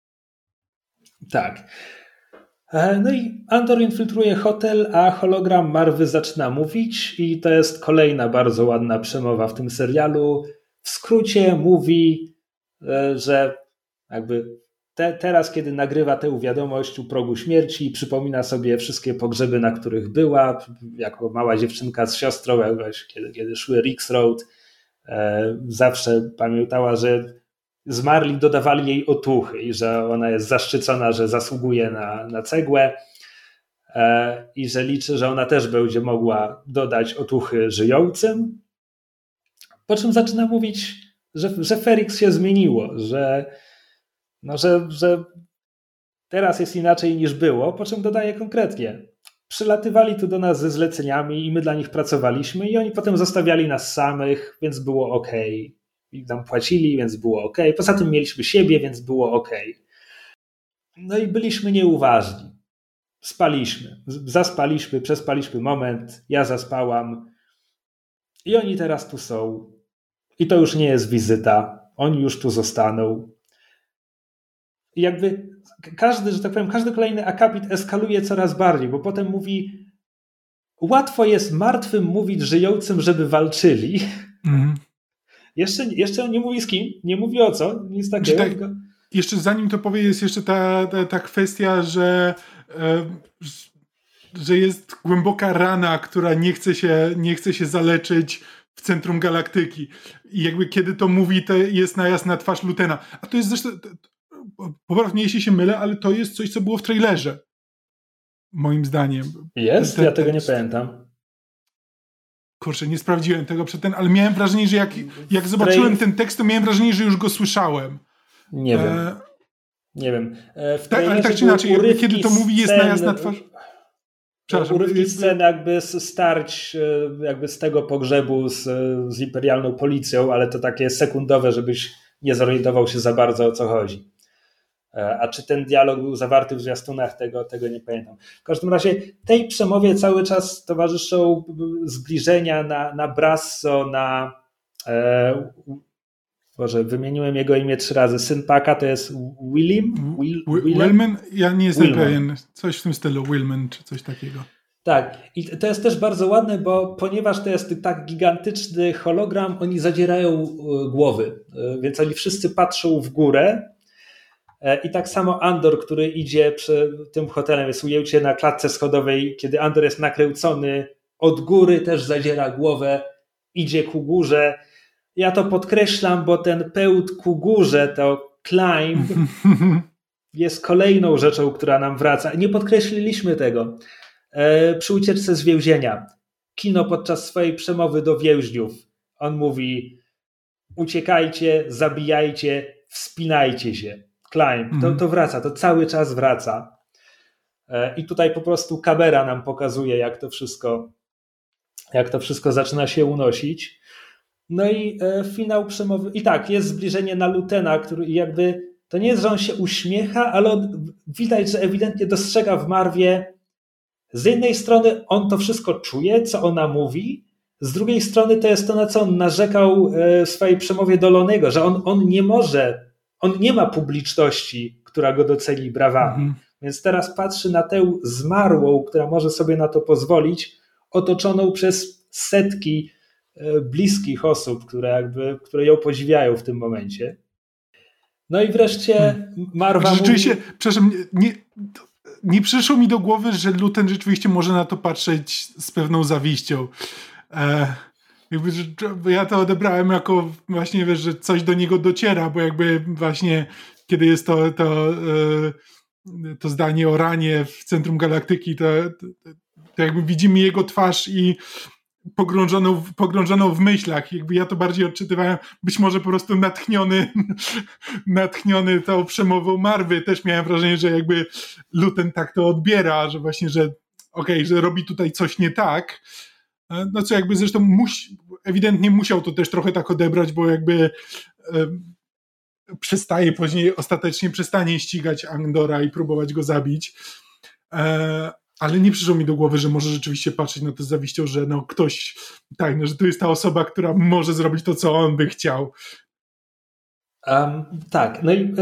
Tak. No i Andor infiltruje hotel, a hologram Marwy zaczyna mówić i to jest kolejna bardzo ładna przemowa w tym serialu. W skrócie mówi, że jakby teraz, kiedy nagrywa tę wiadomość u progu śmierci, przypomina sobie wszystkie pogrzeby, na których była, jako mała dziewczynka z siostrą, kiedy szły Rix Road, zawsze pamiętała, że zmarli dodawali jej otuchy i że ona jest zaszczycona, że zasługuje na cegłę i że liczy, że ona też będzie mogła dodać otuchy żyjącym. Po czym zaczyna mówić, że Ferrix się zmieniło, że teraz jest inaczej niż było, po czym dodaje konkretnie. Przylatywali tu do nas ze zleceniami i my dla nich pracowaliśmy i oni potem zostawiali nas samych, więc było okej. I nam płacili, więc było okej. Poza tym mieliśmy siebie, więc było okej. No i byliśmy nieuważni. Spaliśmy. Zaspaliśmy, przespaliśmy moment. Ja zaspałam. I oni teraz tu są. I to już nie jest wizyta. Oni już tu zostaną. I jakby każdy kolejny akapit eskaluje coraz bardziej, bo potem mówi, łatwo jest martwym mówić żyjącym, żeby walczyli. Mhm. Jeszcze nie mówi z kim, nie mówi o co, nic takiego. Tak, jeszcze zanim to powie, jest jeszcze ta kwestia, że jest głęboka rana, która nie chce się zaleczyć w centrum galaktyki. I jakby kiedy to mówi, to jest najazd na twarz Lutena. A to jest zresztą, popraw mnie jeśli się mylę, ale to jest coś, co było w trailerze. Moim zdaniem. Jest? Ja tego nie pamiętam. Kurczę, nie sprawdziłem tego ale miałem wrażenie, że jak zobaczyłem ten tekst, to miałem wrażenie, że już go słyszałem. Nie wiem. Nie wiem. Ale tak czy inaczej, kiedy to mówi, jest najazd na twarz. Urywki scen jakby starć jakby z tego pogrzebu z imperialną policją, ale to takie sekundowe, żebyś nie zorientował się za bardzo, o co chodzi. A czy ten dialog był zawarty w zwiastunach, tego nie pamiętam. W każdym razie tej przemowie cały czas towarzyszą zbliżenia na Brasso, Boże, wymieniłem jego imię 3 razy. Syn Paka to jest Willman? Ja nie jestem pewien. Coś w tym stylu, Willman czy coś takiego. Tak. I to jest też bardzo ładne, bo ponieważ to jest tak gigantyczny hologram, oni zadzierają głowy. Więc oni wszyscy patrzą w górę. I tak samo Andor, który idzie przy tym hotelem, jest ujęcie na klatce schodowej, kiedy Andor jest nakręcony od góry, też zadziera głowę, idzie ku górze. Ja to podkreślam, bo ten pełt ku górze, to climb, jest kolejną rzeczą, która nam wraca. Nie podkreśliliśmy tego. Przy ucieczce z więzienia. Kino podczas swojej przemowy do więźniów. On mówi, uciekajcie, zabijajcie, wspinajcie się. Climb. To wraca, to cały czas wraca. I tutaj po prostu kamera nam pokazuje, jak to wszystko zaczyna się unosić. No i finał przemowy. I tak, jest zbliżenie na Lutena, który jakby, to nie jest, że on się uśmiecha, ale on, widać, że ewidentnie dostrzega w Marwie. Z jednej strony on to wszystko czuje, co ona mówi, z drugiej strony to jest to, na co on narzekał w swojej przemowie do Lonego, że on nie ma publiczności, która go doceni brawami. Więc teraz patrzy na tę zmarłą, która może sobie na to pozwolić, otoczoną przez setki bliskich osób, które ją podziwiają w tym momencie. No i wreszcie Marwa rzeczywiście, mówi... przepraszam, nie przyszło mi do głowy, że Luten rzeczywiście może na to patrzeć z pewną zawiścią. Bo ja to odebrałem jako właśnie, wiesz, że coś do niego dociera, bo jakby właśnie kiedy jest to zdanie o ranie w centrum galaktyki, to jakby widzimy jego twarz i pogrążoną w myślach. Jakby ja to bardziej odczytywałem, być może po prostu natchniony tą przemową Marwy. Też miałem wrażenie, że jakby Luten tak to odbiera, że właśnie, że że robi tutaj coś nie tak. No co jakby zresztą ewidentnie musiał to też trochę tak odebrać, bo jakby ostatecznie przestanie ścigać Andora i próbować go zabić. Ale nie przyszło mi do głowy, że może rzeczywiście patrzeć na to z zawiścią, że ktoś, że to jest ta osoba, która może zrobić to, co on by chciał. Tak, no i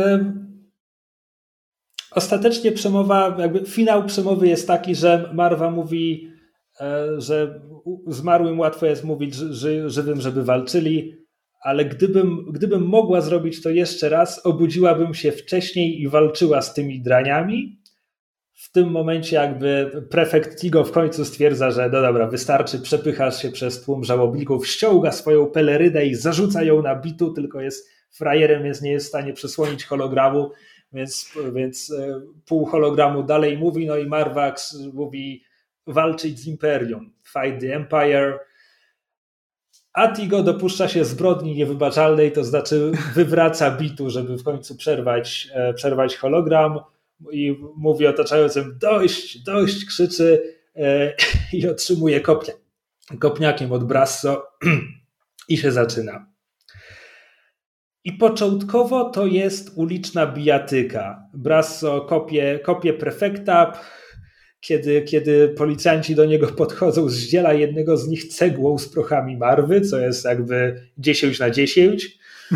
ostatecznie finał przemowy jest taki, że Marwa mówi, że zmarłym łatwo jest mówić żywym, żeby walczyli, ale gdybym mogła zrobić to jeszcze raz, obudziłabym się wcześniej i walczyła z tymi draniami. W tym momencie jakby prefekt Tigo w końcu stwierdza, że no dobra, wystarczy, przepychasz się przez tłum żałobników, ściąga swoją pelerydę i zarzuca ją na bitu, tylko jest frajerem, nie jest w stanie przysłonić hologramu, więc pół hologramu dalej mówi, no i Marvax mówi walczyć z Imperium, fight the Empire, a Tigo dopuszcza się zbrodni niewybaczalnej, to znaczy wywraca bitu, żeby w końcu przerwać hologram i mówi otaczającym dość, krzyczy i otrzymuje kopniakiem od Brasso i się zaczyna. I początkowo to jest uliczna bijatyka. Brasso kopie prefekta, kiedy policjanci do niego podchodzą, zdziela jednego z nich cegłą z prochami Marwy, co jest jakby 10/10.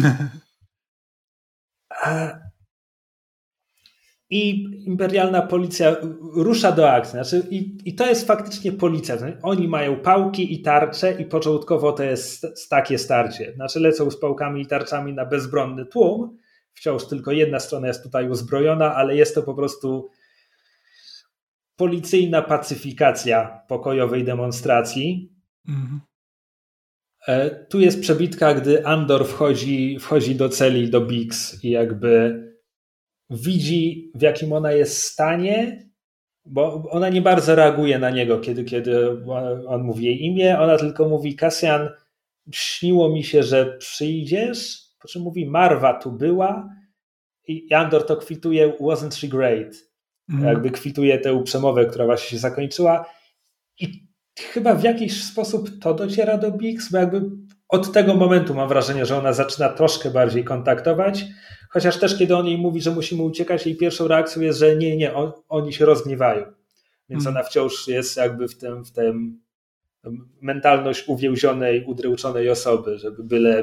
I imperialna policja rusza do akcji. Znaczy, i to jest faktycznie policja. Oni mają pałki i tarcze i początkowo to jest takie starcie. Znaczy lecą z pałkami i tarczami na bezbronny tłum. Wciąż tylko jedna strona jest tutaj uzbrojona, ale jest to po prostu policyjna pacyfikacja pokojowej demonstracji. Mhm. Tu jest przebitka, gdy Andor wchodzi do celi, do Bix i jakby widzi, w jakim ona jest stanie, bo ona nie bardzo reaguje na niego, kiedy on mówi jej imię, ona tylko mówi: Cassian, śniło mi się, że przyjdziesz, po czym mówi: Marwa tu była, i Andor to kwituje: wasn't she great? Jakby kwituje tę przemowę, która właśnie się zakończyła, i chyba w jakiś sposób to dociera do Bix, bo jakby od tego momentu mam wrażenie, że ona zaczyna troszkę bardziej kontaktować, chociaż też kiedy on jej mówi, że musimy uciekać, jej pierwszą reakcją jest, że nie, oni się rozgniewają. Więc ona wciąż jest jakby w tym mentalność uwięzionej, udręczonej osoby, żeby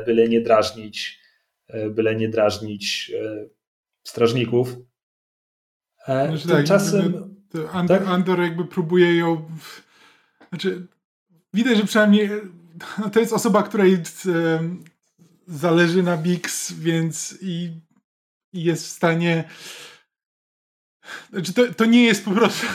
byle nie drażnić strażników. Tymczasem Andor jakby próbuje ją... Znaczy, widać, że przynajmniej to jest osoba, której zależy na Bix, więc i jest w stanie... Znaczy, to nie jest po prostu...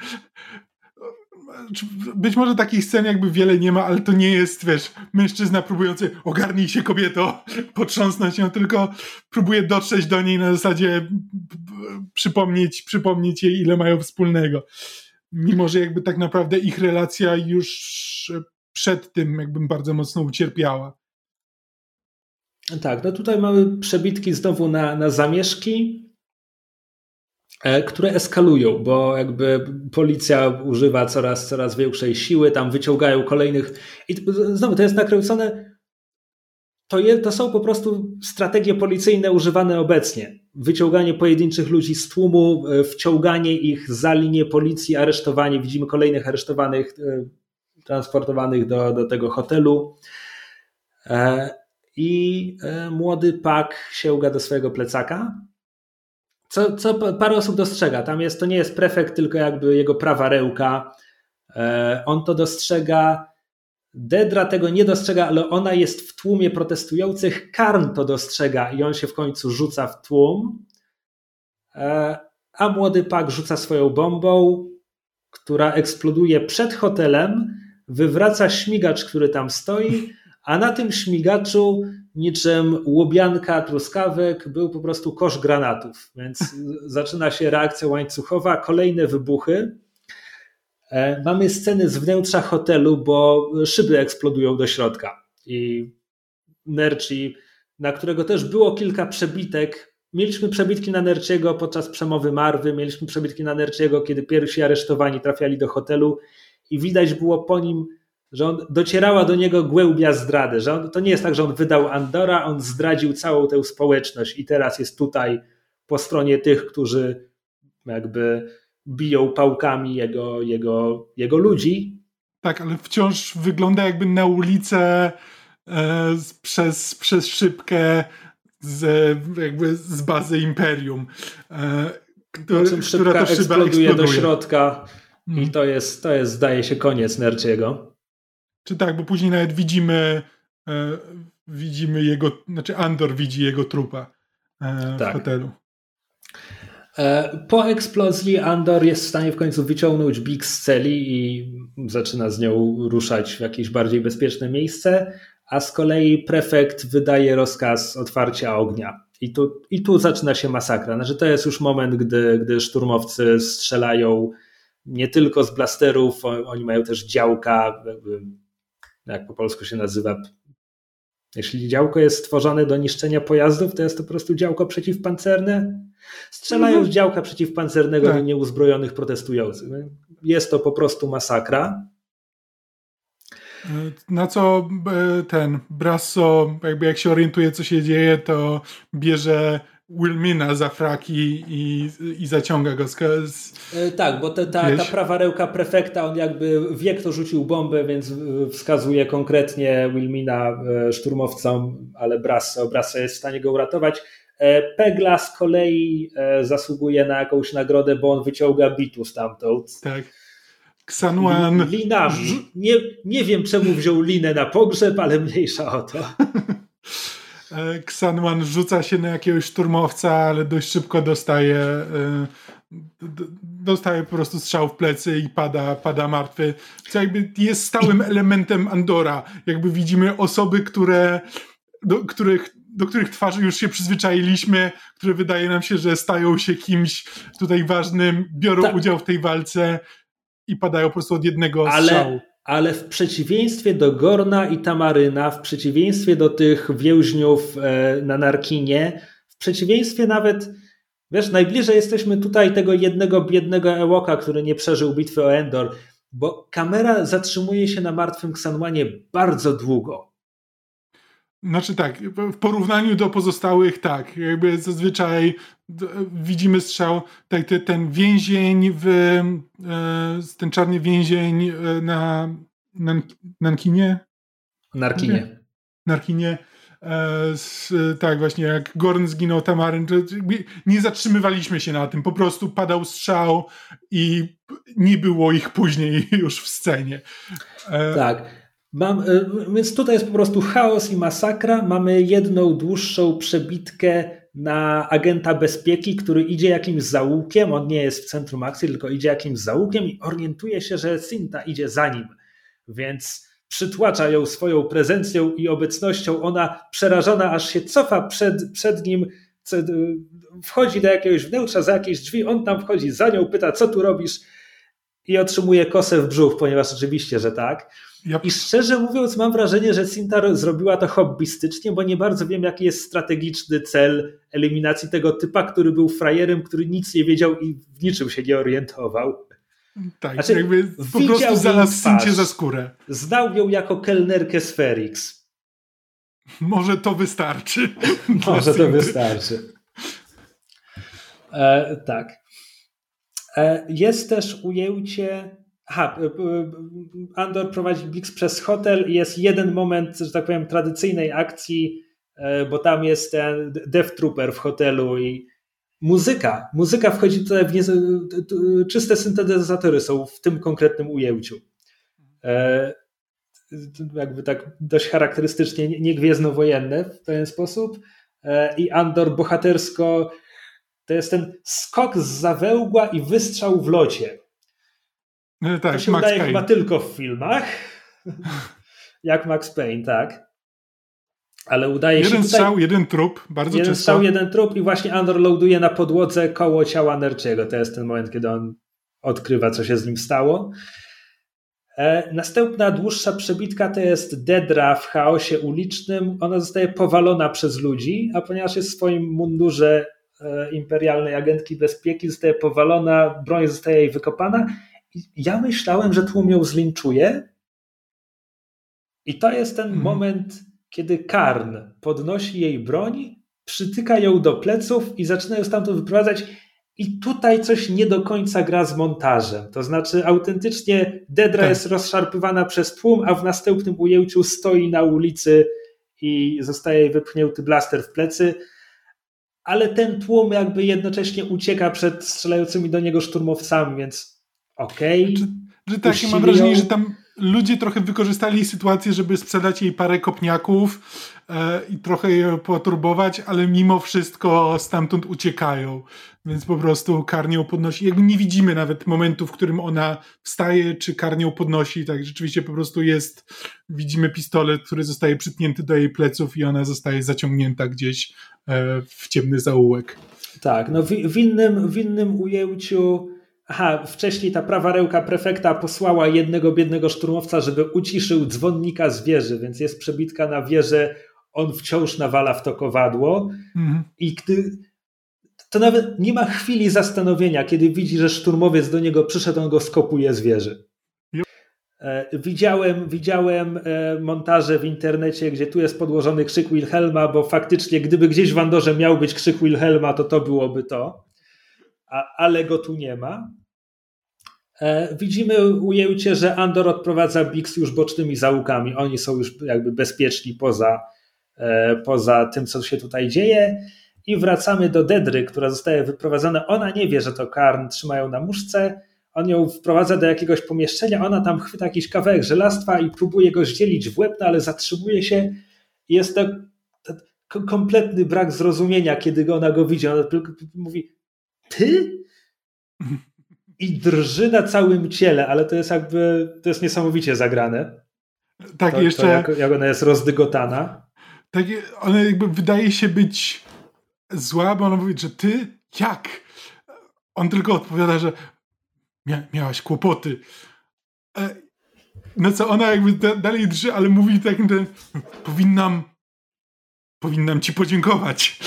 Być może takich scen jakby wiele nie ma, ale to nie jest, wiesz, mężczyzna próbujący: ogarnij się, kobieto, potrząsnąć ją, tylko próbuje dotrzeć do niej na zasadzie przypomnieć jej, ile mają wspólnego. Mimo że jakby tak naprawdę ich relacja już przed tym jakby bardzo mocno ucierpiała. Tak, no tutaj mamy przebitki znowu na zamieszki, które eskalują, bo jakby policja używa coraz większej siły, tam wyciągają kolejnych, i znowu to jest nakręcone, to są po prostu strategie policyjne używane obecnie. Wyciąganie pojedynczych ludzi z tłumu, wciąganie ich za linię policji, aresztowanie, widzimy kolejnych aresztowanych, transportowanych do tego hotelu, i młody Pak sięga do swojego plecaka, co parę osób dostrzega. To nie jest prefekt, tylko jakby jego prawa ręka. On to dostrzega. Dedra tego nie dostrzega, ale ona jest w tłumie protestujących. Karn to dostrzega i on się w końcu rzuca w tłum. a młody Pak rzuca swoją bombą, która eksploduje przed hotelem, wywraca śmigacz, który tam stoi, a na tym śmigaczu niczym łobianka truskawek był po prostu kosz granatów, więc zaczyna się reakcja łańcuchowa, kolejne wybuchy. Mamy sceny z wnętrza hotelu, bo szyby eksplodują do środka i Nerci, na którego też było kilka przebitek. Mieliśmy przebitki na Nerciego podczas przemowy Marwy, mieliśmy przebitki na Nerciego, kiedy pierwsi aresztowani trafiali do hotelu i widać było po nim, że docierała do niego głębia zdrady, że to nie jest tak, że on wydał Andora, on zdradził całą tę społeczność i teraz jest tutaj po stronie tych, którzy jakby biją pałkami jego ludzi. Tak, ale wciąż wygląda jakby na ulicę przez szybkę z bazy Imperium. Szybka eksploduje do środka i to jest zdaje się koniec Nerciego. Czy tak, bo później nawet widzimy jego, znaczy Andor widzi jego trupa w hotelu. Po eksplozji Andor jest w stanie w końcu wyciągnąć Bix z celi i zaczyna z nią ruszać w jakieś bardziej bezpieczne miejsce, a z kolei prefekt wydaje rozkaz otwarcia ognia. I tu zaczyna się masakra. Znaczy, to jest już moment, gdy szturmowcy strzelają nie tylko z blasterów, oni mają też działka, jak po polsku się nazywa. Jeśli działko jest stworzone do niszczenia pojazdów, to jest to po prostu działko przeciwpancerne. Strzelają z działka przeciwpancernego do nieuzbrojonych protestujących. Jest to po prostu masakra. Na co ten Brasso, jakby jak się orientuje, co się dzieje, to bierze Wilmina za fraki i zaciąga go Tak, bo ta prawa ręka prefekta, on jakby wie, kto rzucił bombę, więc wskazuje konkretnie Wilmina szturmowcom, ale Brasso jest w stanie go uratować. Pegla z kolei zasługuje na jakąś nagrodę, bo on wyciąga bitu stamtąd. Tak. Xanwan. Linami. Nie wiem, czemu wziął linę na pogrzeb, ale mniejsza o to. Xanwan rzuca się na jakiegoś szturmowca, ale dość szybko dostaje po prostu strzał w plecy i pada martwy. Co jakby jest stałym elementem Andora. Jakby widzimy osoby, do których twarzy już się przyzwyczailiśmy, które wydaje nam się, że stają się kimś tutaj ważnym, biorą udział w tej walce i padają po prostu od jednego strzału. Ale w przeciwieństwie do Gorna i Tamaryna, w przeciwieństwie do tych więźniów na Narkinie, w przeciwieństwie nawet, wiesz, najbliżej jesteśmy tutaj tego jednego biednego Ewoka, który nie przeżył bitwy o Endor, bo kamera zatrzymuje się na martwym Xanwanie bardzo długo. Znaczy tak, w porównaniu do pozostałych tak, jakby zazwyczaj widzimy strzał, tak, ten więzień ten czarny więzień na Narkinie, tak właśnie jak Gorn zginął, Tamaryn, nie zatrzymywaliśmy się na tym, po prostu padał strzał i nie było ich później już w scenie. Tak. Więc tutaj jest po prostu chaos i masakra. Mamy jedną dłuższą przebitkę na agenta bezpieki, który idzie jakimś zaułkiem. On nie jest w centrum akcji, tylko idzie jakimś zaułkiem i orientuje się, że Cinta idzie za nim. Więc przytłacza ją swoją prezencją i obecnością. Ona przerażona aż się cofa przed nim, wchodzi do jakiegoś wnętrza, za jakieś drzwi. On tam wchodzi za nią, pyta, co tu robisz? I otrzymuje kosę w brzuch, ponieważ oczywiście, że tak. Yep. I szczerze mówiąc mam wrażenie, że Cinta zrobiła to hobbystycznie, bo nie bardzo wiem, jaki jest strategiczny cel eliminacji tego typa, który był frajerem, który nic nie wiedział i w niczym się nie orientował. Tak, znaczy, jakby po prostu znalazł Cincie za skórę. Znał ją jako kelnerkę z Ferix. Może to wystarczy. Może to wystarczy. Tak. Jest też ujęcie... Andor prowadzi Bix przez hotel i jest jeden moment, że tak powiem, tradycyjnej akcji, bo tam jest ten Death Trooper w hotelu i muzyka wchodzi tutaj czyste syntezatory są w tym konkretnym ujęciu. Jakby tak dość charakterystycznie niegwiezdnowojenne w ten sposób i Andor bohatersko To jest ten skok z zawełgła i wystrzał w locie. Tak, to się Max udaje Payne. chyba tylko w filmach. Jak Max Payne, tak. Ale udaje się jeden tutaj... strzał, jeden trup, bardzo jeden czysto. Strzał, jeden trup i właśnie Andor ląduje na podłodze koło ciała Nerciego. To jest ten moment, kiedy on odkrywa, co się z nim stało. Następna dłuższa przebitka to jest Dedra w chaosie ulicznym. Ona zostaje powalona przez ludzi, a ponieważ jest w swoim mundurze imperialnej agentki bezpieki, zostaje powalona, broń zostaje jej wykopana. I ja myślałem, że tłum ją zlinczuje. I to jest ten moment, kiedy Karn podnosi jej broń, przytyka ją do pleców i zaczyna ją stamtąd wyprowadzać. I tutaj coś nie do końca gra z montażem. To znaczy autentycznie Dedra jest rozszarpywana przez tłum, a w następnym ujęciu stoi na ulicy i zostaje jej wypchnięty blaster w plecy. Ale ten tłum jakby jednocześnie ucieka przed strzelającymi do niego szturmowcami, więc okej. Że tak, mam wrażenie, że tam ludzie trochę wykorzystali sytuację, żeby sprzedać jej parę kopniaków i trochę je poturbować, ale mimo wszystko stamtąd uciekają. Więc po prostu Karn ją podnosi. Jakby nie widzimy nawet momentu, w którym ona wstaje, czy Karn ją podnosi. Tak, rzeczywiście po prostu widzimy pistolet, który zostaje przytnięty do jej pleców i ona zostaje zaciągnięta gdzieś w ciemny zaułek. Tak, no w innym ujęciu wcześniej ta prawa ręka prefekta posłała jednego biednego szturmowca, żeby uciszył dzwonnika z wieży, więc jest przebitka na wieżę, on wciąż nawala w to kowadło i to nawet nie ma chwili zastanowienia, kiedy widzi, że szturmowiec do niego przyszedł, on go skopuje z wieży. Widziałem montaże w internecie, gdzie tu jest podłożony krzyk Wilhelma, bo faktycznie gdyby gdzieś w Andorze miał być krzyk Wilhelma, to byłoby to. Ale go tu nie ma. Widzimy ujęcie, że Andor odprowadza Bix już bocznymi zaułkami. Oni są już jakby bezpieczni poza tym, co się tutaj dzieje. I wracamy do Dedry, która zostaje wyprowadzona. Ona nie wie, że to Karn trzymają na muszce. On ją wprowadza do jakiegoś pomieszczenia. Ona tam chwyta jakiś kawałek żelastwa i próbuje go zdzielić w łeb, ale zatrzymuje się. Jest to kompletny brak zrozumienia, kiedy ona go widzi. Ona tylko mówi: ty? I drży na całym ciele, ale to jest niesamowicie zagrane. Tak, jak ona jest rozdygotana. Tak, ona jakby wydaje się być zła, bo ona mówi, że ty? Jak? On tylko odpowiada, że miałaś kłopoty. No co, ona jakby dalej drży, ale mówi tak, że powinnam ci podziękować.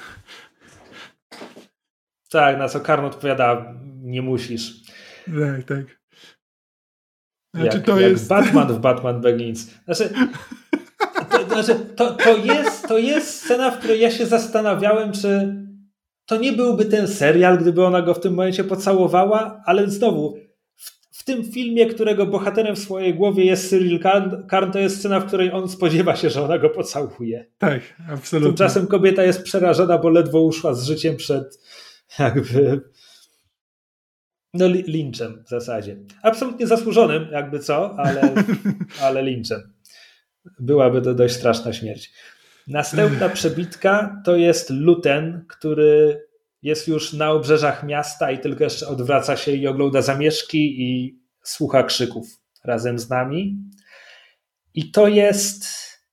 Tak, na co Karn odpowiada: nie musisz. Tak. Znaczy, jak Batman w Batman Begins. To jest scena, w której ja się zastanawiałem, czy to nie byłby ten serial, gdyby ona go w tym momencie pocałowała, ale znowu, w tym filmie, którego bohaterem w swojej głowie jest Cyril Karn, to jest scena, w której on spodziewa się, że ona go pocałuje. Tak, absolutnie. Tymczasem kobieta jest przerażona, bo ledwo uszła z życiem przed linczem w zasadzie. Absolutnie zasłużonym, jakby co, ale linczem. Byłaby to dość straszna śmierć. Następna przebitka to jest Luten, który jest już na obrzeżach miasta i tylko jeszcze odwraca się i ogląda zamieszki i słucha krzyków razem z nami. I to jest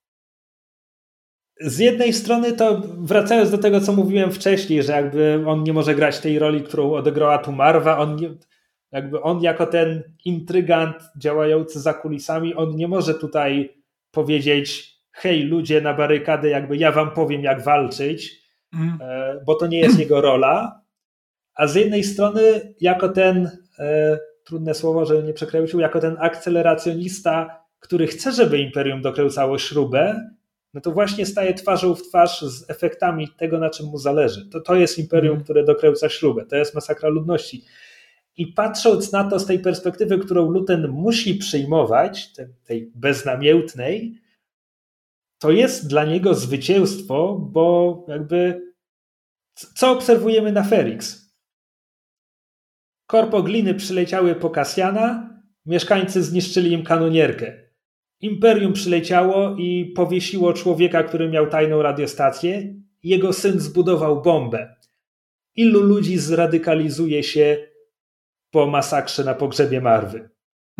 z jednej strony to, wracając do tego, co mówiłem wcześniej, że jakby on nie może grać tej roli, którą odegrała tu Marwa, on jako ten intrygant działający za kulisami, on nie może tutaj powiedzieć: hej ludzie na barykadę, jakby ja wam powiem jak walczyć, bo to nie jest jego rola. A z jednej strony jako ten, trudne słowo, żeby nie przekręcił, jako ten akceleracjonista, który chce, żeby Imperium dokręcało śrubę, no to właśnie staje twarzą w twarz z efektami tego, na czym mu zależy. To jest Imperium, które dokręca śrubę. To jest masakra ludności. I patrząc na to z tej perspektywy, którą Luten musi przyjmować, tej beznamiętnej, to jest dla niego zwycięstwo, bo jakby co obserwujemy na Ferrix? Korpo gliny przyleciały po Cassiana, mieszkańcy zniszczyli im kanonierkę. Imperium przyleciało i powiesiło człowieka, który miał tajną radiostację. Jego syn zbudował bombę. ilu ludzi zradykalizuje się po masakrze na pogrzebie Marwy.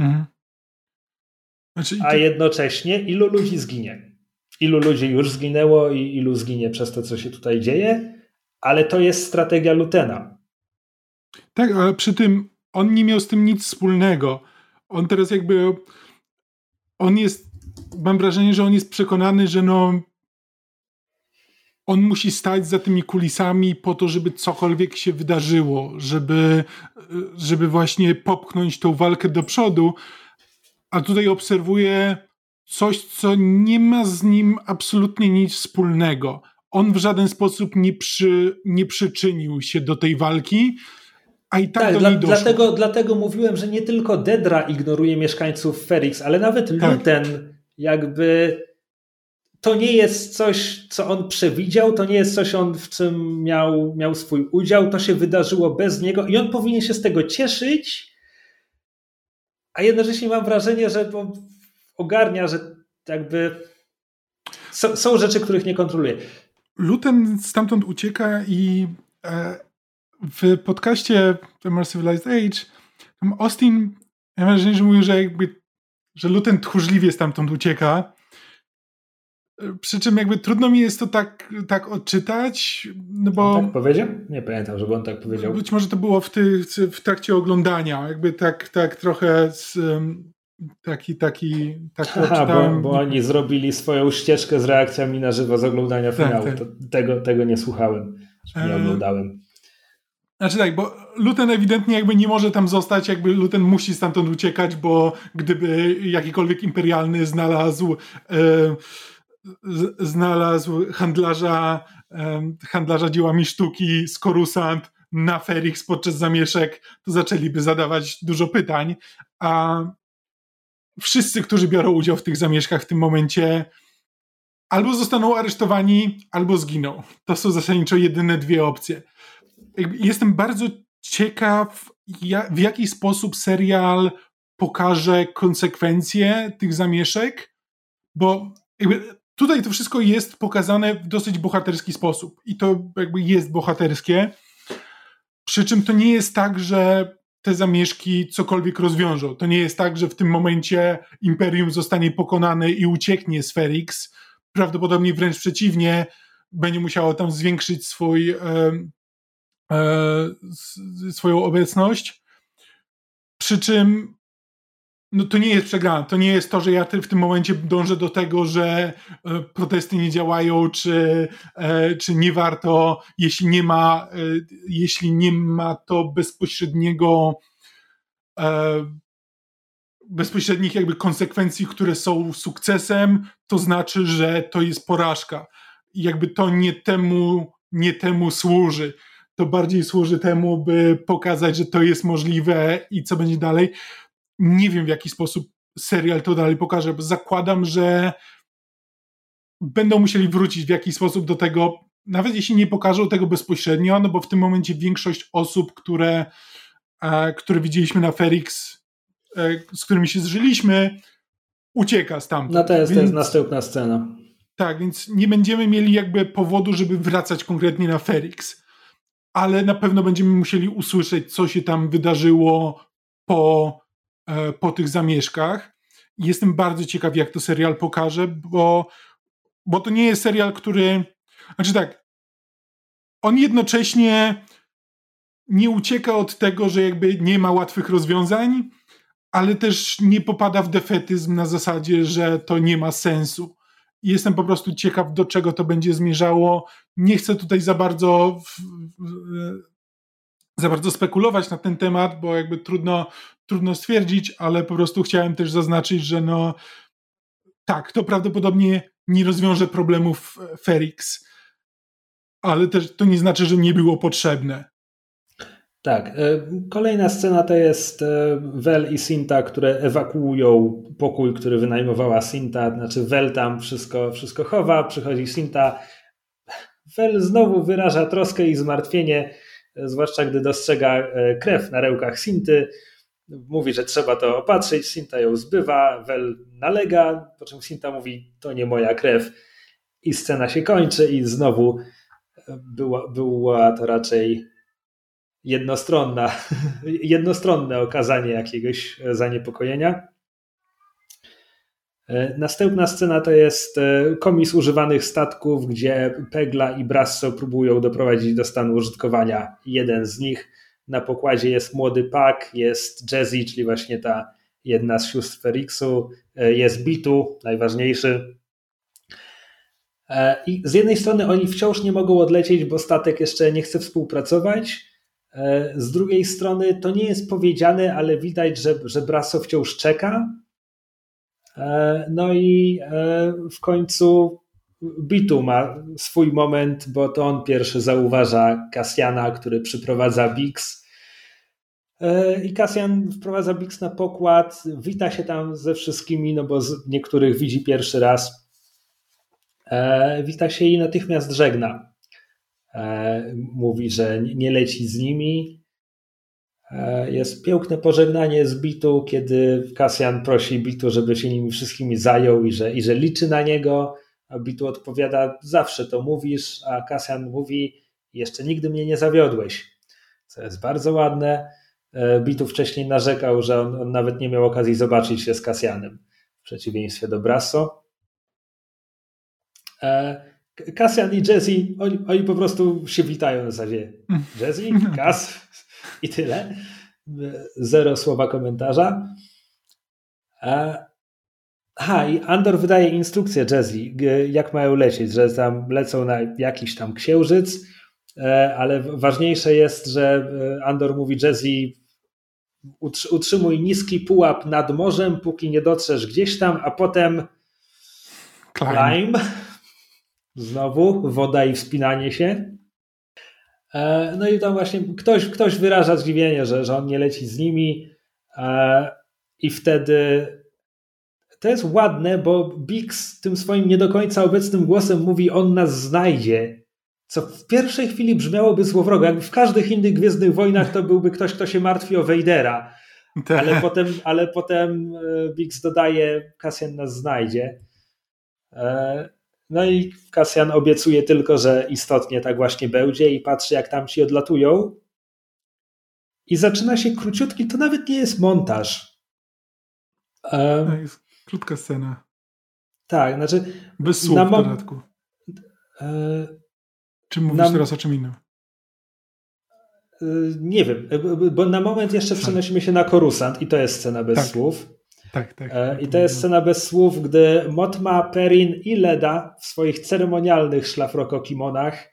A jednocześnie ilu ludzi zginie. Ilu ludzi już zginęło i ilu zginie przez to, co się tutaj dzieje, ale to jest strategia Lutena. Tak, ale przy tym on nie miał z tym nic wspólnego. On teraz jakby mam wrażenie, że on jest przekonany, że on musi stać za tymi kulisami po to, żeby cokolwiek się wydarzyło, żeby właśnie popchnąć tą walkę do przodu, a tutaj obserwuję coś, co nie ma z nim absolutnie nic wspólnego. On w żaden sposób nie przyczynił się do tej walki, a i tak do niej doszło. Dlatego mówiłem, że nie tylko Dedra ignoruje mieszkańców Ferrix, ale nawet Luten jakby to nie jest coś, co on przewidział, to nie jest coś, w czym miał swój udział, to się wydarzyło bez niego i on powinien się z tego cieszyć, a jednocześnie mam wrażenie, że ogarnia, że jakby są rzeczy, których nie kontroluje. Luten stamtąd ucieka i w podcaście The More Civilized Age Austin, ja mam wrażenie, że mówił, że Luten tchórzliwie stamtąd ucieka. Przy czym jakby trudno mi jest to tak odczytać, no bo... On tak powiedział? Nie pamiętam, żeby on tak powiedział. Być może to było w trakcie oglądania, jakby tak trochę bo oni zrobili swoją ścieżkę z reakcjami na żywo z oglądania finału. Tak. Tego nie słuchałem, nie oglądałem. Znaczy tak, bo Luten ewidentnie jakby nie może tam zostać, jakby Luten musi stamtąd uciekać, bo gdyby jakikolwiek imperialny znalazł handlarza dziełami sztuki z Coruscant na Ferrix podczas zamieszek, to zaczęliby zadawać dużo pytań, a wszyscy, którzy biorą udział w tych zamieszkach w tym momencie albo zostaną aresztowani, albo zginą. To są zasadniczo jedyne dwie opcje. Jestem bardzo ciekaw, w jaki sposób serial pokaże konsekwencje tych zamieszek, bo tutaj to wszystko jest pokazane w dosyć bohaterski sposób i to jakby jest bohaterskie, przy czym to nie jest tak, że te zamieszki cokolwiek rozwiążą. To nie jest tak, że w tym momencie Imperium zostanie pokonane i ucieknie z Ferrix. Prawdopodobnie wręcz przeciwnie, będzie musiało tam zwiększyć swoją obecność. Przy czym to nie jest przegrane. To nie jest to, że ja w tym momencie dążę do tego, że protesty nie działają, czy nie warto, jeśli nie ma to bezpośrednich jakby konsekwencji, które są sukcesem, to znaczy, że to jest porażka. I jakby to nie temu służy. To bardziej służy temu, by pokazać, że to jest możliwe i co będzie dalej. Nie wiem, w jaki sposób serial to dalej pokaże, bo zakładam, że będą musieli wrócić w jakiś sposób do tego, nawet jeśli nie pokażą tego bezpośrednio, no bo w tym momencie większość osób, które widzieliśmy na Ferrix, z którymi się zżyliśmy, ucieka stamtąd. No to jest następna scena. Tak, więc nie będziemy mieli jakby powodu, żeby wracać konkretnie na Ferrix, ale na pewno będziemy musieli usłyszeć, co się tam wydarzyło po tych zamieszkach. Jestem bardzo ciekaw, jak to serial pokaże, bo to nie jest serial, który... Znaczy tak, on jednocześnie nie ucieka od tego, że jakby nie ma łatwych rozwiązań, ale też nie popada w defetyzm na zasadzie, że to nie ma sensu. Jestem po prostu ciekaw, do czego to będzie zmierzało. Nie chcę tutaj za bardzo spekulować na ten temat, bo jakby trudno stwierdzić, ale po prostu chciałem też zaznaczyć, że tak, to prawdopodobnie nie rozwiąże problemów Ferrix, ale też to nie znaczy, że nie było potrzebne. Tak, kolejna scena to jest Vel i Cinta, które ewakuują pokój, który wynajmowała Cinta, znaczy Vel tam wszystko chowa, przychodzi Cinta, Vel znowu wyraża troskę i zmartwienie, zwłaszcza gdy dostrzega krew na rełkach Cinty, mówi, że trzeba to opatrzyć, Cinta ją zbywa, Vel nalega, po czym Cinta mówi, to nie moja krew i scena się kończy i znowu była to raczej jednostronne okazanie jakiegoś zaniepokojenia. Następna scena to jest komis używanych statków, gdzie Pegla i Brasso próbują doprowadzić do stanu użytkowania jeden z nich. Na pokładzie jest młody Puck, jest Jessie, czyli właśnie ta jedna z sióstr Ferrixu, jest Bitu, najważniejszy. I z jednej strony oni wciąż nie mogą odlecieć, bo statek jeszcze nie chce współpracować. Z drugiej strony to nie jest powiedziane, ale widać, że Brasso wciąż czeka. No i w końcu Bitu ma swój moment, bo to on pierwszy zauważa Cassiana, który przyprowadza Bix. I Cassian wprowadza Bix na pokład, wita się tam ze wszystkimi, no bo niektórych widzi pierwszy raz. Wita się i natychmiast żegna. Mówi, że nie leci z nimi. Jest piękne pożegnanie z Bitu, kiedy Cassian prosi Bitu, żeby się nimi wszystkimi zajął i że liczy na niego. A Bitu odpowiada, zawsze to mówisz, a Cassian mówi, jeszcze nigdy mnie nie zawiodłeś. Co jest bardzo ładne. Bitu wcześniej narzekał, że on nawet nie miał okazji zobaczyć się z Cassianem, w przeciwieństwie do Brasso. Cassian i Jessie, oni po prostu się witają na zasadzie Jessie, Cass i tyle. Zero słowa komentarza. I Andor wydaje instrukcję Jessie, jak mają lecieć, że tam lecą na jakiś tam księżyc, ale ważniejsze jest, że Andor mówi Jessie, utrzymuj niski pułap nad morzem, póki nie dotrzesz gdzieś tam, a potem climb. Znowu woda i wspinanie się. No i tam właśnie ktoś wyraża zdziwienie, że on nie leci z nimi i wtedy to jest ładne, bo Bix tym swoim nie do końca obecnym głosem mówi, on nas znajdzie, co w pierwszej chwili brzmiałoby złowrogo. Jakby w każdych innych Gwiezdnych Wojnach to byłby ktoś, kto się martwi o Vadera, ale potem Bix dodaje, Cassian nas znajdzie. No i Cassian obiecuje tylko, że istotnie tak właśnie będzie i patrzy, jak tamci odlatują. I zaczyna się króciutki, to nawet nie jest montaż. To jest krótka scena. Tak, znaczy... Bez słów w dodatku. Czy mówisz teraz o czym innym? Nie wiem, bo na moment jeszcze przenosimy się na Coruscant i to jest scena bez słów. Tak. I to jest scena bez słów, gdy Motma, Perrin i Leda w swoich ceremonialnych szlafrokokimonach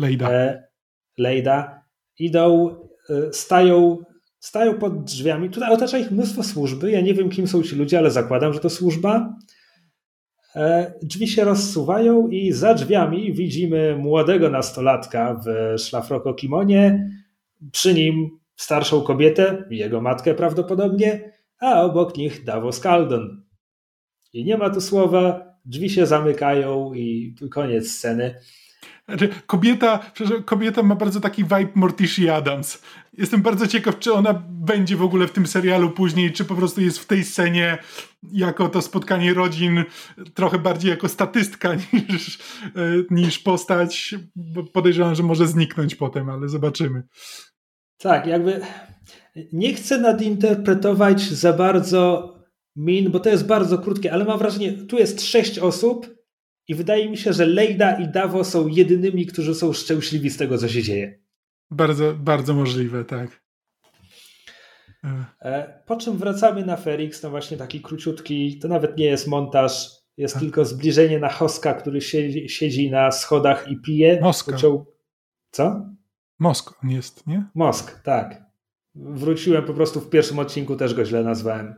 Leida idą, stają pod drzwiami. Tutaj otacza ich mnóstwo służby. Ja nie wiem, kim są ci ludzie, ale zakładam, że to służba. Drzwi się rozsuwają i za drzwiami widzimy młodego nastolatka w szlafrokokimonie. Przy nim starszą kobietę, jego matkę prawdopodobnie, a obok nich Davos Kaldon. I nie ma tu słowa, drzwi się zamykają i koniec sceny. Znaczy, kobieta ma bardzo taki vibe Morticia Adams. Jestem bardzo ciekaw, czy ona będzie w ogóle w tym serialu później, czy po prostu jest w tej scenie jako to spotkanie rodzin, trochę bardziej jako statystka niż postać. Podejrzewam, że może zniknąć potem, ale zobaczymy. Tak, jakby nie chcę nadinterpretować za bardzo bo to jest bardzo krótkie, ale mam wrażenie, tu jest 6 osób i wydaje mi się, że Leida i Davo są jedynymi, którzy są szczęśliwi z tego, co się dzieje. Bardzo, bardzo możliwe, tak. Po czym wracamy na Ferrix, no właśnie taki króciutki, to nawet nie jest montaż, jest tylko zbliżenie na Hoska, który siedzi na schodach i pije. Moska. Co? Mosk on jest, nie? Mosk, tak. Wróciłem po prostu w pierwszym odcinku, też go źle nazwałem.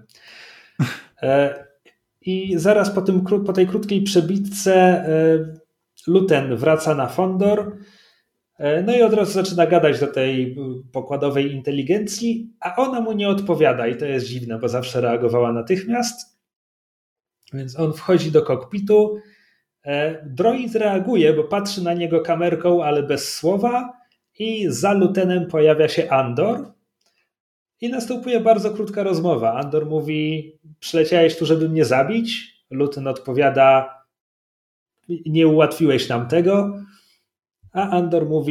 I zaraz po tej krótkiej przebitce Luten wraca na Fondor, no i od razu zaczyna gadać do tej pokładowej inteligencji, a ona mu nie odpowiada i to jest dziwne, bo zawsze reagowała natychmiast. Więc on wchodzi do kokpitu, droid reaguje, bo patrzy na niego kamerką, ale bez słowa i za Lutenem pojawia się Andor i następuje bardzo krótka rozmowa. Andor mówi, przyleciałeś tu, żeby mnie zabić? Luten odpowiada, nie ułatwiłeś nam tego. A Andor mówi,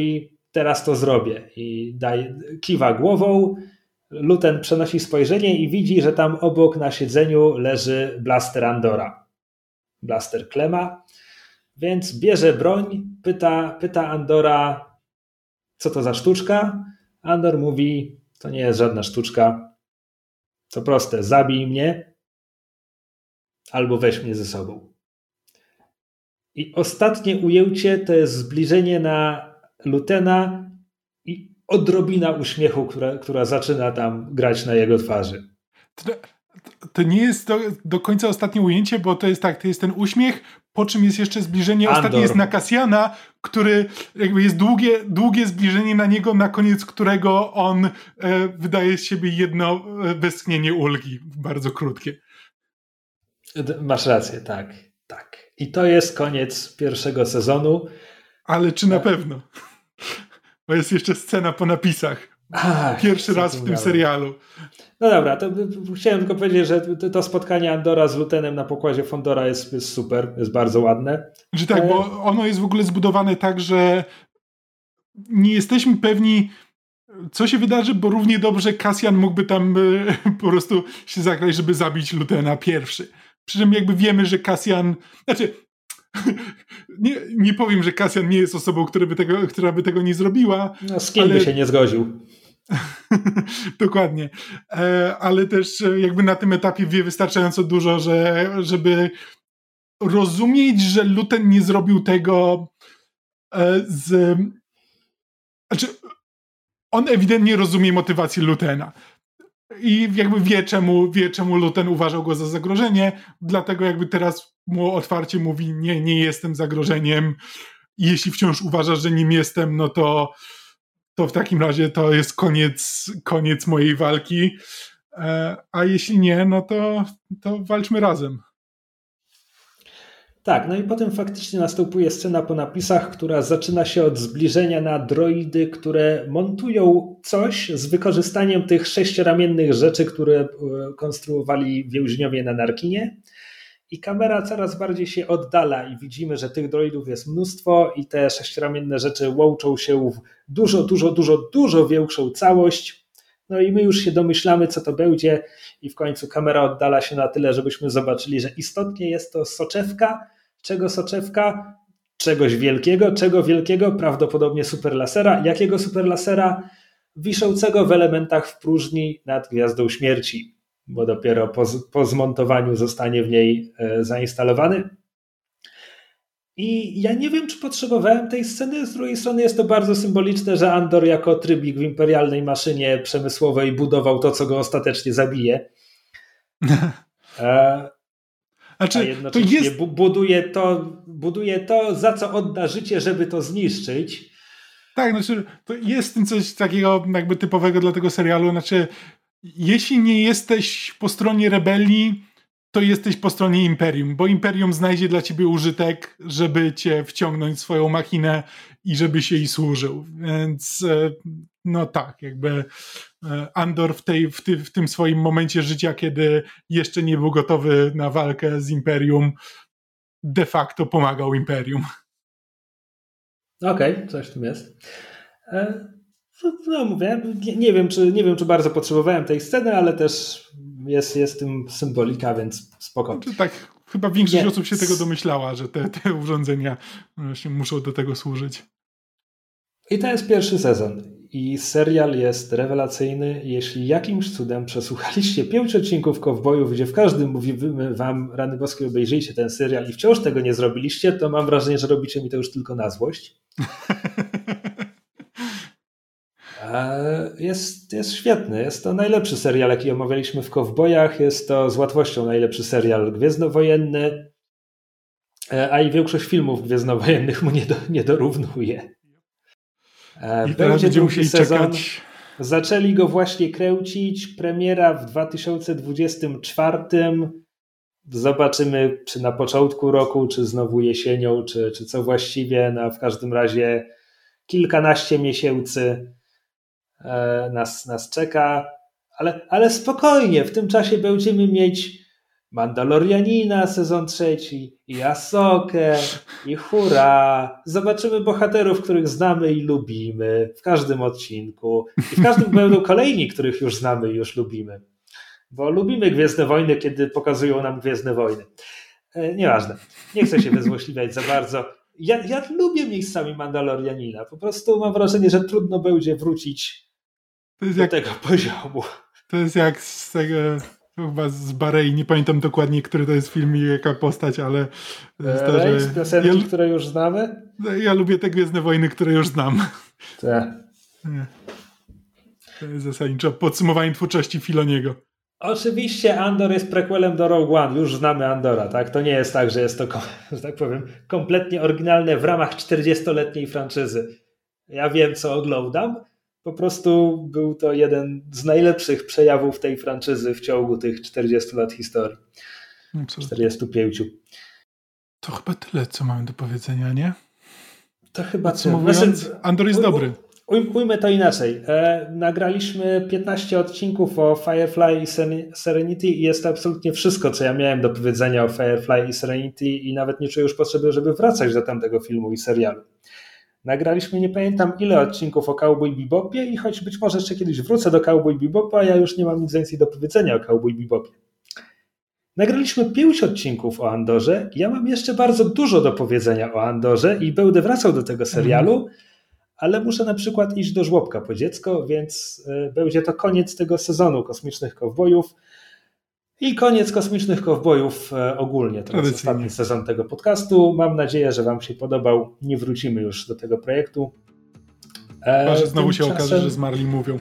teraz to zrobię. I kiwa głową, Luten przenosi spojrzenie i widzi, że tam obok na siedzeniu leży blaster Andora. Blaster Klema, więc bierze broń, pyta Andora, co to za sztuczka? Andor mówi, to nie jest żadna sztuczka, to proste, zabij mnie albo weź mnie ze sobą. I ostatnie ujęcie to jest zbliżenie na Lutena i odrobina uśmiechu, która zaczyna tam grać na jego twarzy. To nie jest do końca ostatnie ujęcie, bo to jest tak, to jest ten uśmiech, po czym jest jeszcze zbliżenie, Andor. ostatnie jest na Cassiana, który jakby jest długie zbliżenie na niego, na koniec którego on wydaje z siebie jedno westchnienie ulgi, bardzo krótkie. Masz rację, tak. I to jest koniec pierwszego sezonu. Ale czy na pewno? Bo jest jeszcze scena po napisach. Pierwszy raz w tym serialu. No dobra, to chciałem tylko powiedzieć, że to spotkanie Andora z Lutenem na pokładzie Fondora jest super, jest bardzo ładne. Że tak, bo ono jest w ogóle zbudowane tak, że nie jesteśmy pewni, co się wydarzy, bo równie dobrze Cassian mógłby tam po prostu się zagrać, żeby zabić Lutena pierwszy. Przy czym jakby wiemy, że Cassian... Znaczy, nie powiem, że Cassian nie jest osobą, która by tego nie zrobiła. No z kim by się nie zgodził. Dokładnie. Ale też jakby na tym etapie wie wystarczająco dużo, żeby rozumieć, że Luten nie zrobił tego Znaczy, on ewidentnie rozumie motywację Lutena. I jakby wie, czemu Luten uważał go za zagrożenie, dlatego jakby teraz mu otwarcie mówi, nie jestem zagrożeniem. I jeśli wciąż uważasz, że nim jestem, no to w takim razie to jest koniec mojej walki. A jeśli nie, no to walczmy razem. Tak, no i potem faktycznie następuje scena po napisach, która zaczyna się od zbliżenia na droidy, które montują coś z wykorzystaniem tych 6-ramiennych rzeczy, które konstruowali więźniowie na Narkinie. I kamera coraz bardziej się oddala i widzimy, że tych droidów jest mnóstwo i te 6-ramienne rzeczy łączą się w dużo większą całość. No i my już się domyślamy, co to będzie i w końcu kamera oddala się na tyle, żebyśmy zobaczyli, że istotnie jest to soczewka. Czego soczewka? Czegoś wielkiego. Czego wielkiego? Prawdopodobnie superlasera. Jakiego superlasera? Wiszącego w elementach w próżni nad Gwiazdą Śmierci, bo dopiero po zmontowaniu zostanie w niej zainstalowany. I ja nie wiem, czy potrzebowałem tej sceny, z drugiej strony jest to bardzo symboliczne, że Andor jako trybik w imperialnej maszynie przemysłowej budował to, co go ostatecznie zabije. A jednocześnie buduje to, za co odda życie, żeby to zniszczyć. Tak, znaczy to jest w tym coś takiego jakby typowego dla tego serialu. Znaczy, jeśli nie jesteś po stronie rebelii, to jesteś po stronie Imperium, bo Imperium znajdzie dla ciebie użytek, żeby cię wciągnąć w swoją machinę i żeby się jej służył. Więc no tak, jakby Andor w tym swoim momencie życia, kiedy jeszcze nie był gotowy na walkę z Imperium, de facto pomagał Imperium. Okej, coś w tym jest. No mówię, nie wiem, czy bardzo potrzebowałem tej sceny, ale też jest tym symbolika, więc spoko. Znaczy, tak, chyba większość osób się tego domyślała, że te urządzenia właśnie muszą do tego służyć. I to jest pierwszy sezon. I serial jest rewelacyjny. Jeśli jakimś cudem przesłuchaliście 5 odcinków Kowbojów, gdzie w każdym mówimy wam, rany boskie, obejrzyjcie ten serial i wciąż tego nie zrobiliście, to mam wrażenie, że robicie mi to już tylko na złość. Jest świetny. Jest to najlepszy serial, jaki omawialiśmy w Kowbojach. Jest to z łatwością najlepszy serial gwiezdnowojenny, a i większość filmów gwiezdnowojennych mu nie dorównuje. I teraz będzie musieli czekać. Zaczęli go właśnie kręcić. Premiera w 2024. Zobaczymy, czy na początku roku, czy znowu jesienią, czy co właściwie. No, w każdym razie kilkanaście miesięcy nas czeka. Ale spokojnie, w tym czasie będziemy mieć Mandalorianina sezon 3, i Asokę, i hurra! Zobaczymy bohaterów, których znamy i lubimy w każdym odcinku. I w każdym będą kolejni, których już znamy i już lubimy. Bo lubimy Gwiezdne Wojny, kiedy pokazują nam Gwiezdne Wojny. Nieważne. Nie chcę się wyzłośliwiać za bardzo. Ja lubię miejscami Mandalorianina. Po prostu mam wrażenie, że trudno będzie wrócić do tego poziomu. To jest jak z tego... Chyba z Barei, nie pamiętam dokładnie, który to jest film i jaka postać, ale... Z piosenki, które już znamy? Ja lubię te Gwiezdne Wojny, które już znam. Tak. To jest zasadniczo podsumowanie twórczości Filoniego. Oczywiście Andor jest prequelem do Rogue One. Już znamy Andora, tak? To nie jest tak, że jest to, że tak powiem, kompletnie oryginalne w ramach 40-letniej franczyzy. Ja wiem, co oglądam. Po prostu był to jeden z najlepszych przejawów tej franczyzy w ciągu tych 40 lat historii. Absolutnie. 45. To chyba tyle, co mamy do powiedzenia, nie? To chyba Andor jest dobry. Ujmę to inaczej. Nagraliśmy 15 odcinków o Firefly i Serenity i jest to absolutnie wszystko, co ja miałem do powiedzenia o Firefly i Serenity i nawet nie czuję już potrzeby, żeby wracać do tamtego filmu i serialu. Nagraliśmy nie pamiętam ile odcinków o Cowboy Bebopie i choć być może jeszcze kiedyś wrócę do Cowboy Bebopa, ja już nie mam nic więcej do powiedzenia o Cowboy Bebopie. Nagraliśmy 5 odcinków o Andorze. Ja mam jeszcze bardzo dużo do powiedzenia o Andorze i będę wracał do tego serialu, ale muszę na przykład iść do żłobka po dziecko, więc będzie to koniec tego sezonu Kosmicznych Kowbojów i koniec Kosmicznych Kowbojów ogólnie. To jest ostatni sezon tego podcastu. Mam nadzieję, że wam się podobał. Nie wrócimy już do tego projektu. Chyba, że znowu się okaże, że zmarli mówią.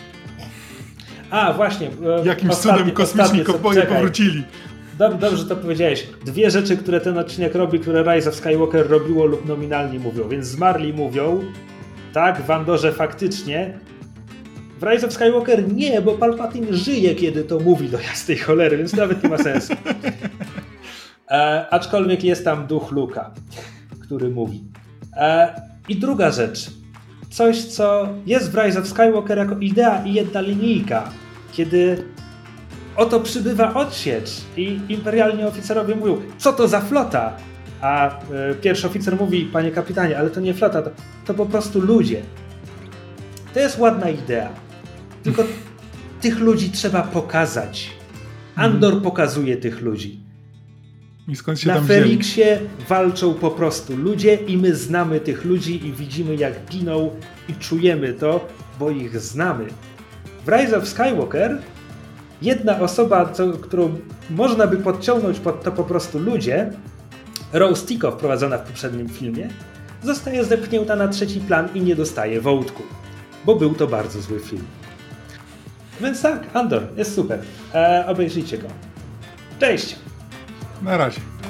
A, właśnie. Jakimś cudem Kosmiczni Kowboje powrócili. Dobrze to powiedziałeś. 2 rzeczy, które ten odcinek robi, które Rise of Skywalker robiło lub nominalnie mówią. Więc zmarli mówią, tak, w Andorze faktycznie. W Rise of Skywalker nie, bo Palpatine żyje, kiedy to mówi do jasnej cholery, więc nawet nie ma sensu. Aczkolwiek jest tam duch Luka, który mówi. I druga rzecz. Coś, co jest w Rise of Skywalker jako idea i jedna linijka. Kiedy oto przybywa odsiecz i imperialni oficerowie mówią, co to za flota? A pierwszy oficer mówi, panie kapitanie, ale to nie flota, to po prostu ludzie. To jest ładna idea. Tylko tych ludzi trzeba pokazać. Andor pokazuje tych ludzi. I skąd się Na tam Feriksie walczą po prostu ludzie i my znamy tych ludzi i widzimy jak giną i czujemy to, bo ich znamy. W Rise of Skywalker jedna osoba, którą można by podciągnąć pod to po prostu ludzie, Rose Tico wprowadzona w poprzednim filmie, zostaje zepchnięta na trzeci plan i nie dostaje wątku, bo był to bardzo zły film. Więc tak, Andor jest super. Obejrzyjcie go. Cześć! Na razie.